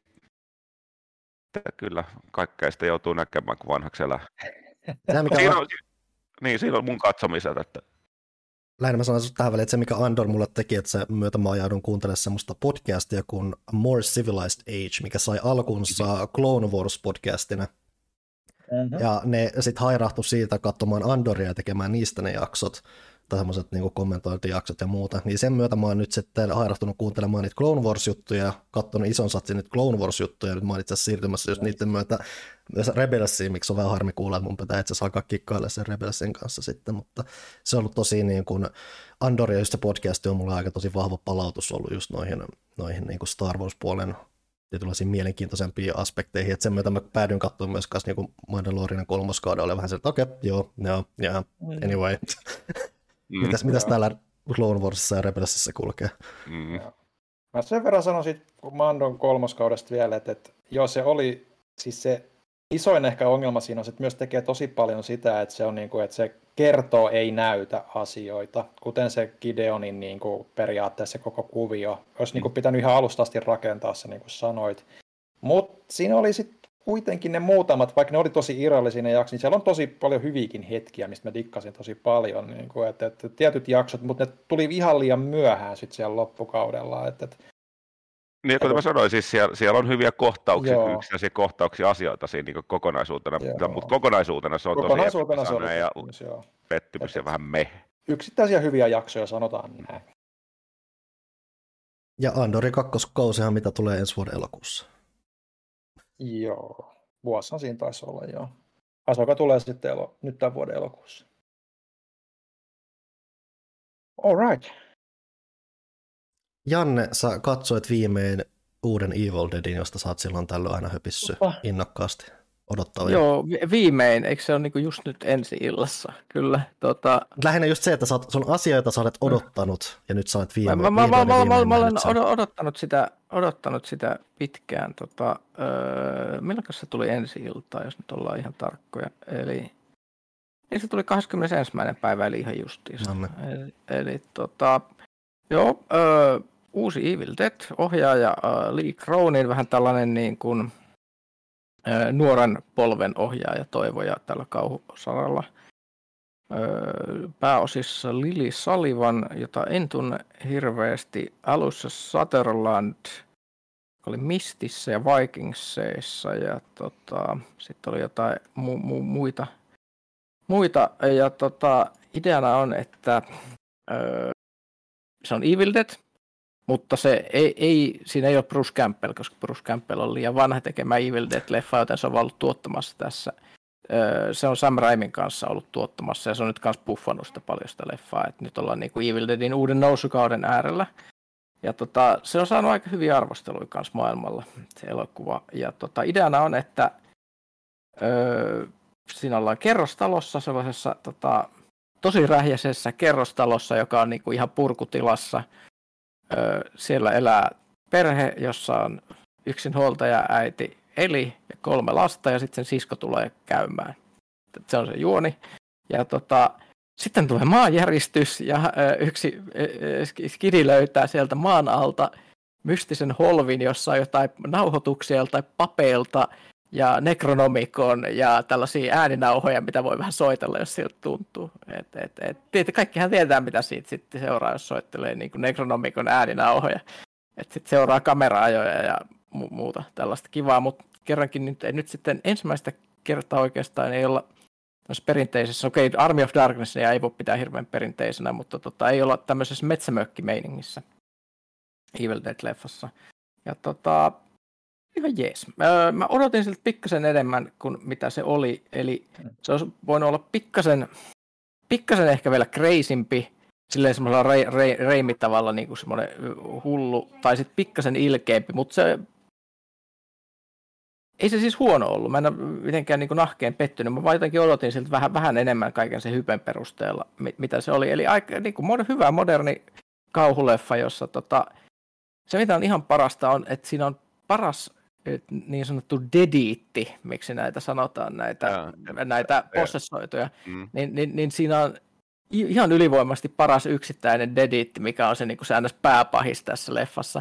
[SPEAKER 4] kyllä kaikkea sitä joutuu näkemään, kun vanhaksi elää. Siinä on mun katsomiset, että
[SPEAKER 1] lähinnä mä sanoisin tähän väliin, että se mikä Andor mulle teki, että se myötä mä ajaudun kuuntelemaan semmoista podcastia kuin More Civilized Age, mikä sai alkunsa Clone Wars podcastina. Ja ne sitten hairahtui siitä katsomaan Andoria ja tekemään niistä ne jaksot, tai semmoiset niin kommentointijaksot ja muuta. Niin sen myötä mä oon nyt sitten hairahtunut kuuntelemaan niitä Clone Wars-juttuja ja katsonut ison satsin niitä Clone Wars-juttuja, ja nyt mä oon itse asiassa siirtymässä just niiden myötä myös Rebelsiin, miksi on vähän harmi kuulla, että mun pitää itse asiassa alkaa kikkailla sen Rebelsin kanssa sitten, mutta se on ollut tosi niin kuin, Andor ja just se podcast on mulle aika tosi vahva palautus ollut just noihin niin kuin Star Wars-puolen tietynlaisiin mielenkiintoisempia aspekteihin, että sen myötä mä päädyin katsomaan myös niin Mandalorianin 3. kaudella, oli vähän se, että okei, anyway. Mitäs täällä Clone Warsissa ja Rebelsissa kulkee?
[SPEAKER 2] Mä sen verran sanoisin Mandon 3. kaudesta vielä, että joo, se oli, siis se isoin ehkä ongelma siinä on, että myös tekee tosi paljon sitä, että se on niin kuin, että se kertoo, ei näytä asioita, kuten se Gideonin niin kuin periaatteessa koko kuvio. Olisi niin kuin pitänyt ihan alusta asti rakentaa se, niin kuin sanoit. Mutta siinä oli sitten kuitenkin ne muutamat, vaikka ne oli tosi irrallisia ne jaksot, niin siellä on tosi paljon hyviäkin hetkiä, mistä mä dikkasin tosi paljon. Niin kuin, että tietyt jaksot, mutta ne tuli ihan liian myöhään sitten siellä loppukaudella.
[SPEAKER 4] Niin, kuten mä sanoin, siis siellä on hyviä kohtauksia, yksittäisiä kohtauksia asioita siinä niin kokonaisuutena, mutta kokonaisuutena se on tosi epätasainen ja pettymys ja vähän
[SPEAKER 2] yksittäisiä hyviä jaksoja, sanotaan näin.
[SPEAKER 1] Ja Andorin kakkoskausihan mitä tulee ensi vuoden elokuussa.
[SPEAKER 2] Joo, vuosihan siinä taisi olla, joo. Ahsoka tulee sitten nyt tämän vuoden elokuussa. All right.
[SPEAKER 1] Janne, sä katsoit viimein uuden Evil Deadin, josta sä oot silloin tällöin aina höpissy innokkaasti odottavia.
[SPEAKER 3] Joo, viimein. Eikö se ole niinku just nyt ensi illassa? Kyllä.
[SPEAKER 1] Lähinnä just se, että sun asioita sä olet odottanut ja nyt sä olet viimein.
[SPEAKER 3] Mä olen odottanut sitä pitkään. Milloin se tuli ensi iltaa, jos nyt ollaan ihan tarkkoja. Eli se tuli 21. päivä, eli ihan justiinsa. Eli uusi Evil Dead, ohjaaja Lee Cronin, vähän tällainen niin kuin nuoren polven ohjaaja toivoja tällä kauhusaralla. Pääosissa Lily Sullivan, jota en tunne hirveästi, Alyssa Sutherland, oli Mistissä ja Vikingsissa ja sitten oli jotain muita ja ideana on, että se on Evil Dead, mutta se siinä ei ole Bruce Campbell, koska Bruce Campbell on liian vanha tekemään Evil Dead-leffaa, joten se on ollut tuottamassa tässä. Se on Sam Raimin kanssa ollut tuottamassa ja se on nyt myös puffannut sitä paljon sitä leffaa, että nyt ollaan niin kuin Evil Deadin uuden nousukauden äärellä. Ja se on saanut aika hyviä arvosteluja kanssa maailmalla, se elokuva. Ja ideana on, että siinä ollaan kerrostalossa, sellaisessa tosi rähjäisessä kerrostalossa, joka on niinku ihan purkutilassa. Siellä elää perhe, jossa on yksinhuoltaja äiti Eli ja 3 lasta ja sitten sen sisko tulee käymään. Se on se juoni. Ja sitten tulee maanjäristys ja yksi skidi löytää sieltä maan alta mystisen holvin, jossa on jotain nauhoituksia joltain papeilta ja Necronomicon ja tällaisia ääninauhoja, mitä voi vähän soitella, jos siltä tuntuu. Kaikkihan tietää, mitä siitä sitten seuraa, jos soittelee niin kuin Necronomicon ääninauhoja. Sitten seuraa kamera-ajoja ja muuta tällaista kivaa, mutta kerrankin nyt sitten ensimmäistä kertaa oikeastaan ei olla perinteisessä, Army of Darkness ei voi pitää hirveän perinteisenä, mutta ei olla tämmöisessä metsämökkimeiningissä Evil Dead-leffassa. Ja ihan jees. Mä odotin siltä pikkasen enemmän kuin mitä se oli, eli se olisi voinut olla pikkasen ehkä vielä crazympi, silleen semmoisella Raimi-tavalla niin kuin semmoinen hullu, tai sitten pikkasen ilkeämpi, mutta ei se siis huono ollut. Mä en ole mitenkään niin kuin nahkeen pettynyt. Mä jotenkin odotin siltä vähän enemmän kaiken sen hypen perusteella, mitä se oli. Eli aika niin kuin hyvä moderni kauhuleffa, jossa se mitä on ihan parasta on, että siinä on paras niin sanottu dediitti, miksi näitä sanotaan, näitä possessoituja, niin siinä on ihan ylivoimasti paras yksittäinen dediitti, mikä on se niin kuin se pääpahis tässä leffassa.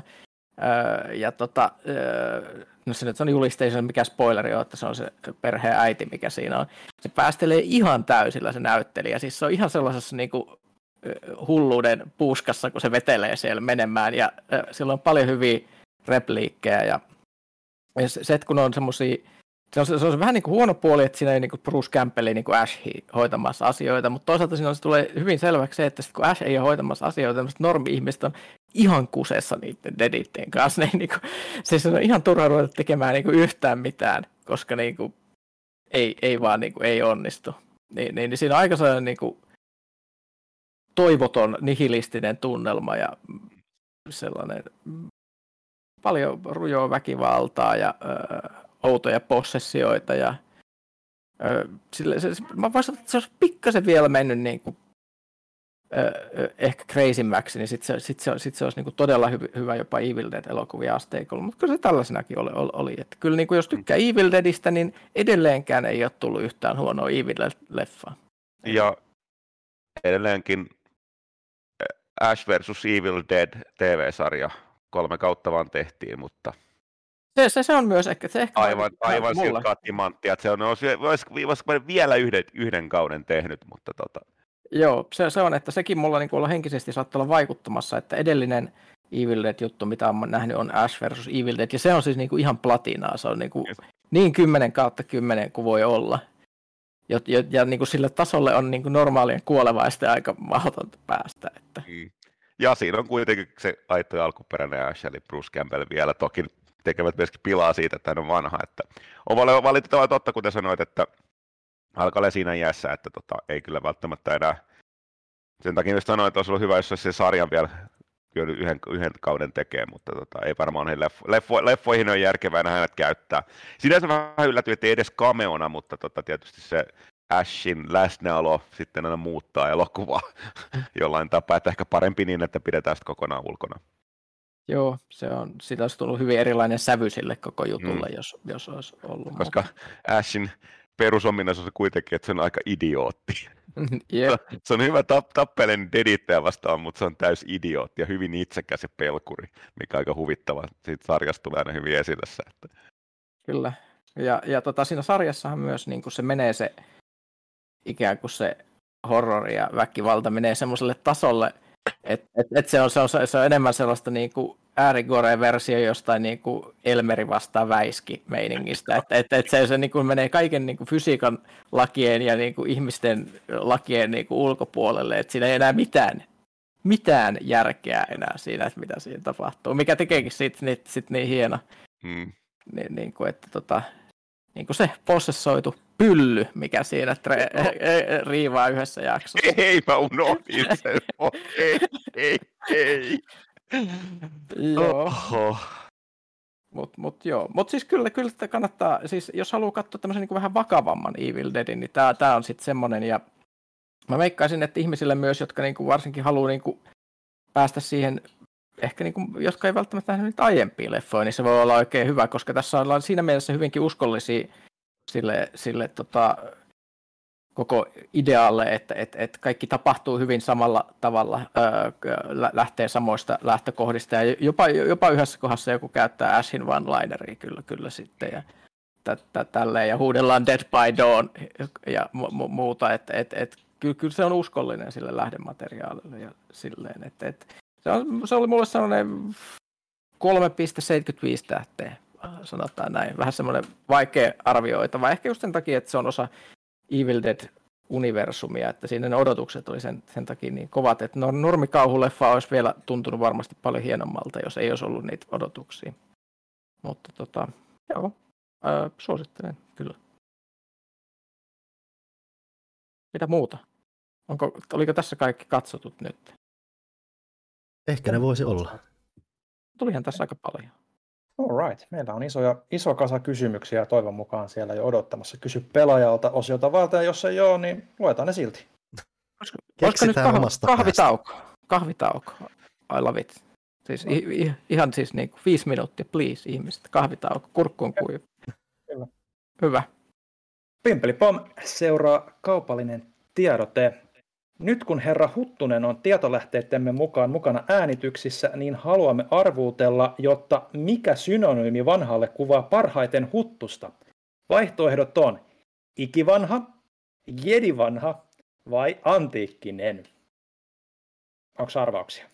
[SPEAKER 3] No se nyt on julistation, mikä spoileri on, että se on se perheen äiti, mikä siinä on. Se päästelee ihan täysillä se näyttelijä, siis se on ihan sellaisessa niin kuin hulluuden puuskassa, kun se vetelee siellä menemään, ja sillä on paljon hyviä repliikkejä, ja se, että kun on semmosia, se on vähän niin kuin huono puoli, että siinä ei niin kuin Bruce Campbell niin kuin Ash hoitamassa asioita, mutta toisaalta siinä tulee hyvin selväksi se, että sit kun Ash ei ole hoitamassa asioita, tämmöiset normi-ihmiset on ihan kusessa niiden deditten kanssa. Ne, niin kuin, siis on ihan turha ruveta tekemään niin kuin yhtään mitään, koska niin kuin, ei vaan niin kuin, ei onnistu. Niin siinä on aika sellainen niin kuin, toivoton nihilistinen tunnelma ja sellainen paljon rujoa väkivaltaa ja outoja possessioita ja mä voisin, että se olisi pikkasen vielä mennyt niin kuin, ehkä crazymäksi, niin sitten se olisi niin kuin todella hyvä jopa Evil Dead-elokuvia asteikolla, mutta kyllä se tällaisenakin oli. Että kyllä niin kuin jos tykkää Evil Deadistä, niin edelleenkään ei ole tullut yhtään huonoa Evil Dead-leffaa. Ja
[SPEAKER 4] edelleenkin Ash vs. Evil Dead TV-sarja 3 kautta vaan tehtiin, mutta
[SPEAKER 3] se on myös ehkä
[SPEAKER 4] aivan silkkaa timanttia, että voisi vielä yhden kauden tehnyt, mutta
[SPEAKER 3] Joo, se on, että sekin mulla niin olla henkisesti saattaa olla vaikuttamassa, että edellinen Evil Dead-juttu, mitä olen nähnyt, on Ash vs. Evil Dead, ja se on siis niin kuin ihan platinaa, se on niin 10 kautta 10 kuin voi olla. Ja niin kuin sille tasolle on niin kuin normaalien kuolevaisten aika mahdotonta päästä. Että.
[SPEAKER 4] Ja siinä on kuitenkin se aito ja alkuperäinen Ash, eli Bruce Campbell vielä toki tekevät myöskin pilaa siitä, että hän on vanha. Että on valitettavaa totta, kuten sanoit, että alkaa olla siinä iässä, että ei kyllä välttämättä enää. Sen takia myös sanoin, että olisi ollut hyvä, jos se sarjan vielä yhden kauden tekee, mutta ei varmaan leffoihin on järkevää enää hänet käyttää. Sinänsä vähän yllätyin, että ei edes cameona, mutta tietysti se Ashin läsnäolo sitten aina muuttaa elokuvaa jollain tapaa, että ehkä parempi niin, että pidetään sitä kokonaan ulkona.
[SPEAKER 3] Joo, siitä olisi tullut hyvin erilainen sävy sille koko jutulle, jos olisi ollut.
[SPEAKER 4] Koska Ashin perusominaisuus on kuitenkin, että se on aika idiootti.
[SPEAKER 3] Yep.
[SPEAKER 4] Se on hyvä tappelen dedittäjä vastaan, mutta se on täys idiootti ja hyvin itsekäs ja pelkuri, mikä on aika huvittava. Siitä sarjasta tulee aina hyvin esille. Että.
[SPEAKER 3] Kyllä. Ja siinä sarjassahan myös niin kuin se menee se ikään kuin se horrori ja väkivalta menee semmoiselle tasolle, että se on enemmän sellaista niin kuin äärigore-versio jostain niin kuin Elmeri vastaan Väiski-meiningistä, että se niin kuin menee kaiken niin kuin fysiikan lakien ja niin kuin ihmisten lakien niin kuin ulkopuolelle, että siinä ei enää mitään järkeä enää siinä, että mitä siinä tapahtuu, mikä tekeekin siitä niin hieno, niin kuin, että niin kuin se possessoitu pylly, mikä siinä riivaa yhdessä jaksossa.
[SPEAKER 4] Ei, mä unohdin sen. Ei.
[SPEAKER 3] Joo. Mutta siis kyllä kannattaa, siis jos haluaa katsoa tämmöisen niin kuin vähän vakavamman Evil Deadin, niin tää on sitten semmoinen, ja mä veikkaisin, että ihmisille myös, jotka niin kuin varsinkin haluaa niin kuin päästä siihen, ehkä niin kuin, jotka ei välttämättä nähnyt niitä aiempia leffoja, niin se voi olla oikein hyvä, koska tässä ollaan siinä mielessä hyvinkin uskollisia sille koko idealle, että kaikki tapahtuu hyvin samalla tavalla, lähtee samoista lähtökohdista, ja jopa yhdessä kohdassa joku käyttää Ashin one-lineria kyllä sitten, ja tälleen, ja huudellaan Dead by Dawn ja muuta, että kyllä se on uskollinen sille lähdemateriaalille, ja silleen, että se oli mulle sellainen 3,75 tähteä, sanotaan näin. Vähän semmoinen vaikea arvioitava. Ehkä just sen takia, että se on osa Evil Dead-universumia, että siinä ne odotukset oli sen takia niin kovat, että normikauhuleffa olisi vielä tuntunut varmasti paljon hienommalta, jos ei olisi ollut niitä odotuksia. Mutta joo, suosittelen kyllä. Mitä muuta? Oliko tässä kaikki katsotut nyt?
[SPEAKER 1] Ehkä ne voisi olla.
[SPEAKER 3] Tulihan tässä aika paljon.
[SPEAKER 2] All right. Meillä on iso kasa kysymyksiä toivon mukaan siellä jo odottamassa. Kysy pelaajalta osiota varten, jos ei ole, niin luetaan ne silti.
[SPEAKER 3] Olisiko nyt kahvitauko? I love it. Siis ihan siis niin kuin 5 minuuttia, please, ihmiset. Kahvitauko, kurkku on kuiva. Hyvä.
[SPEAKER 2] Pimpelipom, seuraa kaupallinen tiedote. Nyt kun herra Huttunen on tietolähteittemme mukaan mukana äänityksissä, niin haluamme arvuutella, jotta mikä synonyymi vanhalle kuvaa parhaiten Huttusta. Vaihtoehdot on ikivanha, jedivanha vai antiikkinen. Onko arvauksia?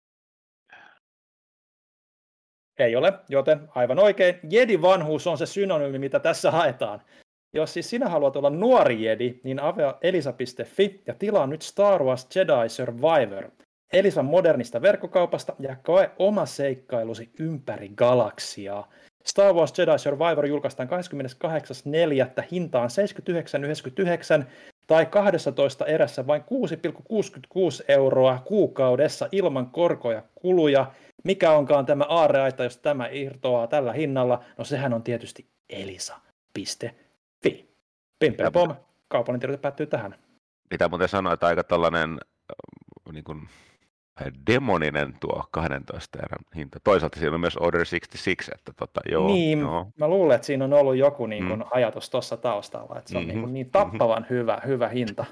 [SPEAKER 2] Ei ole, joten aivan oikein. Jedi-vanhuus on se synonyymi, mitä tässä haetaan. Jos siis sinä haluat olla nuori jedi, niin avaa elisa.fi ja tilaa nyt Star Wars Jedi Survivor. Elisan modernista verkkokaupasta ja koe oma seikkailusi ympäri galaksiaa. Star Wars Jedi Survivor julkaistaan 28.4. hintaan 79,99 tai 12 erässä vain 6,66 € kuukaudessa ilman korkoja kuluja. Mikä onkaan tämä aarreaita, jos tämä irtoaa tällä hinnalla? No sehän on tietysti elisa.fi. Pim-pam-pom. Kaupallinen tiedote päättyy tähän.
[SPEAKER 4] Pitää muuten sanoa, että aika tällainen niin kuin demoninen tuo 12 erän hinta. Toisaalta siinä on myös Order 66, että joo.
[SPEAKER 2] Niin,
[SPEAKER 4] joo.
[SPEAKER 2] Mä luulen, että siinä on ollut joku niin kuin ajatus tuossa taustalla, että se on niin tappavan hyvä hinta.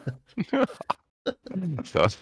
[SPEAKER 4] Se on.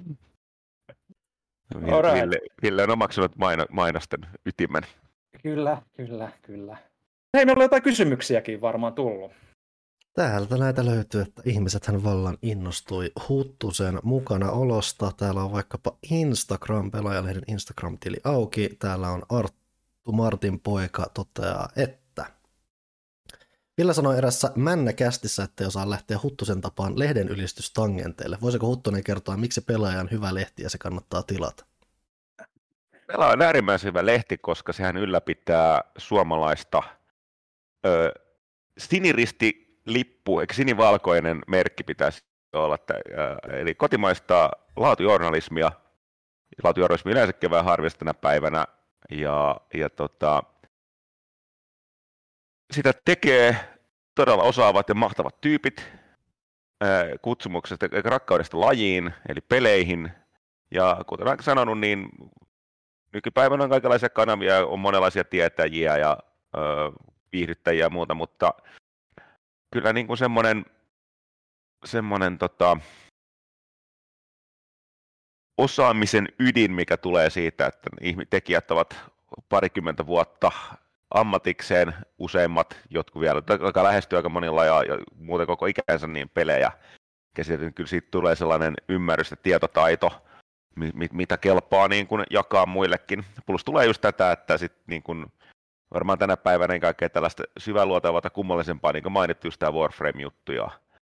[SPEAKER 4] Ville on omaksunut mainosten ytimen.
[SPEAKER 2] Kyllä. Hei, meillä on jotain kysymyksiäkin varmaan tullut.
[SPEAKER 1] Täältä näitä löytyy, että ihmisethän vallan innostui Huttusen mukana olosta. Täällä on vaikkapa Instagram-pelaajalehden Instagram-tili auki. Täällä on Arttu Martin poika toteaa, että Ville sanoi erässä Männäkästissä, että ei osaa lähteä Huttusen tapaan lehden ylistystangenteille. Voisiko Huttunen kertoa, miksi Pelaaja on hyvä lehti ja se kannattaa tilata?
[SPEAKER 4] Pelaaja on äärimmäisen hyvä lehti, koska sehän ylläpitää suomalaista siniristilippu, eikä sinivalkoinen merkki pitäisi olla, eli kotimaista laatujournalismia. Laatujournalismi yleensäkin vähän harvinaista tänä päivänä, ja sitä tekee todella osaavat ja mahtavat tyypit kutsumuksesta ja rakkaudesta lajiin, eli peleihin. Ja kuten olen sanonut, niin nykypäivänä on kaikenlaisia kanavia, on monenlaisia tietäjiä ja viihdyttäjiä ja muuta, mutta kyllä niin kuin semmoinen osaamisen ydin, mikä tulee siitä, että tekijät ovat parikymmentä vuotta ammatikseen, useimmat, jotkut vielä, joka lähestyy aika monilla ja muuten koko ikänsä niin pelejä käsitelty, kyllä siitä tulee sellainen ymmärrys ja tietotaito, mitä kelpaa niin kuin jakaa muillekin. Plus tulee just tätä, että sit niin kuin varmaan tänä päivänä niin kaikkea tällaista syväluotavaa tai kummallisempaa, niin kuin mainittu just tämä Warframe-juttu ja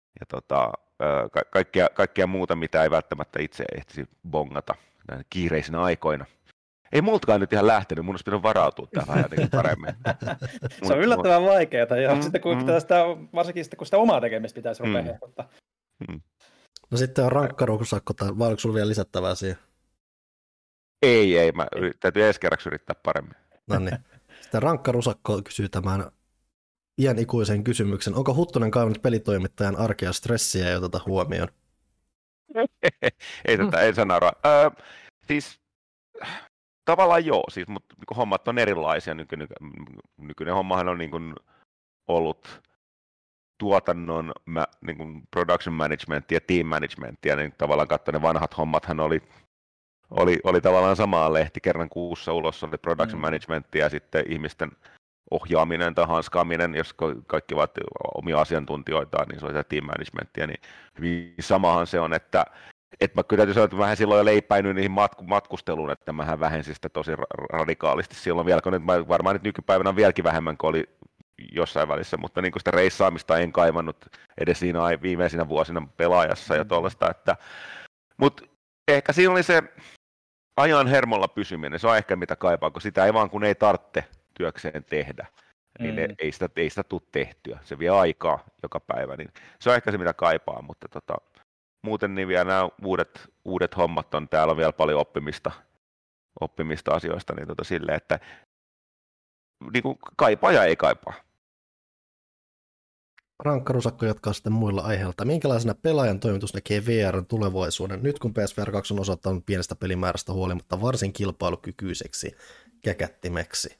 [SPEAKER 4] kaikkea muuta, mitä ei välttämättä itse ehtisi bongata näin kiireisinä aikoina. Ei multakaan nyt ihan lähtenyt, mun olisi pitänyt varautua tähän jotenkin paremmin.
[SPEAKER 2] Se on yllättävän vaikeaa, ja sitten kun varsinkin sitten, kun sitä omaa tekemistä pitäisi rupea helpottaa.
[SPEAKER 1] No sitten on rankkarusakko, vai oliko sulla vielä lisättävää siihen?
[SPEAKER 4] Ei, täytyy ensi kerraksi yrittää paremmin.
[SPEAKER 1] No niin. Sitten rankkarusakko kysyy tämän iän ikuisen kysymyksen. Onko Huttunen kaivannut pelitoimittajan arkea stressiä ja oteta huomioon?
[SPEAKER 4] ei sanara. Siis tavallaan joo, siis, mutta hommat on erilaisia. Nykyinen hommahan on niin kuin ollut tuotannon niin kuin production managementia ja team managementia, niin tavallaan katsoen ne vanhat hommathan oli tavallaan samaa lehti kerran kuussa ulos, oli production managementia ja sitten ihmisten ohjaaminen tai hanskaaminen, jos kaikki ovat omia asiantuntijoitaan, niin se oli team managementia, niin hyvin samahan se on, että mä kyllä täytyy sanoa, että vähän silloin jo leipäinyt niihin matkusteluun, että mähän vähensin sitä tosi radikaalisti silloin vielä, kun varmaan nyt nykypäivänä on vieläkin vähemmän kuin oli jossain välissä, mutta niin kuin sitä reissaamista en kaivannut edes siinä viimeisinä vuosina Pelaajassa ja tuollaista, mutta ehkä siinä oli se ajan hermolla pysyminen, se on ehkä mitä kaipaa, kun sitä ei vaan kun ei tarvitse työkseen tehdä, niin ei sitä tule tehtyä, se vie aikaa joka päivä, niin se on ehkä se mitä kaipaa, mutta muuten niin vielä nämä uudet hommat on, täällä on vielä paljon oppimista asioista, niin silleen, että niin kuin kaipaa ja ei kaipaa.
[SPEAKER 1] Rankkarusakko jatkaa sitten muilla aiheilta. Minkälaisena pelaajan toimitus näkee VR:n tulevaisuuden, nyt kun PSVR 2 on osoittanut pienestä pelimäärästä huolimatta varsin kilpailukykyiseksi käkättimeksi?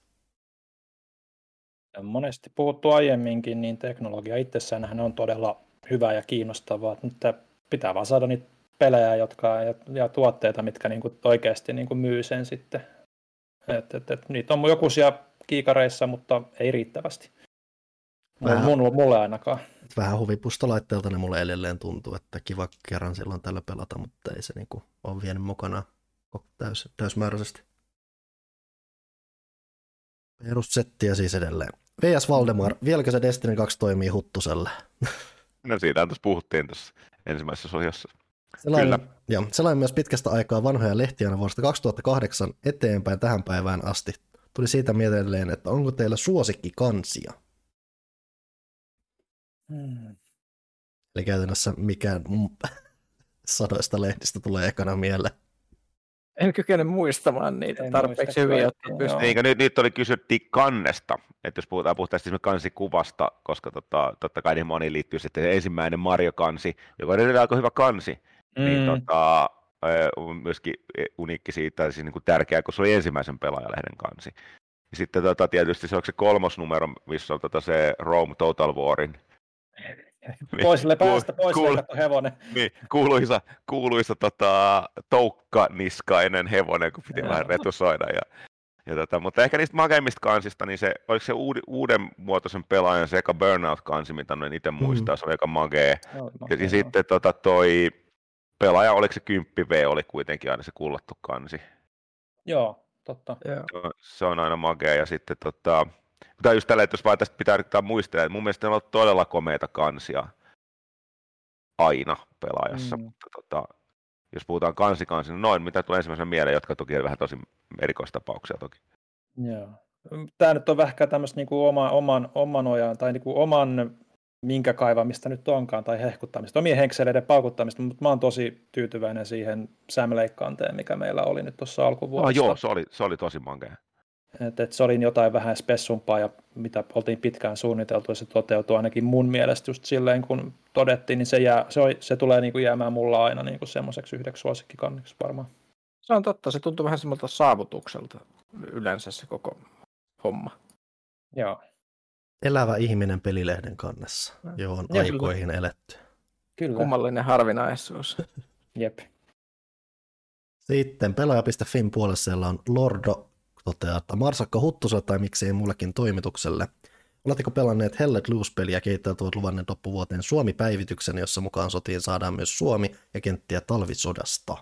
[SPEAKER 2] Monesti puhuttu aiemminkin, niin teknologia itsessään on todella hyvä ja kiinnostavaa. Nyt pitää vaan saada niitä pelejä ja tuotteita, mitkä niinku oikeasti niinku myy sen sitten. Niitä on jokuisia kiikareissa, mutta ei riittävästi. Mulle ainakaan.
[SPEAKER 1] vähän huvipustolaitteelta ne mulle edelleen tuntuu, että kiva kerran silloin tällä pelata, mutta ei se niinku ole vienyt mukana täysmääräisesti. Perussettiä siis edelleen. VS Valdemar, vieläkö se Destiny 2 toimii Huttuselle?
[SPEAKER 4] No siitä tuossa puhuttiin tässä ensimmäisessä osiossa.
[SPEAKER 1] Sellainen myös pitkästä aikaa vanhoja lehtiä aina vuodesta 2008 eteenpäin tähän päivään asti. Tuli siitä mieleen, että onko teillä suosikkikansia? Eli käytännössä mikään sadoista lehdistä tulee ekana mieleen.
[SPEAKER 3] En kykene muistamaan niitä tarpeeksi hyvin, jotta pystyy.
[SPEAKER 4] Eikä nyt kysyttiin kannesta, että jos puhutaan puhtaasti kansikuvasta, koska totta kai niin moni liittyy sitten ensimmäinen Mario-kansi, joka on aika hyvä kansi, niin on myöskin uniikki siitä, siis niin kuin tärkeää, kun se oli ensimmäisen pelaajalehden kansi. Ja sitten tietysti se on se 3. numero, missä on se Rome Total Warin.
[SPEAKER 2] Toiselle päästä pois leikattu hevonen.
[SPEAKER 4] Niin, kuuluisa toukkaniskainen hevonen, kun piti vähän retusoida. Mutta ehkä niistä makeimmista kansista, niin se, oliko se uuden muotoisen pelaajan se eka Burnout-kansi, mitä en itse muistaa, se oli aika magee. Ja sitten toi pelaaja, oliko se 10V, oli kuitenkin aina se kullattu kansi.
[SPEAKER 2] Joo, totta.
[SPEAKER 4] Se on aina magee, ja sitten mutta just tällä, että jos vaan tästä pitää yrittää muistella, että mun mielestä ne on todella komeita kansia aina pelaajassa, mutta jos puhutaan kansi, niin noin, mitä tulee ensimmäisenä mieleen, jotka toki on vähän tosi erikoistapauksia toki.
[SPEAKER 2] Joo. Tämä nyt on vähän tämmöistä niinku oman ojaan, tai niinku oman minkä kaivamista nyt onkaan, tai hehkuttamista, omien henkseleiden paukuttamista, mutta mä oon tosi tyytyväinen siihen Sam Lake-kanteen, mikä meillä oli nyt tuossa alkuvuodesta.
[SPEAKER 4] Joo, se oli tosi mankea.
[SPEAKER 2] Että se oli jotain vähän spessumpaa ja mitä oltiin pitkään suunniteltu ja se toteutui ainakin mun mielestä just silleen kun todettiin, niin se tulee niin kuin jäämään mulla aina niin kuin semmoiseksi yhdeksi suosikkikanniksi varmaan.
[SPEAKER 3] Se on totta, se tuntuu vähän semmoilta saavutukselta yleensä se koko homma.
[SPEAKER 2] Joo.
[SPEAKER 1] Elävä ihminen pelilehden kannessa, johon aikoihin eletty.
[SPEAKER 2] Kyllä.
[SPEAKER 3] Kummallinen harvinaisuus.
[SPEAKER 2] Jep.
[SPEAKER 1] Sitten pelaaja.fin puolessa siellä on Lordo toteaa, että Marsakka Huttuselle tai miksei mullekin toimitukselle. Oletteko pelanneet Hell Let Loose-peliä kehittäjät ovat luvanneet loppuvuoteen Suomi-päivityksen, jossa mukaan sotiin saadaan myös Suomi ja kenttiä talvisodasta?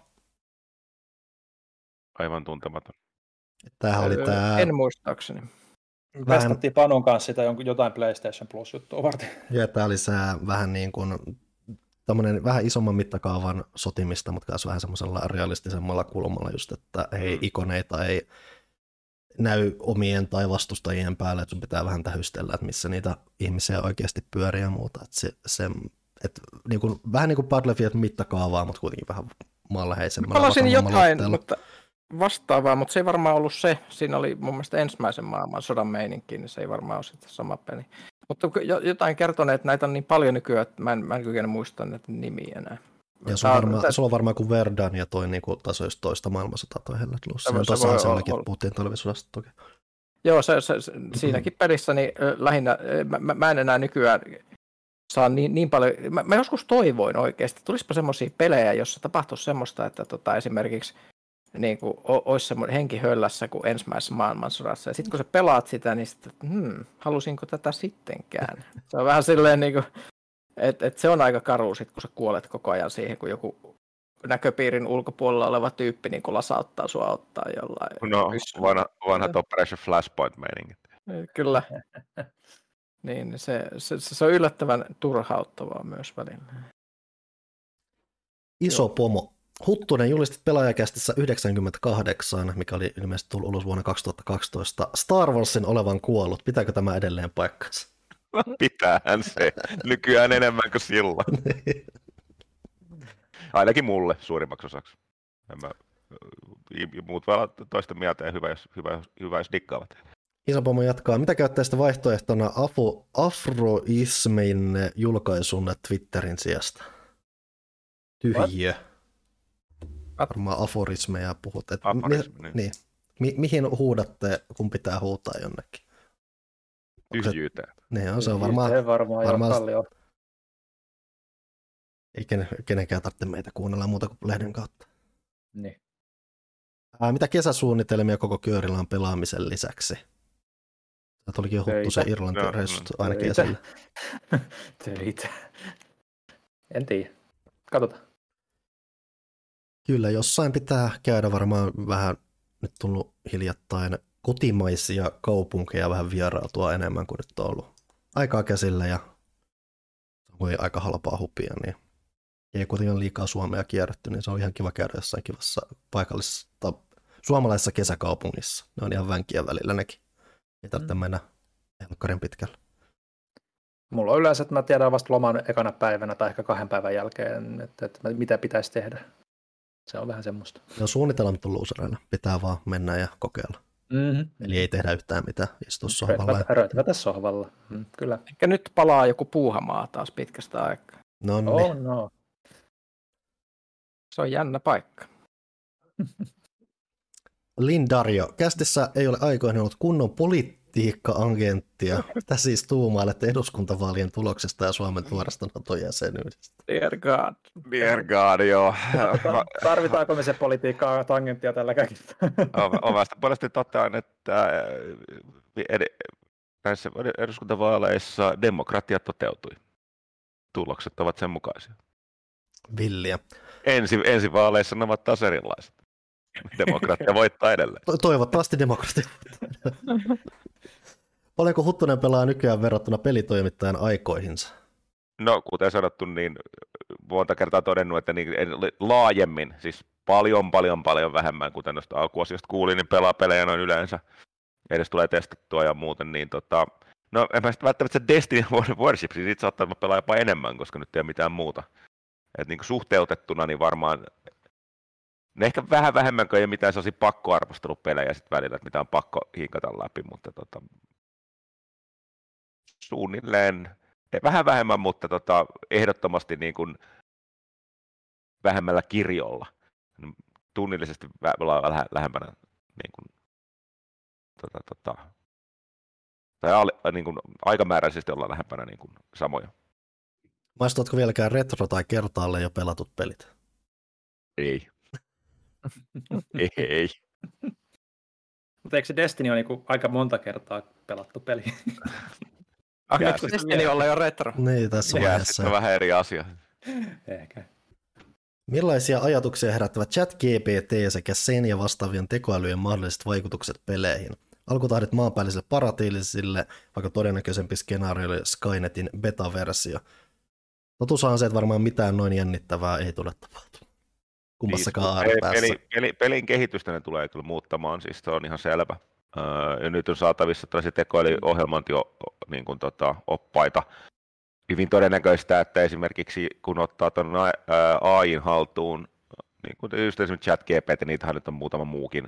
[SPEAKER 4] Aivan tuntematon.
[SPEAKER 1] Tämähän oli tämä...
[SPEAKER 3] En muistaakseni.
[SPEAKER 2] Testattiin Panun kanssa sitä jotain PlayStation Plus-juttua varten.
[SPEAKER 1] Ja tämä oli se vähän niin kuin tämmöinen vähän isomman mittakaavan sotimista, mutta myös vähän semmoisella realistisemmalla kulmalla just, että ikoneita ei näy omien tai vastustajien päälle, että sun pitää vähän tähystellä, että missä niitä ihmisiä oikeasti pyörii ja muuta. Niin kuin, vähän niin kuin Battlefield mittakaavaa, mutta kuitenkin vähän maanläheisemmällä.
[SPEAKER 3] Palasin jotain mutta vastaavaa, mutta se ei varmaan ollut se. Siinä oli mun mielestä ensimmäisen maailmansodan meininki, niin se ei varmaan ole sitten sama peli. Mutta jotain kertoneet, näitä on niin paljon nykyään, että mä en kykene muistaa näitä nimiä enää.
[SPEAKER 1] Ja se on varmaan kuin Verdan ja toi niin taso just toista maailmansotaa toi Hell Let Loose. Se on tosiaan sellainen, että puhuttiin talvisodasta toki.
[SPEAKER 3] Joo, siinäkin pelissä niin lähinnä, mä en enää nykyään saa niin paljon, mä joskus toivoin oikeasti, tulispa semmoisia pelejä, jossa tapahtuisi semmoista, että esimerkiksi niin kuin, olisi semmoinen henki höllässä kuin ensimmäisessä maailmansodassa, ja sitten kun sä pelaat sitä, niin sitten, halusinko tätä sittenkään? Se on vähän silleen, niin kuin, että se on aika karu sit, kun sä kuolet koko ajan siihen, kun joku näköpiirin ulkopuolella oleva tyyppi niin kun lasauttaa sua ottaa jollain.
[SPEAKER 4] No, vanhat Operation Flashpoint-meiningit.
[SPEAKER 3] Kyllä. Niin, se on yllättävän turhauttavaa myös välillä.
[SPEAKER 1] Iso pomo. Huttunen julistit pelaajakästissä 98, mikä oli ilmeisesti tullut ulos vuonna 2012, Star Warsin olevan kuollut. Pitääkö tämä edelleen paikkansa?
[SPEAKER 4] Pitäähän se. Nykyään enemmän kuin silloin. Ainakin mulle suurimmaksi osaksi. Muut voi olla toista mieltä ja hyvä jos dikkaavat.
[SPEAKER 1] Isopomo jatkaa. Mitä käyttäisitte vaihtoehtona afroismin julkaisun Twitterin sijasta? Tyhjiö. Varmaan aforismeja puhut. Niin. Mihin huudatte, kun pitää huutaa jonnekin?
[SPEAKER 4] Tyhjyyteen.
[SPEAKER 1] Niin, se on varmaan ei kenenkään tarvitse meitä kuunnella muuta kuin lehden kautta.
[SPEAKER 2] Niin.
[SPEAKER 1] Mitä kesäsuunnitelmia koko Köörillä on pelaamisen lisäksi? Tulikin jo huttu se Irlanti-reissut ainakin esille.
[SPEAKER 2] Töitä. En tiedä. Katsotaan.
[SPEAKER 1] Kyllä, jossain pitää käydä varmaan vähän, nyt tullut hiljattain kotimaisia kaupunkeja vähän vierailtua enemmän kuin nyt on ollut aikaa käsillä ja voi aika halpaa hupia, niin ei kuitenkaan liikaa Suomea kierretty, niin se on ihan kiva käydä jossain kivassa paikallisessa suomalaisessa kesäkaupungissa. Ne on ihan vänkiä välillä nekin. Ei tarvitse mennä helkkarin pitkällä.
[SPEAKER 2] Mulla on yleensä, että mä tiedän vasta loman ekana päivänä tai ehkä 2 päivän jälkeen, että mitä pitäisi tehdä. Se on vähän semmoista.
[SPEAKER 1] Ne on suunnitelmat on luusereilla. Pitää vaan mennä ja kokeilla.
[SPEAKER 2] Mm-hmm.
[SPEAKER 1] Eli ei tehdä yhtään mitään, istua sohvalla.
[SPEAKER 2] Röytävätä sohvalla, kyllä.
[SPEAKER 3] Ehkä nyt palaa joku Puuhamaa taas pitkästä aikaa.
[SPEAKER 2] No.
[SPEAKER 3] Se on jännä paikka.
[SPEAKER 1] Lindario, kästissä ei ole aikoihin ollut kunnon politiikka-agenttia. Mitä siis tuumailette eduskuntavaalien tuloksesta ja Suomen tuoresta NATO-jäsenyydestä?
[SPEAKER 3] Dear
[SPEAKER 4] God, joo.
[SPEAKER 2] Tarvitaanko me se politiikka-agenttia tällä käkistä?
[SPEAKER 4] Omasta puolestani totean, että näissä eduskuntavaaleissa demokratia toteutui. Tulokset ovat sen mukaisia.
[SPEAKER 1] Villiä.
[SPEAKER 4] Ensi vaaleissa ne ovat taas erilaiset. Demokratia voittaa edelleen.
[SPEAKER 1] Toivottavasti demokratia. Paljonko Huttunen pelaa nykyään verrattuna pelitoimittajan aikoihinsa?
[SPEAKER 4] No, kuten sanottu, niin monta kertaa todennut, että niin laajemmin, siis paljon vähemmän, kuten noista alkuasioista kuulin, niin pelaa pelejä noin yleensä. Edes tulee testattua ja muuten, niin no en mä sitten välttämättä se Destiny Warships, niin siitä saattaa pelaa jopa enemmän, koska nyt ei ole mitään muuta. Että niin suhteutettuna, niin varmaan ne ehkä vähän vähemmän, kun ei ole mitään sellaisia pakkoarvostelupelejä sitten välillä, että mitä on pakko hinkata läpi, mutta suunnilleen, vähän vähemmän, mutta ehdottomasti niin kuin vähemmällä kirjolla. Tunnillisesti ollaan lähempänä niin kuin, tai niin kuin aikamääräisesti ollaan lähempänä niin kuin samoja.
[SPEAKER 1] Maistuvatko vieläkään retro- tai kertaalle jo pelatut pelit?
[SPEAKER 4] Ei. Ei.
[SPEAKER 2] Mutta eikö se Destiny ole niinku aika monta kertaa pelattu peli?
[SPEAKER 3] Nyt Destiny olla jo retro.
[SPEAKER 1] Niin, tässä vaiheessa.
[SPEAKER 4] On vähän eri asia.
[SPEAKER 2] Ehkä.
[SPEAKER 1] Millaisia ajatuksia herättävät ChatGPT sekä sen ja vastaavien tekoälyjen mahdolliset vaikutukset peleihin? Alkutahdit maanpäällisille paratiilisille, vaikka todennäköisempi skenaarioille Skynetin beta-versio. Totuushan on se, että varmaan mitään noin jännittävää ei tule tapahtumaan. Kummassakaan ääripäässä.
[SPEAKER 4] Pelin kehitystä ne tulee kyllä muuttamaan, siis se on ihan selvä. Ja nyt on saatavissa tällaisia tekoälyohjelmointi-niin kuin, oppaita. Hyvin todennäköistä, että esimerkiksi kun ottaa tuon AI:n haltuun, niin kuin just esimerkiksi ChatGPT, niitähän nyt on muutama muukin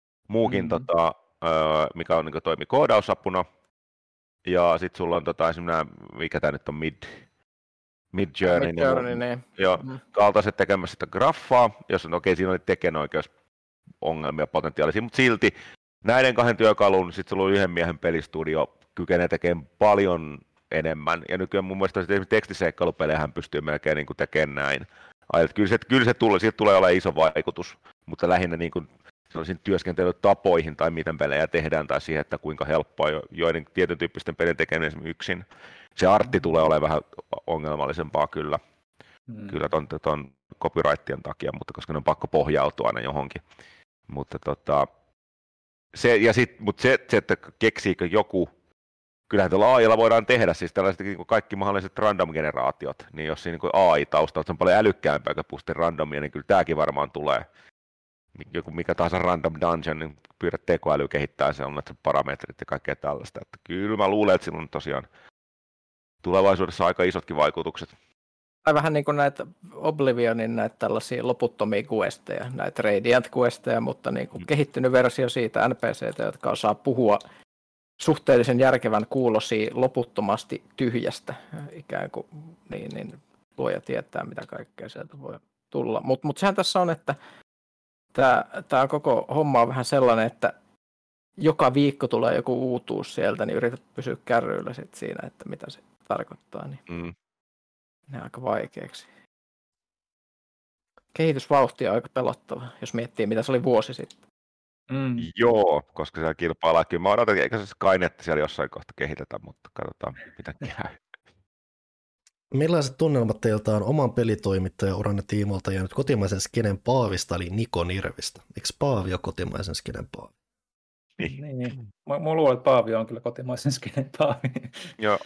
[SPEAKER 4] mikä on, niin toimii koodausapuna. Ja sitten sulla on esimerkiksi mikä tämä nyt on Midjourney,
[SPEAKER 3] niin.
[SPEAKER 4] kaltaiset tekemässä sitä graffaa, jos on siinä oli tekijänoikeusongelmia potentiaalisia, mutta silti näiden 2 työkalun sitten sulla on 1 miehen pelistudio kykenee tekemään paljon enemmän, ja nykyään mun mielestä esimerkiksi tekstiseikkailupelejähän pystyy melkein niin kuin tekemään näin. Kyllä se tulee, siitä tulee olemaan iso vaikutus, mutta lähinnä niin kuin sellaisiin työskentelytapoihin tai miten pelejä tehdään tai siihen, että kuinka helppoa joiden tietyn tyyppisten pelien tekeminen yksin. Se artti tulee olemaan vähän ongelmallisempaa kyllä ton copyrightien takia, mutta koska ne on pakko pohjautua aina johonkin. Mutta se, että keksiikö joku, kyllähän tällä AI:lla voidaan tehdä siis tällaiset niin kuin kaikki mahdolliset random-generaatiot, niin jos siinä niin AI-taustalla on paljon älykkäämpää kuin puhutte randomia, niin kyllä tämäkin varmaan tulee. Joku mikä tahansa random dungeon, niin pyydät tekoäly kehittää se on parametrit ja kaikkea tällaista. Että kyllä mä luulen, että sillä on tosiaan tulevaisuudessa aika isotkin vaikutukset.
[SPEAKER 3] Tai vähän niin kuin näitä Oblivionin näitä tällaisia loputtomia questeja, näitä Radiant questeja, mutta niin kuin kehittynyt versio siitä NPCtä, jotka osaa puhua suhteellisen järkevän kuulosia loputtomasti tyhjästä, ikään kuin niin luoja tietää, mitä kaikkea sieltä voi tulla. Mutta sehän tässä on, että tämä koko homma on vähän sellainen, että joka viikko tulee joku uutuus sieltä, niin yrität pysyä kärryillä sit siinä, että mitä se tarkoittaa. Niin ne on aika vaikeaksi. Kehitysvauhti on aika pelottava, jos miettii, mitä se oli vuosi sitten.
[SPEAKER 4] Joo, koska siellä kilpaillaan. Kyllä mä odotan, eikä se Skynet siellä jossain kohta kehitetä, mutta katsotaan mitä käy.
[SPEAKER 1] Millaiset tunnelmat teiltä on oman pelitoimittajauranne tiimoilta jäänyt kotimaisen skenen paavista, eli Niko Nirvistä? Eikö Paavi ole kotimaisen skenen paavi?
[SPEAKER 2] Niin. Mä luulen, että Paavi on kyllä kotimaisen skenen paavi.
[SPEAKER 4] Joo,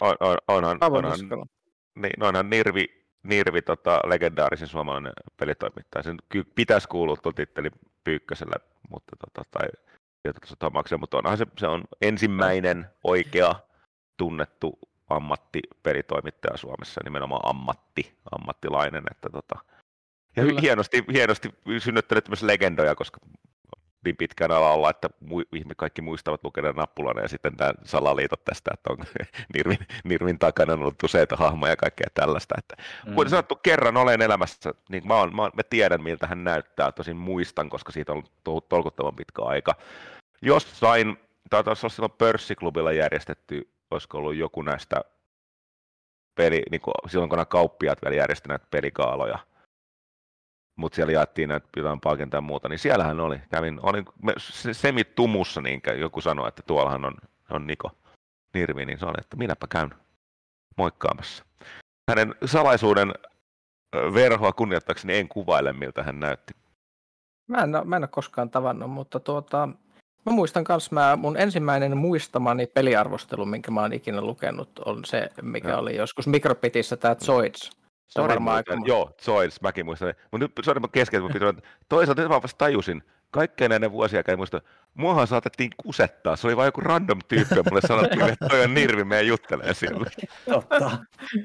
[SPEAKER 4] onhan Nirvi legendaarisen suomalainen pelitoimittaja. Sen pitäisi kuulua tuon tittelin Pyykköselle, mutta mutta onhan se on ensimmäinen oikea tunnettu ammattipelitoimittaja Suomessa, nimenomaan ammattilainen. Ja hienosti synnyttänyt myös legendoja, koska niin pitkään alla, että kaikki muistavat lukeneen nappulana ja sitten tämä salaliitot tästä, että on Nirvin takana on ollut useita hahmoja ja kaikkea tällaista. Kuten sanottu, kerran olen elämässä, niin mä tiedän miltä hän näyttää, tosin muistan, koska siitä on ollut tolkuttoman pitkä aika. Jossain, taisi olla silloin Pörssiklubilla järjestetty, olisiko ollut joku näistä niin silloin kun nämä kauppiaat vielä järjestäneet pelikaaloja, mutta siellä jaettiin näitä jotain palkintoja ja muuta, niin siellähän olin semitumussa, niin joku sanoi, että tuollahan on Niko Nirvi, niin se oli, että minäpä käyn moikkaamassa. Hänen salaisuuden verhoa kunnioittaakseni en kuvaile, miltä hän näytti.
[SPEAKER 3] Mä en ole koskaan tavannut, mutta mä muistan myös, mun ensimmäinen muistamani peliarvostelu, minkä mä oon ikinä lukenut, on se, mikä oli joskus Micropitissä, tämä Zoids.
[SPEAKER 4] Joo, Zoids, mäkin muistan. Mutta nyt mä kesken, toisaalta nyt mä vasta tajusin, kaikkea näiden vuosia aikana muista, muahan saatettiin kusettaa, se oli vain joku random tyyppi, ja mulle sanottiin, että toi on Nirvi, meidän juttelee sille.
[SPEAKER 2] Totta.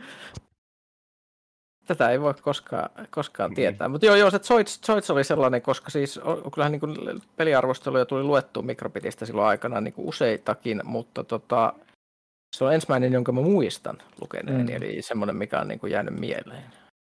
[SPEAKER 3] Tätä ei voi koskaan tietää, mutta joo, se Zoids oli sellainen, koska siis kyllähän niin kuin peliarvosteluja tuli luettua Micropitistä silloin aikana niin kuin useitakin, mutta se on ensimmäinen, jonka mä muistan lukeneeni, eli semmoinen, mikä on niin kuin jäänyt mieleen.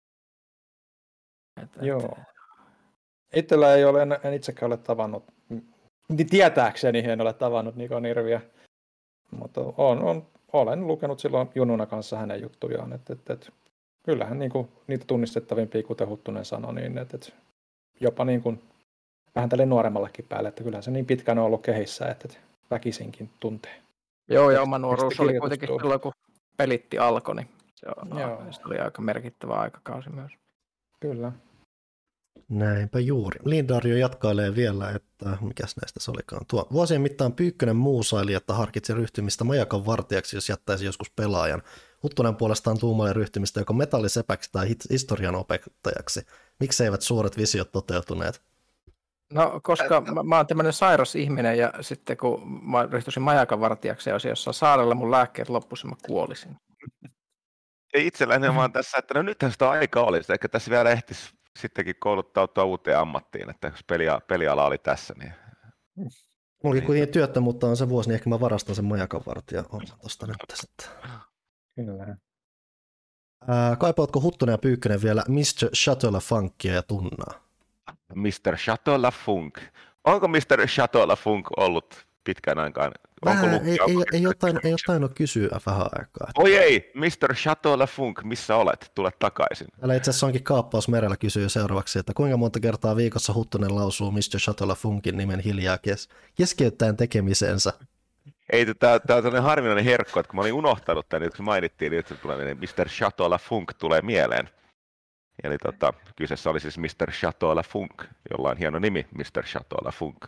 [SPEAKER 2] Joo. Itsellä ei ole, en itsekään ole tavannut, tietääkseni en ole tavannut Niko Nirviä, mutta olen lukenut silloin Jununa kanssa hänen juttujaan, että kyllähän niin kuin, niitä tunnistettavimpia, kuten Huttunen sanoi, niin että jopa niin kuin, vähän tälle nuoremmallekin päälle, että kyllähän se niin pitkään on ollut kehissä, että väkisinkin tuntee.
[SPEAKER 3] Joo, ja oma nuoruus oli kuitenkin silloin, kun pelitti alkoi, niin se oli aika merkittävä aikakausi myös.
[SPEAKER 2] Kyllä.
[SPEAKER 1] Näinpä juuri. Lindario jatkailee vielä, että mikäs näistä se olikaan. Vuosien mittaan Pyykkönen muusaili, että harkitsi ryhtymistä majakan vartijaksi, jos jättäisi joskus pelaajan. Huttunen puolestaan tuumaili ryhtymistä joko metallisepäksi tai historian opettajaksi. Miksi eivät suuret visiot toteutuneet?
[SPEAKER 3] No, koska mä oon tämmöinen sairas ihminen, ja sitten kun mä ryhtyisin majakan vartijaksi, ja olisin jossain saarella, mun lääkkeet loppuisin, mä kuolisin.
[SPEAKER 4] Ja itselläni vaan tässä, että no nythän sitä aikaa olisi, eikä tässä vielä ehtisi sittenkin kouluttautua uuteen ammattiin, että jos peliala oli tässä, niin...
[SPEAKER 1] Mullakin kuitenkin työttömyyttä on se vuosi, niin ehkä mä varastan sen majakan vartijan. On tosta nyt tässä.
[SPEAKER 2] Kyllä.
[SPEAKER 1] Kaipaatko Huttunen ja Pyykkönen vielä Mr. Chateau Funkia ja Tunnaa?
[SPEAKER 4] Mr. Chateau Funk. Onko Mr. Chateau Funk ollut pitkään aikaan?
[SPEAKER 1] Ei jotain kysyä vähän aikaa.
[SPEAKER 4] Oi ei, Mr. Chateau Funk, missä olet? Tule takaisin.
[SPEAKER 1] Täällä itse asiassa onkin Kaappaus merellä kysyy seuraavaksi, että kuinka monta kertaa viikossa Huttunen lausuu Mr. Chateau Funkin nimen hiljaa keskeyttäen tekemisensä?
[SPEAKER 4] Ei, tämä on sellainen harvinainen herkko, että kun mä olin unohtanut tämän, kun mainittiin, niin että tulee Mr. Chateau Funk tulee mieleen. Eli kyseessä oli siis Mr. Chateau Funk, jolla on hieno nimi, Mr. Chateau Funk.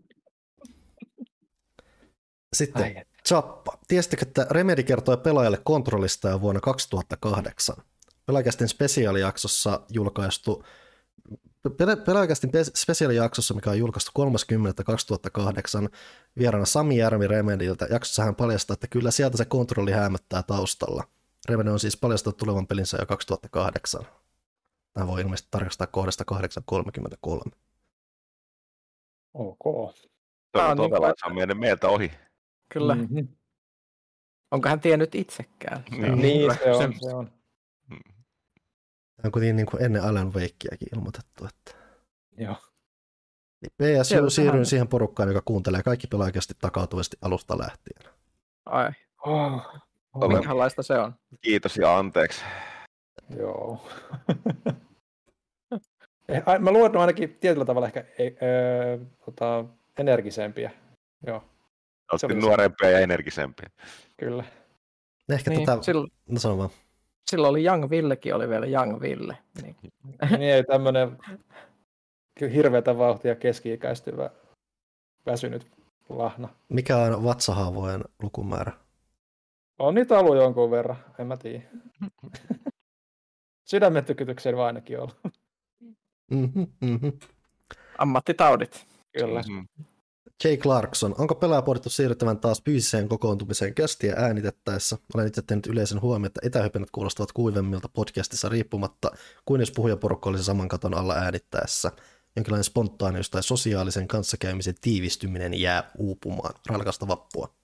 [SPEAKER 1] Sitten Zappa. Tiesittekö, että Remedy kertoi pelaajalle kontrollista jo vuonna 2008? Pelaajakästin spesiaalijaksossa, mikä on julkaistu 30.2008, vieraana Sami Järvi Remedyltä. Jaksossa hän paljastaa, että kyllä sieltä se kontrolli häämöttää taustalla. Remedy on siis paljastanut tulevan pelinsä jo 2008. Tämä voi ilmeisesti tarkastaa kohdasta 8.33.
[SPEAKER 2] Ok.
[SPEAKER 4] Todella, että se on mennyt meiltä ohi.
[SPEAKER 3] Kyllä. Mm-hmm. Onko hän tiennyt itsekään?
[SPEAKER 2] Niin, se on.
[SPEAKER 1] Tämä on kuitenkin niin kuin ennen Alan Wakeäkin ilmoitettu. Että...
[SPEAKER 2] Joo.
[SPEAKER 1] PSU siirryin siihen porukkaan, joka kuuntelee kaikki pelaajakästi takautuvasti alusta lähtien.
[SPEAKER 3] Ai. Minkälaista se on?
[SPEAKER 4] Kiitos ja anteeksi.
[SPEAKER 2] Joo. Mä luulen ainakin tietyllä tavalla ehkä energisempiä. Joo.
[SPEAKER 4] Oltiin nuorempia ja energisempiä.
[SPEAKER 2] Kyllä.
[SPEAKER 1] Ehkä
[SPEAKER 3] niin,
[SPEAKER 1] no sano vaan.
[SPEAKER 3] Silloin oli Young Villekin, oli vielä Young Ville. Niin,
[SPEAKER 2] niin ei tämmöinen hirveätä vauhtia keski-ikäistyvä väsynyt lahna.
[SPEAKER 1] Mikä on vatsahaavojen lukumäärä?
[SPEAKER 2] On niitä ollut jonkun verran, en mä tiedä. Sydämen tykytykseen vaan ainakin ollut.
[SPEAKER 3] Ammattitaudit.
[SPEAKER 2] Kyllä.
[SPEAKER 1] Jay Clarkson, onko pelaaja pohdittu siirryttävän taas fyysiseen kokoontumiseen kästiä äänitettäessä? Olen itse tehnyt yleisen huomioon, että etähypennät kuulostavat kuivemmilta podcastissa riippumatta, kuin jos puhujaporukka olisi saman katon alla äänittäessä. Jonkinlainen spontaanius tai sosiaalisen kanssakäymisen tiivistyminen jää uupumaan. Ralkasta vappua.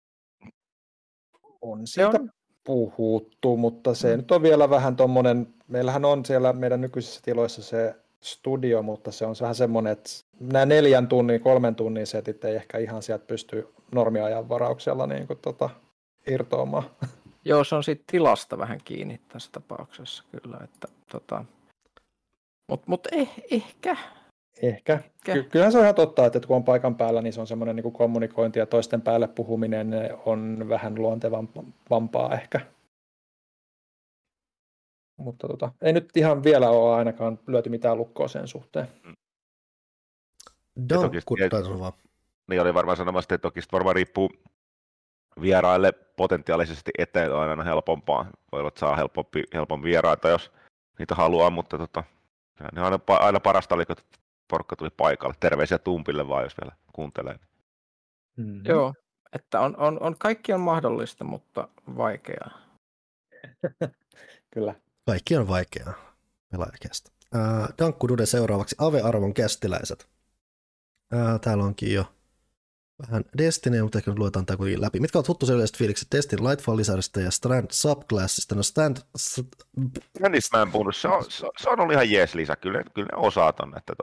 [SPEAKER 2] On siitä puhuttu, mutta se nyt on vielä vähän tommonen, meillähän on siellä meidän nykyisissä tiloissa se studio, mutta se on vähän semmoinen, että nämä 4 tunnin, 3 tunnin setit ei ehkä ihan sieltä pysty normiajan varauksella niin kuin irtoamaan.
[SPEAKER 3] Joo, se on siitä tilasta vähän kiinni tässä tapauksessa kyllä, että mutta ehkä.
[SPEAKER 2] Kyllähän se on ihan totta, että kun on paikan päällä, niin se on semmoinen niin kuin kommunikointi ja toisten päälle puhuminen on vähän luontevampaa ehkä. Mutta ei nyt ihan vielä ole ainakaan lyöty mitään lukkoa sen suhteen.
[SPEAKER 4] Niin oli varmaan sanomassa, että toki varmaan riippuu vieraille potentiaalisesti eteen on aina helpompaa. Voivat saa helpompi vieraita, jos niitä haluaa, mutta ne on aina parasta oli, kun porukka tuli paikalle. Terveisiä Tumpille vaan, jos vielä kuuntelee.
[SPEAKER 3] Joo, että kaikki on mahdollista, mutta vaikeaa.
[SPEAKER 2] Kyllä.
[SPEAKER 1] Kaikki on vaikeaa. Pelaajakästä. Dankku Dude seuraavaksi. Ave-arvon kästiläiset. Täällä onkin jo vähän Destiny, mutta ehkä nyt luetaan tämä kuitenkin läpi. Mitkä ovat huttusen fiilikset Destiny Lightfall-lisärystä ja Strand Subclassista? No
[SPEAKER 4] Strandista mä en puhunut. Se on ollut ihan jees lisä. Kyllä ne osaa ton, että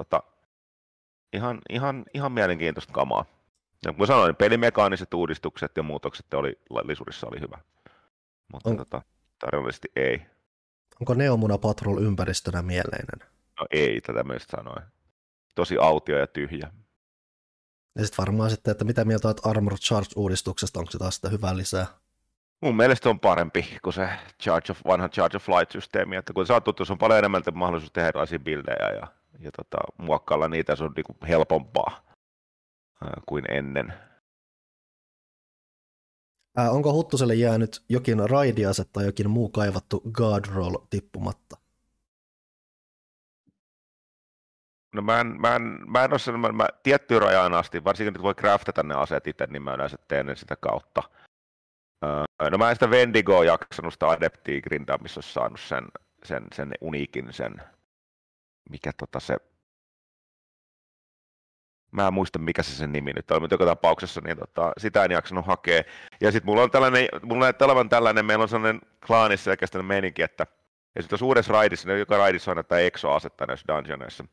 [SPEAKER 4] ihan mielenkiintoista kamaa. Ja kun sanoin, pelimekaaniset uudistukset ja muutokset lisurissa oli hyvä. Mutta tarjollisesti ei.
[SPEAKER 1] Onko Neomuna Patrol ympäristönä mieleinen?
[SPEAKER 4] No ei, tätä myös sanoin. Tosi autio ja tyhjä.
[SPEAKER 1] Ja sitten varmaan sitten, että mitä mieltä olet Armored Charge-uudistuksesta, onko se taas sitä hyvää lisää?
[SPEAKER 4] Mun mielestä on parempi kuin se vanha Charge of Flight-systeemi, että kun se on tuttu, se on paljon enemmän mahdollisuus tehdä erilaisia bildejä ja muokkailla niitä, se on niinku helpompaa kuin ennen.
[SPEAKER 1] Onko Huttuselle jäänyt jokin raidiase tai jokin muu kaivattu guard roll tippumatta?
[SPEAKER 4] No mä en ole sellainen, tiettyyn rajaan asti, varsinkin nyt voi craftata ne aseet itse, niin mä yleensä teen ne sitä kautta. No mä en sitä Wendigoa jaksanut sitä adeptia grindaa, missä olisi saanut sen uniikin, mikä se, mä en muista mikä se sen nimi nyt oli, mutta joka tapauksessa niin sitä en jaksanut hakea. Ja sitten mulla näyttää olevan tällainen, meillä on sellainen klaanissa selkeästi meininki, että jos uudessa raidissa, niin joka raidissa on näitä exo-asetta näissä dungeoneissa.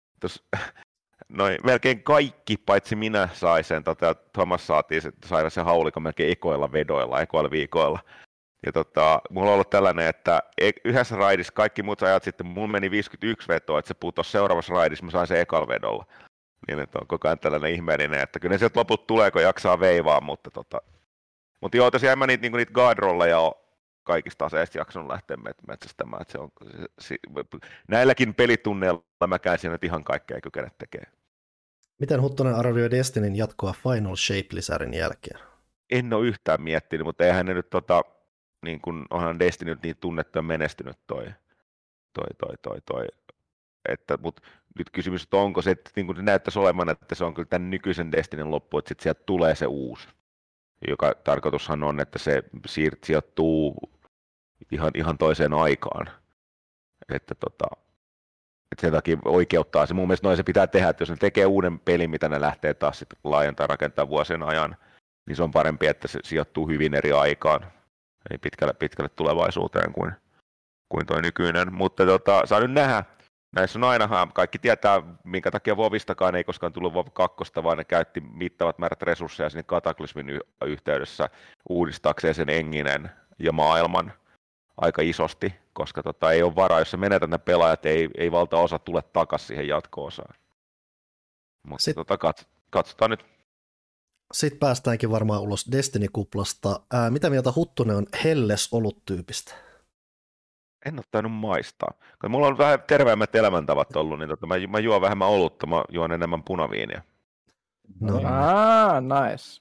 [SPEAKER 4] Noin melkein kaikki, paitsi minä sai sen, Thomas sai sen haulikon melkein ekoilla viikoilla. Ja mulla on ollut tällainen, että yhdessä raidissa kaikki muut ajat sitten, mulla meni 51 vetoa, että se putosi seuraavassa raidissa, mä sain sen ekalla vedolla. Niin, että on koko ajan tällainen ihmeellinen, että kyllä ne sieltä loput tulee, kun jaksaa veivaa, mutta joo, tosiaan en mä niitä guard-rolleja ole kaikista aseista jaksanut lähteä metsästämään, että näilläkin pelitunneilla mä käyn siinä nyt ihan kaikkea kykene tekemään.
[SPEAKER 1] Miten Huttunen arvioi Destinyn jatkoa Final Shape-lisärin jälkeen?
[SPEAKER 4] En ole yhtään miettinyt, mutta eihän ne nyt niin kuin onhan Destiny nyt niin tunnettu ja menestynyt toi. Mutta nyt kysymys, että onko se, että niin kuin näyttäisi olevan, että se on kyllä tämän nykyisen Destinyn loppu, että sitten sieltä tulee se uusi, joka tarkoitushan on, että se sijoittuu ihan toiseen aikaan. Että sen takia oikeuttaa se. Mun mielestä noin se pitää tehdä, että jos ne tekee uuden pelin, mitä ne lähtee taas sitten laajentaa rakentaa vuosien ajan, niin se on parempi, että se sijoittuu hyvin eri aikaan, eli pitkälle tulevaisuuteen kuin toi nykyinen. Mutta saa nyt nähdä. Näissä on aina, kaikki tietää, minkä takia WoWistakaan ei koskaan tullut WoW 2, vaan ne käytti mittavat määrät resursseja sinne Kataklysmin yhteydessä uudistaakseen sen enginen ja maailman aika isosti, koska ei ole varaa, jos sä menetät ne pelaajat, ei valtaosa tule takaisin siihen jatko-osaan. Mutta katsotaan nyt.
[SPEAKER 1] Sitten päästäänkin varmaan ulos Destiny-kuplasta. Mitä mieltä Huttunen on Helles-oluttyypistä?
[SPEAKER 4] En ole tainnut maistaa. Kun mulla on vähän terveemmät elämäntavat ollut, niin mä juon vähemmän olutta, mä juon enemmän punaviiniä.
[SPEAKER 1] No.
[SPEAKER 3] Nice.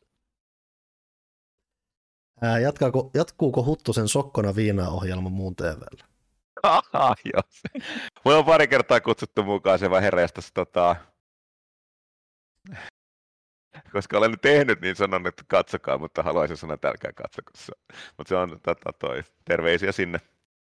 [SPEAKER 1] Jatkuuko Huttusen Sokkona viinaa-ohjelma muun TV:llä?
[SPEAKER 4] Joo. Mulla on pari kertaa kutsuttu mukaan se vaan herreistas, koska olen tehnyt, niin sanon, että katsokaa, mutta haluaisin sanoa, että älkää katsoko. Mutta se on terveisiä sinne.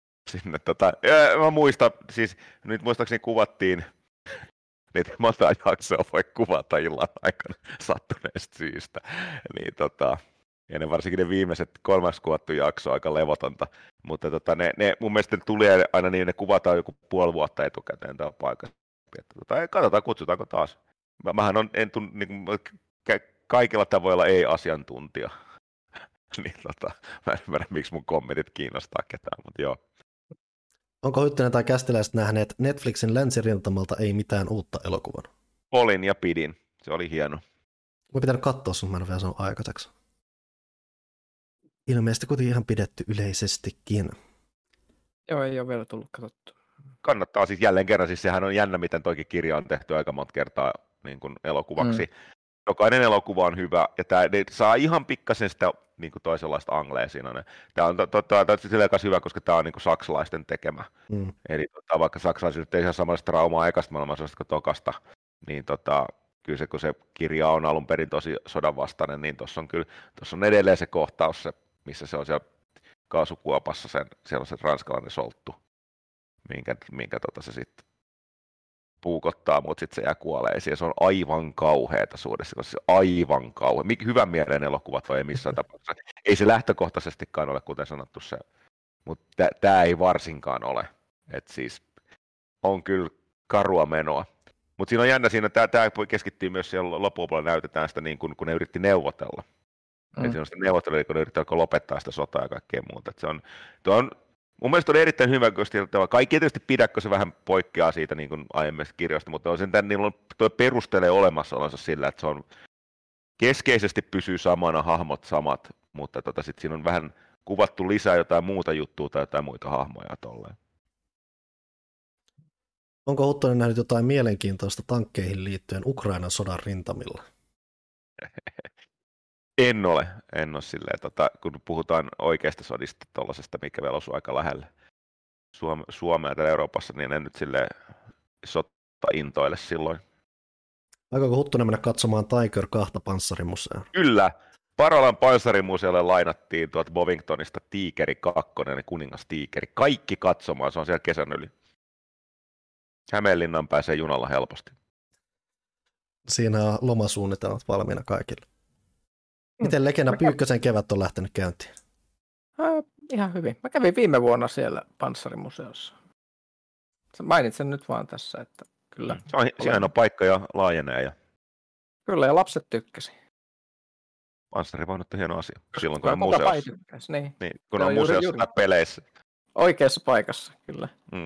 [SPEAKER 4] Mä muistan, siis nyt muistaakseni kuvattiin, niitä monta jaksoa voi kuvata illan aikana sattuneesta syystä. Niin ja ne varsinkin ne viimeiset 3 kuvattu jakso aika levotonta, mutta ne mun mielestä tulee aina niin, ne kuvataan joku puoli vuotta etukäteen tämä paikka. Katsotaan, kutsutaanko taas. Mähän on niin kaikilla tavoilla ei-asiantuntija. Niin mä en ymmärrä, miksi mun kommentit kiinnostaa ketään, mutta joo.
[SPEAKER 1] Onko Hyttönen tai kästiläiset nähneet Netflixin länsirintamalta ei mitään uutta elokuvan?
[SPEAKER 4] Olin ja pidin. Se oli hieno.
[SPEAKER 1] Mä pitänyt katsoa sun, mä en ole vielä sanonut aikaiseksi. Ilmeisesti kuitenkin ihan pidetty yleisestikin.
[SPEAKER 3] Joo, ei ole vielä tullut katsottu.
[SPEAKER 4] Kannattaa siis jälleen kerran, siis sehän on jännä, miten toikin kirja on tehty aika monta kertaa niin kuin elokuvaksi. Jokainen elokuva on hyvä, ja tämä saa ihan pikkasen sitä niin kuin toisenlaista anglea siinä. Tämä on silleen kanssa hyvä, koska tämä on niin kuin saksalaisten tekemä. Eli vaikka saksalaiset ei ihan samanlaista traumaa ekasta maailmansodasta kuin tokasta, niin kyllä se, kun se kirja on alun perin tosi sodanvastainen, niin tuossa on edelleen se kohtaus, missä se on siellä kaasukuopassa, siellä on se ranskalainen solttu, minkä se sitten puukottaa, mutta sitten se jää kuoleisiin. Se on aivan kauheata suudessa, koska se on aivan kauhea. Hyvän mielen elokuvat vai ei missään tapauksessa. Ei se lähtökohtaisestikaan ole, kuten sanottu se, mutta tämä ei varsinkaan ole. Et siis on kyllä karua menoa. Mutta siinä on jännä, tämä keskittyy myös siellä loppupuolella näytetään sitä, niin kun ne yritti neuvotella. Et siinä on sitä neuvottelua, kun ne yritti lopettaa sitä sotaa ja kaikkea muuta. Tuo on mun mielestä oli erittäin hyvä, koska kaikki tietysti pidä, kun se vähän poikkeaa siitä niin kuin aiemmista kirjoista, mutta tuo perustelee olemassaolonsa sillä, että se on keskeisesti pysyy samana, hahmot samat, mutta sitten siinä on vähän kuvattu lisää jotain muuta juttua tai jotain muita hahmoja tolleen.
[SPEAKER 1] Onko Huttonen nähnyt jotain mielenkiintoista tankkeihin liittyen Ukrainan sodan rintamilla?
[SPEAKER 4] En ole silleen, kun puhutaan oikeasta sodista tuollaisesta, mikä vielä osuu aika lähelle Suomea täällä Euroopassa, niin en nyt silleen sota intoile silloin.
[SPEAKER 1] Aikooko Huttunen mennä katsomaan Tiger 2 panssarimuseoon?
[SPEAKER 4] Kyllä. Parolan panssarimuseolle lainattiin tuolta Bovingtonista Tiikeri 2, kuningas Tiikeri. Kaikki katsomaan, se on siellä kesän yli. Hämeenlinnan pääsee junalla helposti.
[SPEAKER 1] Siinä on lomasuunnitelmat valmiina kaikille. Miten Legenda Pyykkösen kevät on lähtenyt käyntiin?
[SPEAKER 3] Ihan hyvin. Mä kävin viime vuonna siellä panssarimuseossa. Mainitsen nyt vaan tässä, että kyllä.
[SPEAKER 4] Se on hieno paikka ja laajenee. Ja...
[SPEAKER 3] Kyllä, ja lapset tykkäsi.
[SPEAKER 4] Panssarivaunut on hieno asia. Silloin kun on museossa.
[SPEAKER 3] Niin,
[SPEAKER 4] kun on museossa tai peleissä.
[SPEAKER 3] Oikeassa paikassa, kyllä.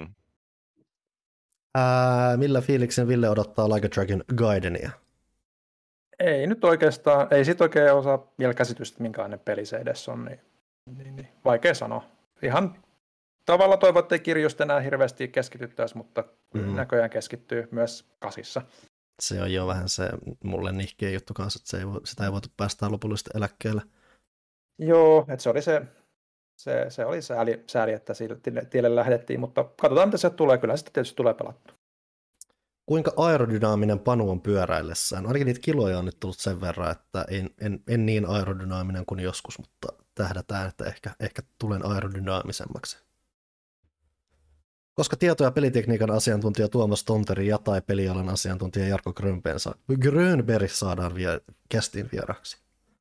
[SPEAKER 1] Millä fiiliksen Ville odottaa Like a Dragon Gaidenia?
[SPEAKER 2] Ei nyt oikeastaan, ei sit oikein osaa vielä käsitystä, minkälainen peli se edes on, niin vaikea sanoa. Ihan tavalla toivon, ettei kirjoista enää hirveästi keskityttäisi, mutta näköjään keskittyy myös kasissa.
[SPEAKER 1] Se on jo vähän se mulle nihkeä juttu kanssa, että sitä ei voitu päästää lopullisesti eläkkeelle.
[SPEAKER 2] Joo, että se oli sääli, että sille tielle lähdettiin, mutta katsotaan mitä se tulee, kyllä sitten tietysti tulee pelattua.
[SPEAKER 1] Kuinka aerodynaaminen Panu on pyöräillessään? Ainakin niitä kiloja on nyt tullut sen verran, että en niin aerodynaaminen kuin joskus, mutta tähdätään, että ehkä tulen aerodynaamisemmaksi. Koska tieto- ja pelitekniikan asiantuntija Tuomas Tonteri ja tai pelialan asiantuntija Jarkko Grönberg saadaan kästiin vieraksi.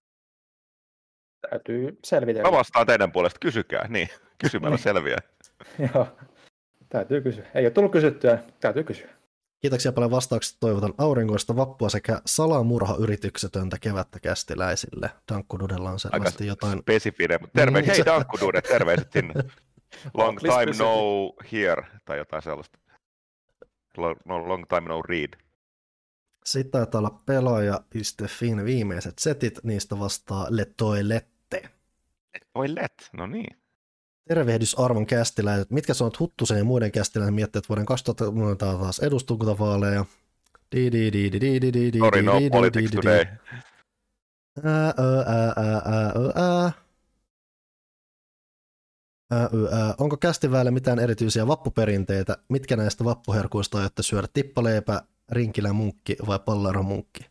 [SPEAKER 2] Täytyy selvitellä.
[SPEAKER 4] Mä vastaan teidän puolesta, kysykää. Niin, kysymällä selviää.
[SPEAKER 2] Joo, täytyy kysyä. Ei ole tullut kysyttyä, täytyy kysyä.
[SPEAKER 1] Kiitoksia paljon vastauksista. Toivotan aurinkoista vappua sekä salamurhayrityksetöntä kevättä kästiläisille. Dankkududella on selvästi jotain...
[SPEAKER 4] Spesifinen, mutta hei Dankkudude, terveiset sinne. Long time no here, tai jotain sellaista. Long time no read.
[SPEAKER 1] Sitten taitaa olla pelaaja.fin viimeiset setit, niistä vastaa Le Toilette.
[SPEAKER 4] Toilet, no niin.
[SPEAKER 1] Tervehdys arvon kästiläiset. Mitkä sä oot Huttusen ja muiden kästiläisen mietteet vuoden 2000 taas eduskuntavaaleja?
[SPEAKER 4] Sorry, no politics today.
[SPEAKER 1] Onko kästiväelle mitään erityisiä vappuperinteitä? Mitkä näistä vappuherkuista aiotte syödä? Tippaleipä, rinkilä-munkki vai pallaro-munkki?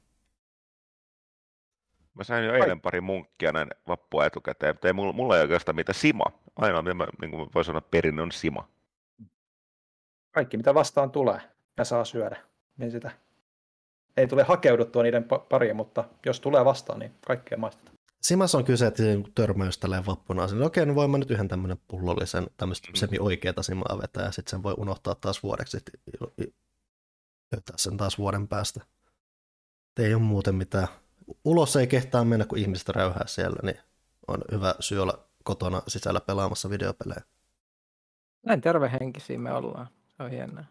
[SPEAKER 4] Mä sain jo eilen pari munkkia näin vappua etukäteen, mutta ei mulla ei oikeastaan mitään sima. Ainoa, mitä mä niin voi sanoa, perinne on sima.
[SPEAKER 2] Kaikki, mitä vastaan tulee, ja saa syödä. Niin sitä ei tule hakeuduttua niiden pariin, mutta jos tulee vastaan, niin kaikkea maistetaan.
[SPEAKER 1] Simas on kyse, että törmäys tälleen vappuna. Okei, niin voin mä nyt yhden tämmönen pullollisen, tämmöistä semi-oikeata simaa vetää, ja sitten sen voi unohtaa taas vuodeksi, löytää sen taas vuoden päästä. Ei ole muuten mitään. Ulos ei kehtaa mennä, kun ihmiset räyhää siellä, niin on hyvä syy olla kotona sisällä pelaamassa videopelejä.
[SPEAKER 3] Näin tervehenkisiä me ollaan. Se on hienoa.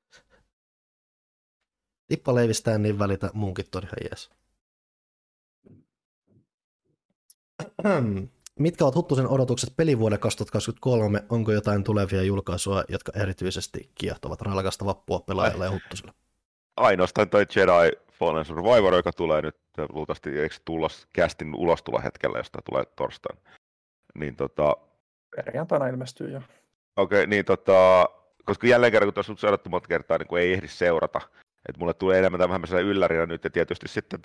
[SPEAKER 1] Tippaleivistä en niin välitä, munkit on ihan jees. Mitkä ovat Huttusen odotukset pelivuodelle 2023? Onko jotain tulevia julkaisuja, jotka erityisesti kiehtovat ralkasta vappua pelaajalle ja Huttuselle?
[SPEAKER 4] Ainoastaan toi Jedi Fallen Survivor, joka tulee nyt luultavasti, eikö tulla kästin ulostulo hetkellä, josta tulee torstaina. Niin
[SPEAKER 2] Perjantaina ilmestyy jo.
[SPEAKER 4] Okei, niin koska jälleen kerran, kun tuossa on sanottu monta kertaa, niin kun ei ehdi seurata. Että mulle tulee enemmän tai vähemmän sellainen yllärinä nyt, ja tietysti sitten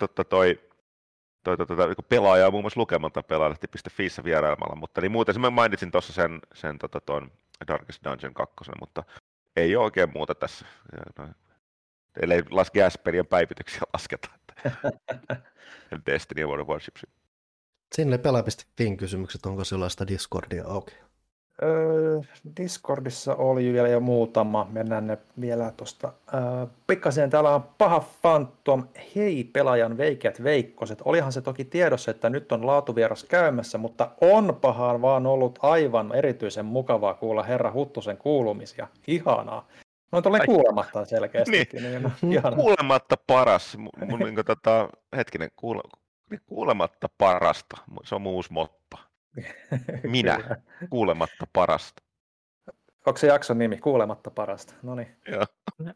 [SPEAKER 4] niin pelaaja on muun muassa lukemalta pelaajalehti.fiissä vierailemalla, mutta niin muuten mä mainitsin tuossa sen Darkest Dungeon 2, mutta ei ole oikein muuta tässä. Ellei laske Asperien päivityksiä lasketa. Destiny ja World of Warships.
[SPEAKER 1] Sinne pelaa.fin kysymykset, onko sellaista Discordia auki?
[SPEAKER 2] Discordissa oli vielä jo muutama. Mennään ne vielä tuosta. Pikkasen täällä on paha Phantom. Hei pelaajan veikeät veikkoset. Olihan se toki tiedossa, että nyt on laatuvieras käymässä, mutta onpahan vaan ollut aivan erityisen mukavaa kuulla herra Huttusen kuulumisia. Ihanaa. No on tolleen kuulematta selkeästikin. Niin,
[SPEAKER 4] kuulematta paras. Hetkinen, kuulematta parasta. Se on mun uusi motto. Minä, kuulematta parasta.
[SPEAKER 2] Onko se jakson nimi, kuulematta parasta? Noniin.
[SPEAKER 4] Joo.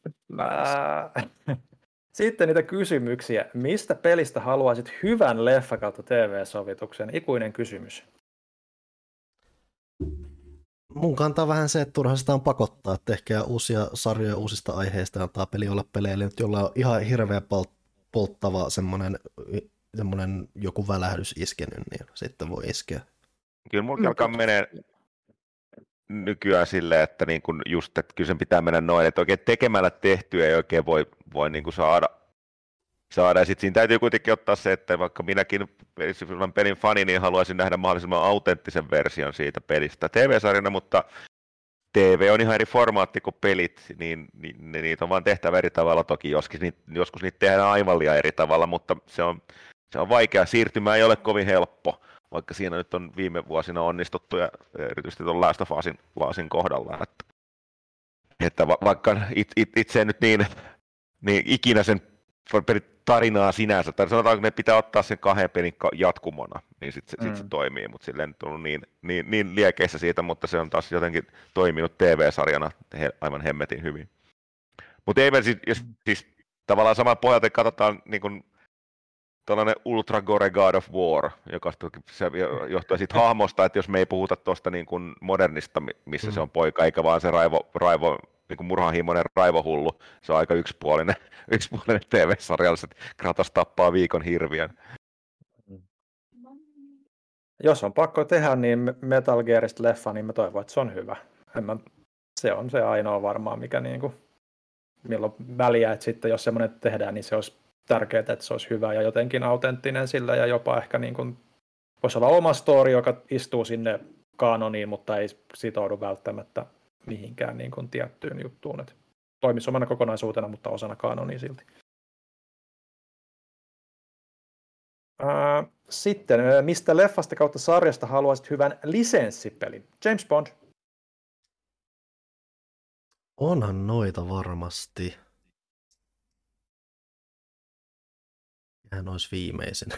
[SPEAKER 2] Sitten niitä kysymyksiä. Mistä pelistä haluaisit hyvän leffa kautta TV-sovituksen? Ikuinen kysymys.
[SPEAKER 1] Mun kantaa vähän se, että turhaan sitä on pakottaa, että ehkä uusia sarjoja uusista aiheista antaa peli olla peleille, nyt jolla on ihan hirveä polttava semmoinen joku välähdys iskenyt, niin sitten voi iskeä.
[SPEAKER 4] Kyllä mulla alkaa menee nykyään silleen, että niin kun just, että kyllä sen pitää mennä noin, että oikein tekemällä tehtyä ei oikein voi niin kuin saada. Ja sitten siinä täytyy kuitenkin ottaa se, että vaikka minäkin pelin fani, niin haluaisin nähdä mahdollisimman autenttisen version siitä pelistä TV-sarjana, mutta TV on ihan eri formaatti kuin pelit, niin niitä on vaan tehtävä eri tavalla toki, joskus niitä tehdään aivan liian eri tavalla, mutta se on vaikea. Siirtymä ei ole kovin helppo, vaikka siinä nyt on viime vuosina onnistuttu ja erityisesti tuon Last of Usin kohdalla. Että vaikka itse nyt niin ikinä sen tarinaa sinänsä, tai sanotaanko, että ne pitää ottaa sen 2 pelin jatkumona, niin sitten se toimii, mutta silleen nyt on niin liekeissä siitä, mutta se on taas jotenkin toiminut TV-sarjana aivan hemmetin hyvin. Mutta ei me siis tavallaan saman pohjalta katsotaan niin kuin tällainen Ultra Gore God of War, joka johtuu siitä hahmosta, että jos me ei puhuta tuosta niin kuin modernista, missä se on poika, eikä vaan se raivo niin kuin murhanhimoinen raivohullu, se on aika yksipuolinen TV-sarjalla, että Kratos tappaa viikon hirviön.
[SPEAKER 2] Jos on pakko tehdä niin Metal Gearista leffa, niin mä toivon, että se on hyvä. Se on se ainoa varmaan, mikä niinku, milloin väliä, että sitten jos semmoinen tehdään, niin se olisi tärkeää, että se olisi hyvä ja jotenkin autenttinen sillä ja jopa ehkä niin kuin, voisi olla oma story, joka istuu sinne kanoniin, mutta ei sitoudu välttämättä mihinkään niin kuin tiettyyn juttuun. Että toimisi omana kokonaisuutena, mutta osana kanonia silti. Sitten, mistä leffasta kautta sarjasta haluaisit hyvän lisenssipelin? James Bond.
[SPEAKER 1] Onhan noita varmasti. Hän olisi viimeisin.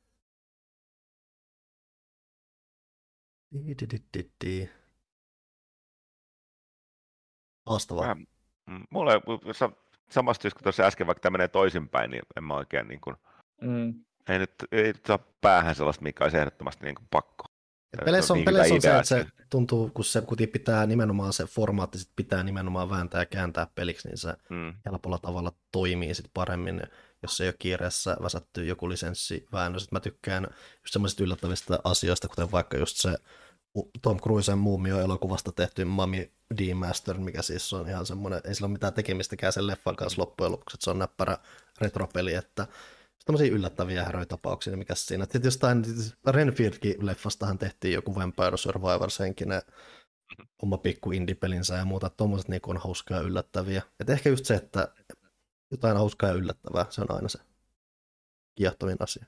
[SPEAKER 1] Haastavaa.
[SPEAKER 4] Mulla samasta syystä kuin tuossa äsken, vaikka tämä menee toisinpäin, niin en mä oikein niin kuin, ei nyt saa päähän sellaista, mikä olisi ehdottomasti niin kuin pakko.
[SPEAKER 1] Peleissä on se, että se tuntuu, kun se pitää nimenomaan se formaatti, sit pitää nimenomaan vääntää ja kääntää peliksi, niin se helpolla tavalla toimii sit paremmin, jos ei ole kiireessä väsätty joku lisenssiväännös. Mä tykkään just semmoisista yllättävistä asioista, kuten vaikka just se Tom Cruisen Muumio-elokuvasta tehty Mummy D-Master, mikä siis on ihan semmoinen, ei sillä ole mitään tekemistäkään sen leffan kanssa loppujen lopuksi, että se on näppärä retropeli, että tämmöisiä yllättäviä häröitapauksia, niin mikä siinä. Sitten jostain Renfieldkin leffastahan tehtiin joku Vampire Survivors-henkinen oma pikku indie-pelinsä ja muuta, että tommoset niin on hauskaa ja yllättäviä. Et ehkä just se, että jotain hauskaa ja yllättävää, se on aina se kiehtovin asia.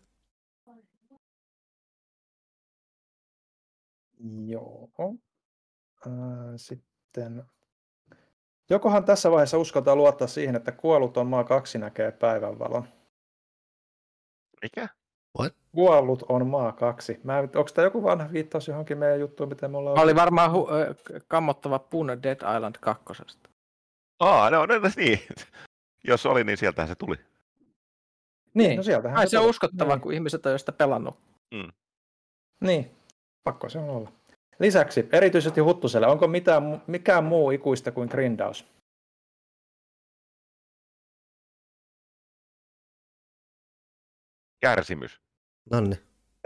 [SPEAKER 2] Joo. Sitten, jokohan tässä vaiheessa uskotaan luottaa siihen, että kuolluton maa 2 näkee päivänvalon?
[SPEAKER 4] Mikä?
[SPEAKER 1] What?
[SPEAKER 2] Kuollut on maa 2. Onko tämä joku vanha viittaus johonkin meidän juttuun, miten me ollaan...
[SPEAKER 3] Oli varmaan kammottava Pune Dead Island 2.
[SPEAKER 4] No niin. Jos oli, niin sieltähän se tuli.
[SPEAKER 2] Niin, no sieltähän
[SPEAKER 3] se on uskottava, niin. Kun ihmiset on jo sitä pelannut.
[SPEAKER 2] Niin, pakko se on olla. Lisäksi, erityisesti Huttuselle, onko mikään muu ikuista kuin grindaus?
[SPEAKER 4] Kärsimys.
[SPEAKER 2] Nonni.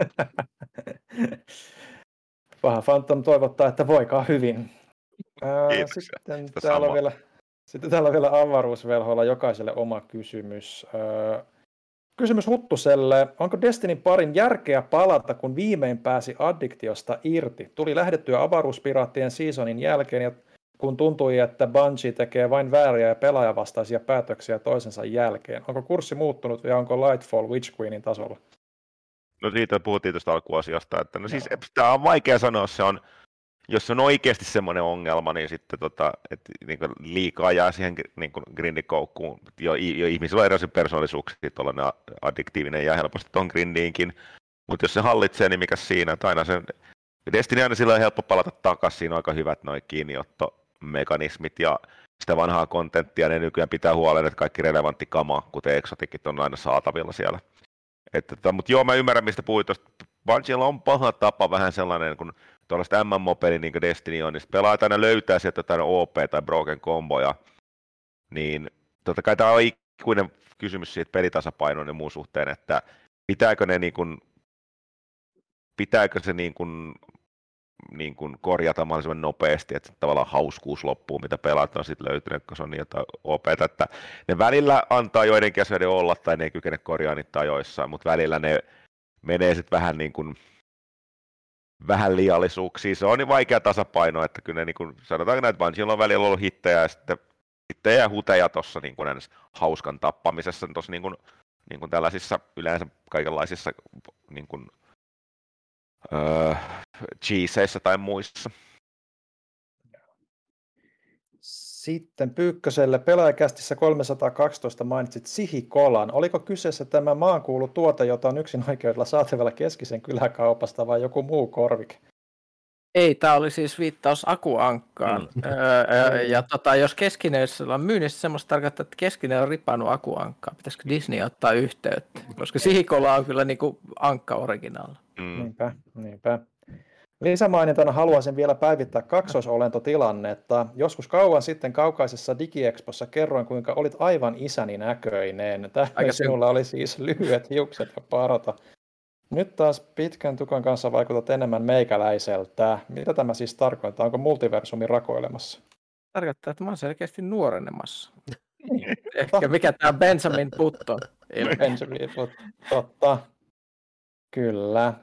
[SPEAKER 2] Paha Phantom toivottaa, että voikaa hyvin. Sitten täällä on vielä avaruusvelhoilla jokaiselle oma kysymys. Kysymys Huttuselle. Onko Destinyn parin järkeä palata, kun viimein pääsi addiktiosta irti? Tuli lähdettyä avaruuspiraattien seasonin jälkeen, ja kun tuntui, että Bungie tekee vain vääriä ja pelaajavastaisia päätöksiä toisensa jälkeen. Onko kurssi muuttunut ja onko Lightfall Witch Queenin tasolla?
[SPEAKER 4] No siitä puhuttiin tuosta alkuasiasta. Että, siis tämä on vaikea sanoa, jos on oikeasti semmoinen ongelma, niin sitten että niin liikaa jää siihen niin grindikoukkuun. Jo ihmisillä on erilaisia persoonallisuuksia, tuollainen addiktiivinen ja helposti tuon grindiinkin. Mutta jos se hallitsee, niin mikä siinä, että aina se Destiny aina sillä on helppo palata takaisin, siinä on aika hyvät noi kiinniottomekanismit ja sitä vanhaa kontenttia, ne nykyään pitää huolen, että kaikki relevantti kama, kuten exotikit, on aina saatavilla siellä. Mutta joo, mä ymmärrän, mistä puhuit tuosta. Bungiella on paha tapa vähän sellainen, kun tuollaista MMO-peli, niin kuin Destiny on, niin pelaajat aina löytää sieltä jotain OP tai broken komboja, niin totta kai tämä on ikuinen kysymys siitä pelitasapainoon ja muun suhteen, että pitääkö se niin kuin korjata mahdollisimman nopeasti, että tavallaan hauskuus loppuu, mitä pelaat on sitten löytynyt, kun se on niin jotain OP:tä, että ne välillä antaa joidenkin asioiden olla tai ne ei kykene korjaamaan niitä ajoissaan, mutta välillä ne menee sitten vähän niin kuin vähän liiallisuuksia. Se on niin vaikea tasapaino, että kyllä ne niin kuin, sanotaan, että Bungiella on välillä ollut hittejä ja sitten hittejä ja huteja tuossa niin kuin hauskan tappamisessa, tuossa niin kuin tällaisissa yleensä kaikenlaisissa niin kuin cheeseissä tai muissa.
[SPEAKER 2] Sitten Pyykköselle pelaajakästissä 312 mainitsit Sihikolan. Oliko kyseessä tämä maankuulu tuote, jota on yksin oikeudella saatavilla Keskisen kyläkaupasta vai joku muu korvike?
[SPEAKER 3] Ei, tämä oli siis viittaus Akuankkaan. Jos Keskineessä on myynnissä semmoista tarkoittaa, että Keskinen on ripannut Akuankkaa. Pitäisikö Disney ottaa yhteyttä? Koska Sihikola on kyllä niinku Ankka originaali.
[SPEAKER 2] Niinpä. Lisämainintana haluaisin vielä päivittää kaksoisolentotilannetta. Joskus kauan sitten kaukaisessa DigiExpossa kerroin, kuinka olit aivan isäni näköinen. Tähän sinulla oli siis lyhyet hiukset ja parta. Nyt taas pitkän tukan kanssa vaikutat enemmän meikäläiseltä. Mitä tämä siis tarkoittaa? Onko multiversumi rakoilemassa?
[SPEAKER 3] Tarkoittaa, että mä oon selkeästi nuorenemassa. Ehkä mikä tämä Benjamin Button.
[SPEAKER 2] Benjamin Button, totta. Kyllä.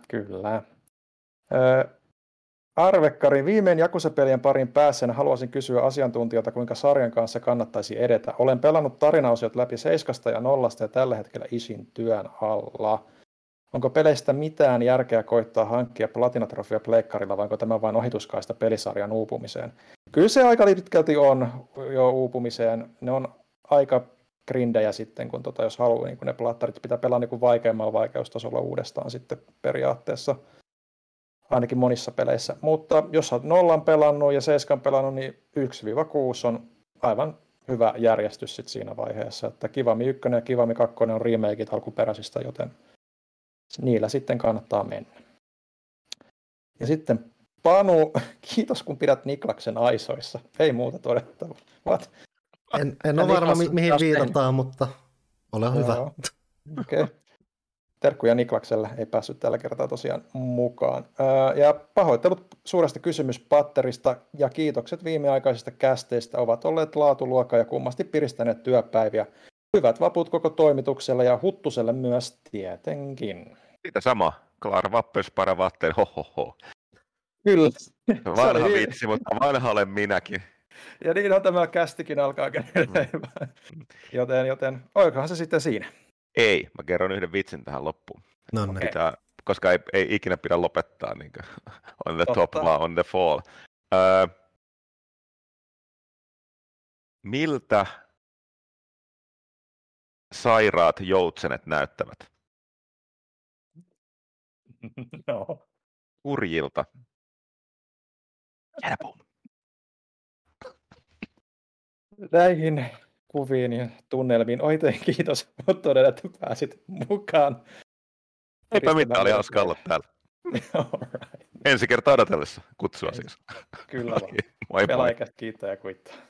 [SPEAKER 2] Arvekkari, viimein Jakusa-pelien parin päässeen haluaisin kysyä asiantuntijoilta, kuinka sarjan kanssa kannattaisi edetä. Olen pelannut tarinaosiot läpi 7 ja 0 ja tällä hetkellä Isin työn alla. Onko peleistä mitään järkeä koittaa hankkia platinatrofia pleikkarilla, vai onko tämä vain ohituskaista pelisarjan uupumiseen? Kyllä se aika pitkälti on jo uupumiseen. Ne on aika grindejä sitten, kun jos haluaa, niin kun ne plattarit pitää pelaa niin vaikeammalla vaikeustasolla uudestaan sitten periaatteessa, ainakin monissa peleissä. Mutta jos olet 0 pelannut ja 7 pelannut, niin 1-6 on aivan hyvä järjestys sit siinä vaiheessa, että Kiwami 1 ja Kiwami 2 on remakeit alkuperäisistä, joten niillä sitten kannattaa mennä. Ja sitten Panu, kiitos kun pidät Niklaksen aisoissa. Ei muuta todettavaa. What?
[SPEAKER 1] En ole varma, mihin viitataan, mutta ole hyvä.
[SPEAKER 2] Okei. Terkkuja Niklakselle, ei päässyt tällä kertaa tosiaan mukaan. Ja pahoittelut suuresta kysymyspatterista ja kiitokset viimeaikaisista kästeistä ovat olleet laatuluokkaa ja kummasti piristäneet työpäiviä. Hyvät vaput koko toimitukselle ja Huttuselle myös tietenkin.
[SPEAKER 4] Siitä sama. Klar Vappers para vatten, hohoho.
[SPEAKER 2] Kyllä.
[SPEAKER 4] Vanha vitsi, mutta vanha olen minäkin.
[SPEAKER 2] Ja niin on tämä kästikin alkaa joten oikohan se sitten siinä.
[SPEAKER 4] Ei, mä kerron yhden vitsin tähän loppuun.
[SPEAKER 1] No niin.
[SPEAKER 4] Koska ei ikinä pidä lopettaa niin on the top, vaan on the fall. Miltä sairaat joutsenet näyttävät?
[SPEAKER 2] No.
[SPEAKER 4] Kurjilta.
[SPEAKER 2] Näihin kuviin ja tunnelmiin oikein kiitos todella, että pääsit mukaan.
[SPEAKER 4] Eipä mitään, oli hauska olla täällä.
[SPEAKER 2] Alright.
[SPEAKER 4] Ensi kertaa odotellessa kutsua siis.
[SPEAKER 2] Kyllä vaan.
[SPEAKER 4] Moi moi.
[SPEAKER 2] Pelaajakästä kiittää ja kuittaa.